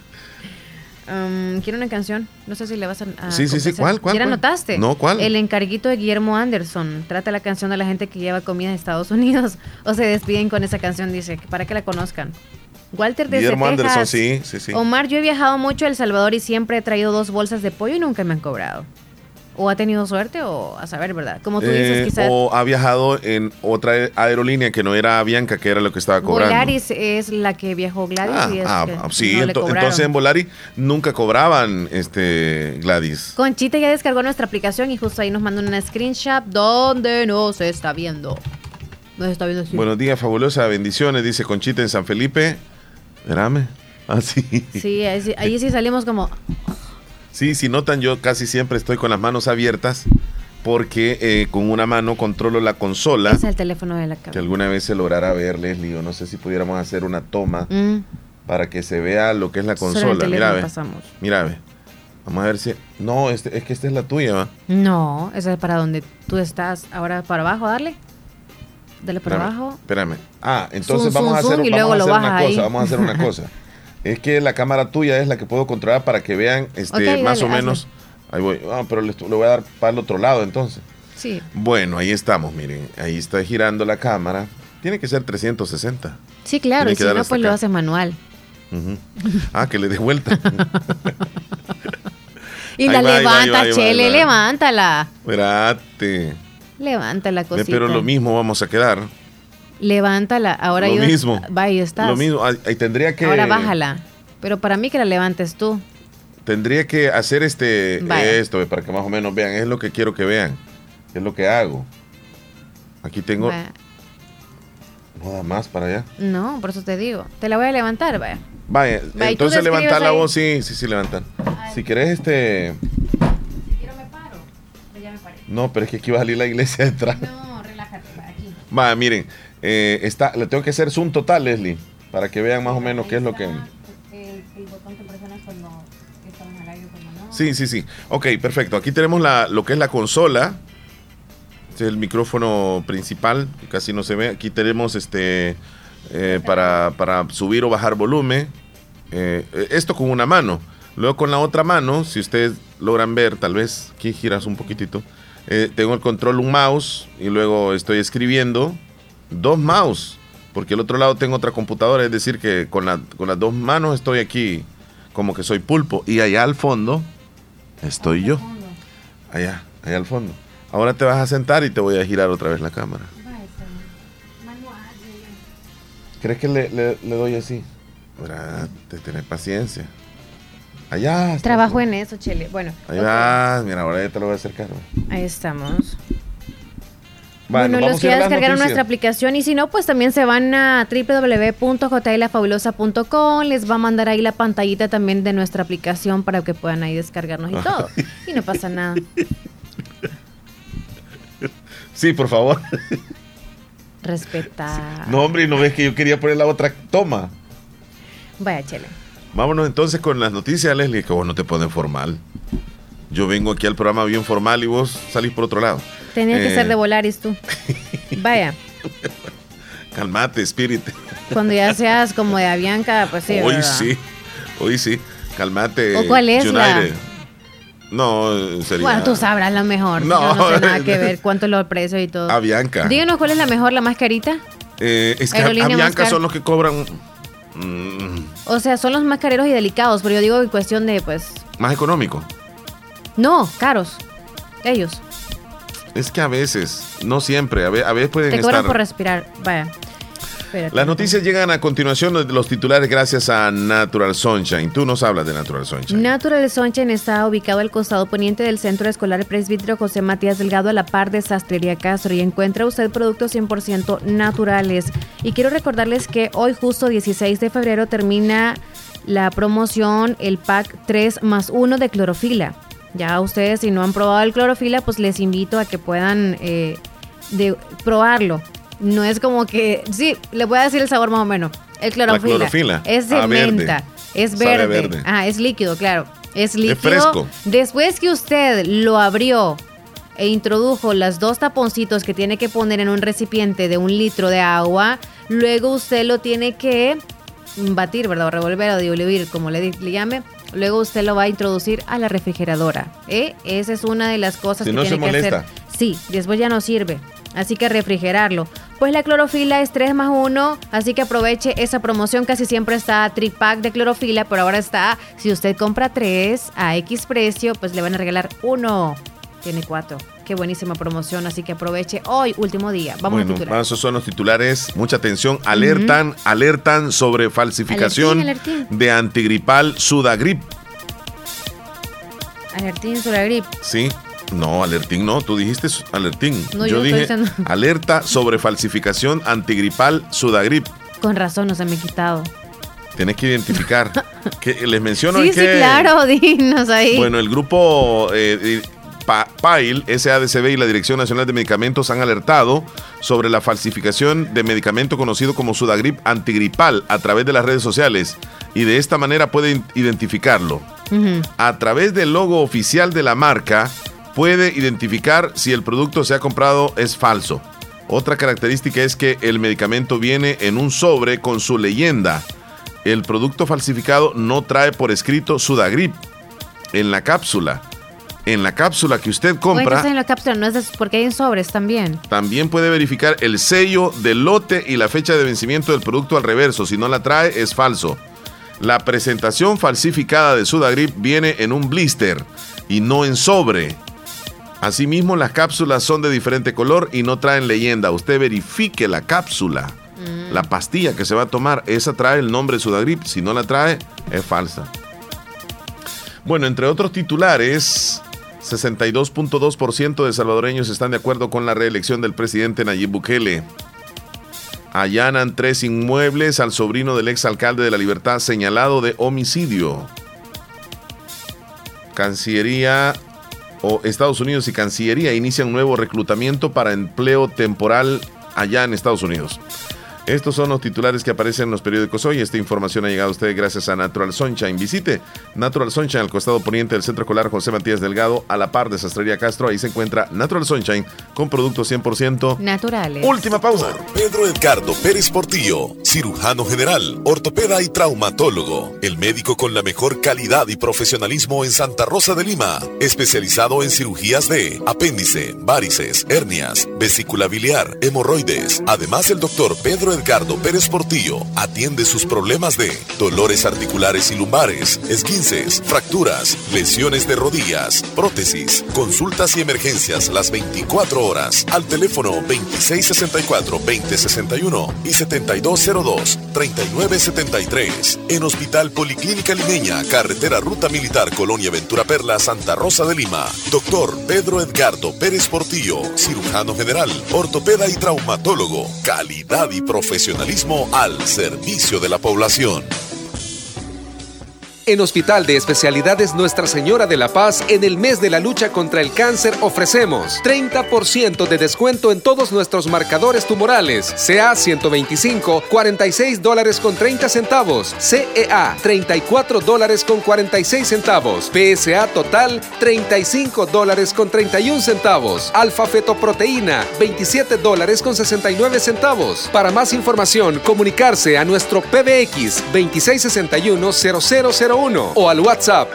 Quiero una canción. No sé si le vas a Sí. ¿Cuál? ¿Ya la notaste? No, ¿cuál? El encarguito de Guillermo Anderson. Trata la canción de la gente que lleva comida de Estados Unidos. O se despiden con esa canción, dice, para que la conozcan. Walter desde Guillermo Texas. Anderson, sí. Omar, yo he viajado mucho a El Salvador y siempre he traído 2 bolsas de pollo y nunca me han cobrado. O ha tenido suerte o a saber, ¿verdad? Como tú dices, quizás. O ha viajado en otra aerolínea que no era Avianca, que era lo que estaba cobrando. Volaris es la que viajó Gladys. Sí, no entonces en Volaris nunca cobraban Gladys. Conchita ya descargó nuestra aplicación y justo ahí nos mandó una screenshot donde nos está viendo. Sí. Buenos días, fabulosa, bendiciones, dice Conchita en San Felipe. Espérame. Sí. Sí, ahí sí salimos como. Sí, si notan, yo casi siempre estoy con las manos abiertas porque con una mano controlo la consola. Es el teléfono de la cámara. Que alguna vez se logrará ver, Leslie, o no sé si pudiéramos hacer una toma para que se vea lo que es la consola. Mira, ve. Vamos a ver si... No, es que esta es la tuya, ¿va? No, esa es para donde tú estás. Ahora para abajo, dale para abajo. Espérame. Entonces vamos a hacer una cosa. Es que la cámara tuya es la que puedo controlar para que vean más o menos. Ahí voy. Pero le voy a dar para el otro lado entonces. Sí. Bueno, ahí estamos, miren. Ahí está girando la cámara. Tiene que ser 360. Sí, claro. Y si no, pues lo haces manual. Que le des vuelta. Y la levanta, Chele, levántala. Espérate. Levántala, cosita. Pero lo mismo vamos a quedar. Levántala. Ahora lo mismo. Va, ahí estás. Lo mismo. Ahí tendría que... Ahora bájala. Pero para mí que la levantes tú. tendría que hacer esto para que más o menos vean. Es lo que quiero que vean. Es lo que hago. Aquí tengo... No da más para allá. No, por eso te digo. Te la voy a levantar, vaya. Vaya, entonces levantar la voz, sí, levantar. Si querés Si quiero me paro, pero ya me paré. No, pero es que aquí va a salir la iglesia detrás. No, relájate, aquí. Vaya, miren, le tengo que hacer zoom total, Leslie, para que vean más o menos qué es lo que... El botón que presionas cuando estamos al aire, cuando no. Sí. Ok, perfecto. Aquí tenemos lo que es la consola. Este es el micrófono principal, que casi no se ve. Aquí tenemos para subir o bajar volumen. Esto con una mano. Luego con la otra mano, si ustedes logran ver, tal vez, aquí giras un poquitito. Tengo el control, un mouse, y luego estoy escribiendo 2 mouse, porque el otro lado tengo otra computadora, es decir que con las 2 manos estoy aquí como que soy pulpo, y allá al fondo estoy yo. Allá al fondo. Ahora te vas a sentar y te voy a girar otra vez la cámara. ¿Crees que le doy así? Tener paciencia. Allá. Trabajo en eso, Chele. Bueno. Ahí vas. Mira, ahora ya te lo voy a acercar. Ahí estamos. Bueno, los que ya descargaron nuestra aplicación, y si no, pues también se van a www.jlafabulosa.com, les va a mandar ahí la pantallita también de nuestra aplicación para que puedan ahí descargarnos y todo. Y no pasa nada. Sí, por favor. Respetar. No, hombre, ¿no ves que yo quería poner la otra toma? Vaya, Chele. Vámonos entonces con las noticias, Leslie, que vos no te pones formal. Yo vengo aquí al programa bien formal y vos salís por otro lado. Tenía que ser de Volaris tú. Vaya. Calmate, espíritu. Cuando ya seas como de Avianca, pues sí, Hoy sí. Calmate. ¿O cuál es United. No, sería... Bueno, tú sabrás lo mejor. No sé nada que ver. ¿Cuánto es el precio y todo? Avianca. Díganos cuál es la mejor, la más carita. Es que Avianca son los que cobran... O sea, son los más careros y delicados, pero yo digo en cuestión de, pues... ¿Más económico? No, caros. Ellos. Es que a veces, no siempre, a veces pueden estar... Te cobran por respirar, vaya. Espérate. Las noticias llegan a continuación de los titulares gracias a Natural Sunshine. Tú nos hablas de Natural Sunshine. Natural Sunshine está ubicado al costado poniente del Centro Escolar Presbítero José Matías Delgado, a la par de Sastrería Castro, y encuentra usted productos 100% naturales. Y quiero recordarles que hoy, justo 16 de febrero, termina la promoción, el pack 3+1 de clorofila. Ya ustedes, si no han probado el clorofila, pues les invito a que puedan probarlo. No es como que... Sí, le voy a decir el sabor más o menos. El clorofila. La clorofila. Es de menta. Es verde. Es líquido, claro. Es líquido. Es fresco. Después que usted lo abrió e introdujo las 2 taponcitos que tiene que poner en un recipiente de 1 litro de agua, luego usted lo tiene que batir, ¿verdad? O revolver o diluir, como le llame. Luego usted lo va a introducir a la refrigeradora. Esa es una de las cosas que tiene que hacer. Sí, después ya no sirve. Así que refrigerarlo. Pues la clorofila es 3+1, así que aproveche esa promoción. Casi siempre está tripack de clorofila, pero ahora está, si usted compra 3 a X precio, pues le van a regalar 1. Tiene 4. Qué buenísima promoción, así que aproveche hoy, último día. Vamos a titular. Esos son los titulares. Mucha atención. Alertan sobre falsificación de antigripal Sudagrip. Alertín, Sudagrip. Sí. No, Alertín no, tú dijiste Alertín. No, yo dije alerta sobre falsificación antigripal Sudagrip. Con razón, no se me ha quitado. Tienes que identificar. Que les menciono sí, claro, dinos ahí. Bueno, el grupo PAIL, SADCB y la Dirección Nacional de Medicamentos han alertado sobre la falsificación de medicamento conocido como Sudagrip antigripal a través de las redes sociales, y de esta manera pueden identificarlo. A través del logo oficial de la marca puede identificar si el producto se ha comprado es falso. Otra característica es que el medicamento viene en un sobre con su leyenda. El producto falsificado no trae por escrito Sudagrip en la cápsula. En la cápsula que usted compra... en la cápsula no es porque hay en sobres también. También puede verificar el sello del lote y la fecha de vencimiento del producto al reverso. Si no la trae, es falso. La presentación falsificada de Sudagrip viene en un blister y no en sobre. Asimismo, las cápsulas son de diferente color y no traen leyenda. Usted verifique la cápsula. La pastilla que se va a tomar, esa trae el nombre de Sudagrip. Si no la trae, es falsa. Bueno, entre otros titulares, 62.2% de salvadoreños están de acuerdo con la reelección del presidente Nayib Bukele. Allanan 3 inmuebles al sobrino del exalcalde de La Libertad señalado de homicidio. Cancillería o Estados Unidos y Cancillería inician un nuevo reclutamiento para empleo temporal allá en Estados Unidos. Estos son los titulares que aparecen en los periódicos hoy. Esta información ha llegado a usted gracias a Natural Sunshine. Visite Natural Sunshine al costado poniente del Centro Escolar José Matías Delgado, a la par de Sastrería Castro. Ahí se encuentra Natural Sunshine con productos 100% naturales. Última pausa. Pedro Edgardo Pérez Portillo, cirujano general, ortopeda y traumatólogo. El médico con la mejor calidad y profesionalismo en Santa Rosa de Lima. Especializado en cirugías de apéndice, varices, hernias, vesícula biliar, hemorroides. Además, el doctor Pedro Edgardo Pérez Portillo atiende sus problemas de dolores articulares y lumbares, esguinces, fracturas, lesiones de rodillas, prótesis, consultas y emergencias las 24 horas al teléfono 2664-2061 y 7202-3973. En Hospital Policlínica Limeña, carretera Ruta Militar Colonia Ventura Perla, Santa Rosa de Lima. Doctor Pedro Edgardo Pérez Portillo, cirujano general, ortopeda y traumatólogo. Calidad y profesionalismo al servicio de la población. En Hospital de Especialidades Nuestra Señora de la Paz, en el mes de la lucha contra el cáncer, ofrecemos 30% de descuento en todos nuestros marcadores tumorales. CA 125, $46.30. CEA, $34.46. PSA total, $35.31. Alfa fetoproteína, $27.69. Para más información, comunicarse a nuestro PBX 2661-0001 o al WhatsApp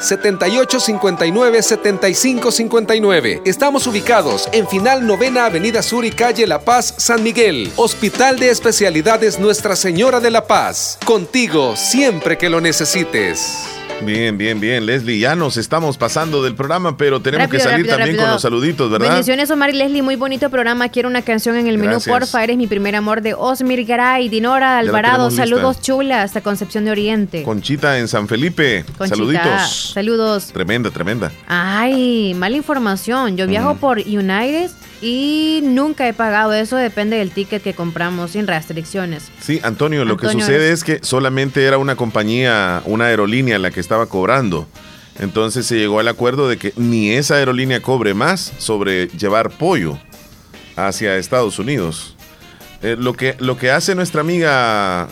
7859-7559. Estamos ubicados en Final 9ª Avenida Sur y Calle La Paz, San Miguel. Hospital de Especialidades Nuestra Señora de la Paz. Contigo siempre que lo necesites. Bien, Leslie, ya nos estamos pasando del programa, pero tenemos que salir también con los saluditos, ¿verdad? Bendiciones, Omar y Leslie, muy bonito programa. Quiero una canción en el menú, porfa. Eres mi primer amor, de Osmir Garay. Dinora Alvarado, saludos chula, hasta Concepción de Oriente. Conchita en San Felipe, Conchita, saluditos. Saludos. Tremenda. Ay, mala información. Yo viajo por United y nunca he pagado. Eso depende del ticket que compramos, sin restricciones. Sí, Antonio, lo que sucede es que solamente era una compañía, una aerolínea la que estaba cobrando. Entonces se llegó al acuerdo de que ni esa aerolínea cobre más sobre llevar pollo hacia Estados Unidos. Lo que hace nuestra amiga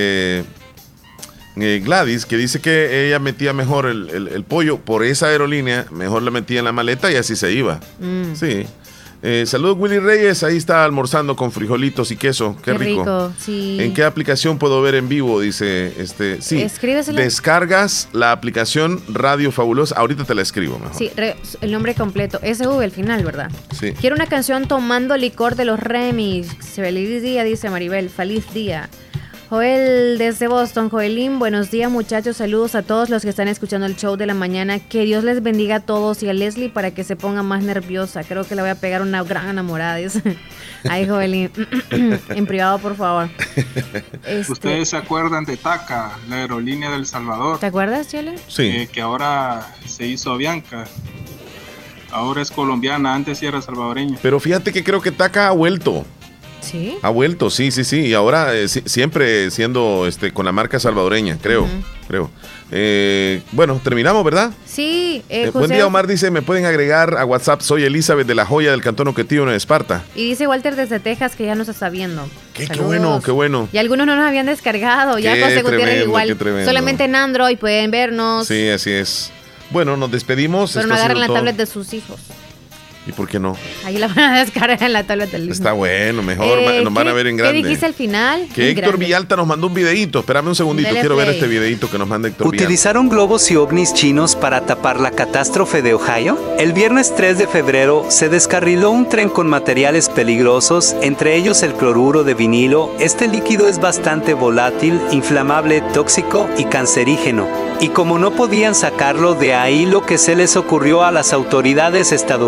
Gladys, que dice que ella metía mejor el pollo por esa aerolínea, mejor la metía en la maleta y así se iba. Sí. Saludos, Willy Reyes, ahí está almorzando con frijolitos y queso, qué rico. Sí. ¿En qué aplicación puedo ver en vivo? Dice, sí. Escríbesela. Descargas la aplicación Radio Fabulosa, ahorita te la escribo mejor. Sí, el nombre completo, SV al final, ¿verdad? Sí. Quiero una canción Tomando Licor de los Remix. Feliz día, dice Maribel, feliz día. Joel desde Boston. Joelín, buenos días muchachos, saludos a todos los que están escuchando el show de la mañana, que Dios les bendiga a todos y a Leslie para que se ponga más nerviosa, creo que le voy a pegar una gran enamorada, dice. Ay, Joelín, en privado por favor. ¿Ustedes se acuerdan de TACA, la aerolínea del Salvador? ¿Te acuerdas, Chele? Sí. Que ahora se hizo Avianca. Ahora es colombiana, antes era salvadoreña. Pero fíjate que creo que TACA ha vuelto. ¿Sí? Ha vuelto, sí. Y ahora siempre siendo con la marca salvadoreña, creo. Bueno, terminamos, ¿verdad? Sí. Buen día, Omar dice, me pueden agregar a WhatsApp. Soy Elizabeth de la Joya del Cantón Oquetío en Esparta. Y dice Walter desde Texas que ya nos está viendo. Qué bueno. Y algunos no nos habían descargado. Ya José Gutiérrez igual. Solamente en Android pueden vernos. Sí, así es. Bueno, nos despedimos. Pero no agarren la tablet de sus hijos. ¿Y por qué no? Ahí la van a descargar en la tablet del mismo. Está bueno, mejor nos van a ver en grande. ¿Qué dijiste al final? Que Héctor Villalta nos mandó un videíto. Espérame un segundito, quiero ver este videíto que nos manda Héctor Villalta. ¿Utilizaron globos y ovnis chinos para tapar la catástrofe de Ohio? El viernes 3 de febrero se descarriló un tren con materiales peligrosos, entre ellos el cloruro de vinilo. Este líquido es bastante volátil, inflamable, tóxico y cancerígeno. Y como no podían sacarlo de ahí, lo que se les ocurrió a las autoridades estadounidenses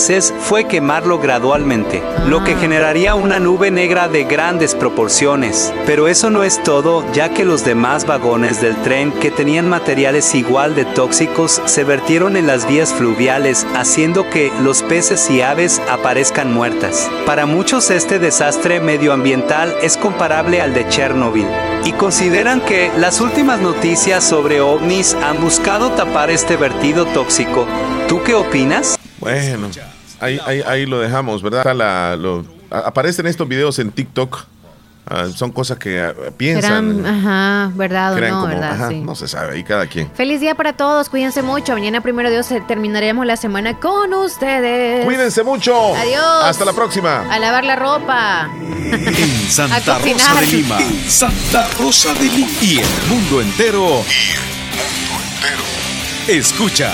entonces fue quemarlo gradualmente, lo que generaría una nube negra de grandes proporciones. Pero eso no es todo, ya que los demás vagones del tren que tenían materiales igual de tóxicos se vertieron en las vías fluviales, haciendo que los peces y aves aparezcan muertas. Para muchos este desastre medioambiental es comparable al de Chernobyl, y consideran que las últimas noticias sobre ovnis han buscado tapar este vertido tóxico. ¿Tú qué opinas? Bueno, ahí lo dejamos, ¿verdad? Aparecen estos videos en TikTok. Son cosas que piensan. ¿Verdad o no? Como, ¿verdad? Sí. No se sabe, ahí cada quien. Feliz día para todos, cuídense mucho. Mañana, primero Dios, terminaremos la semana con ustedes. Cuídense mucho. Adiós. Hasta la próxima. A lavar la ropa. En Santa Rosa de Lima. Santa Rosa de Lima. Y el mundo entero. Escucha.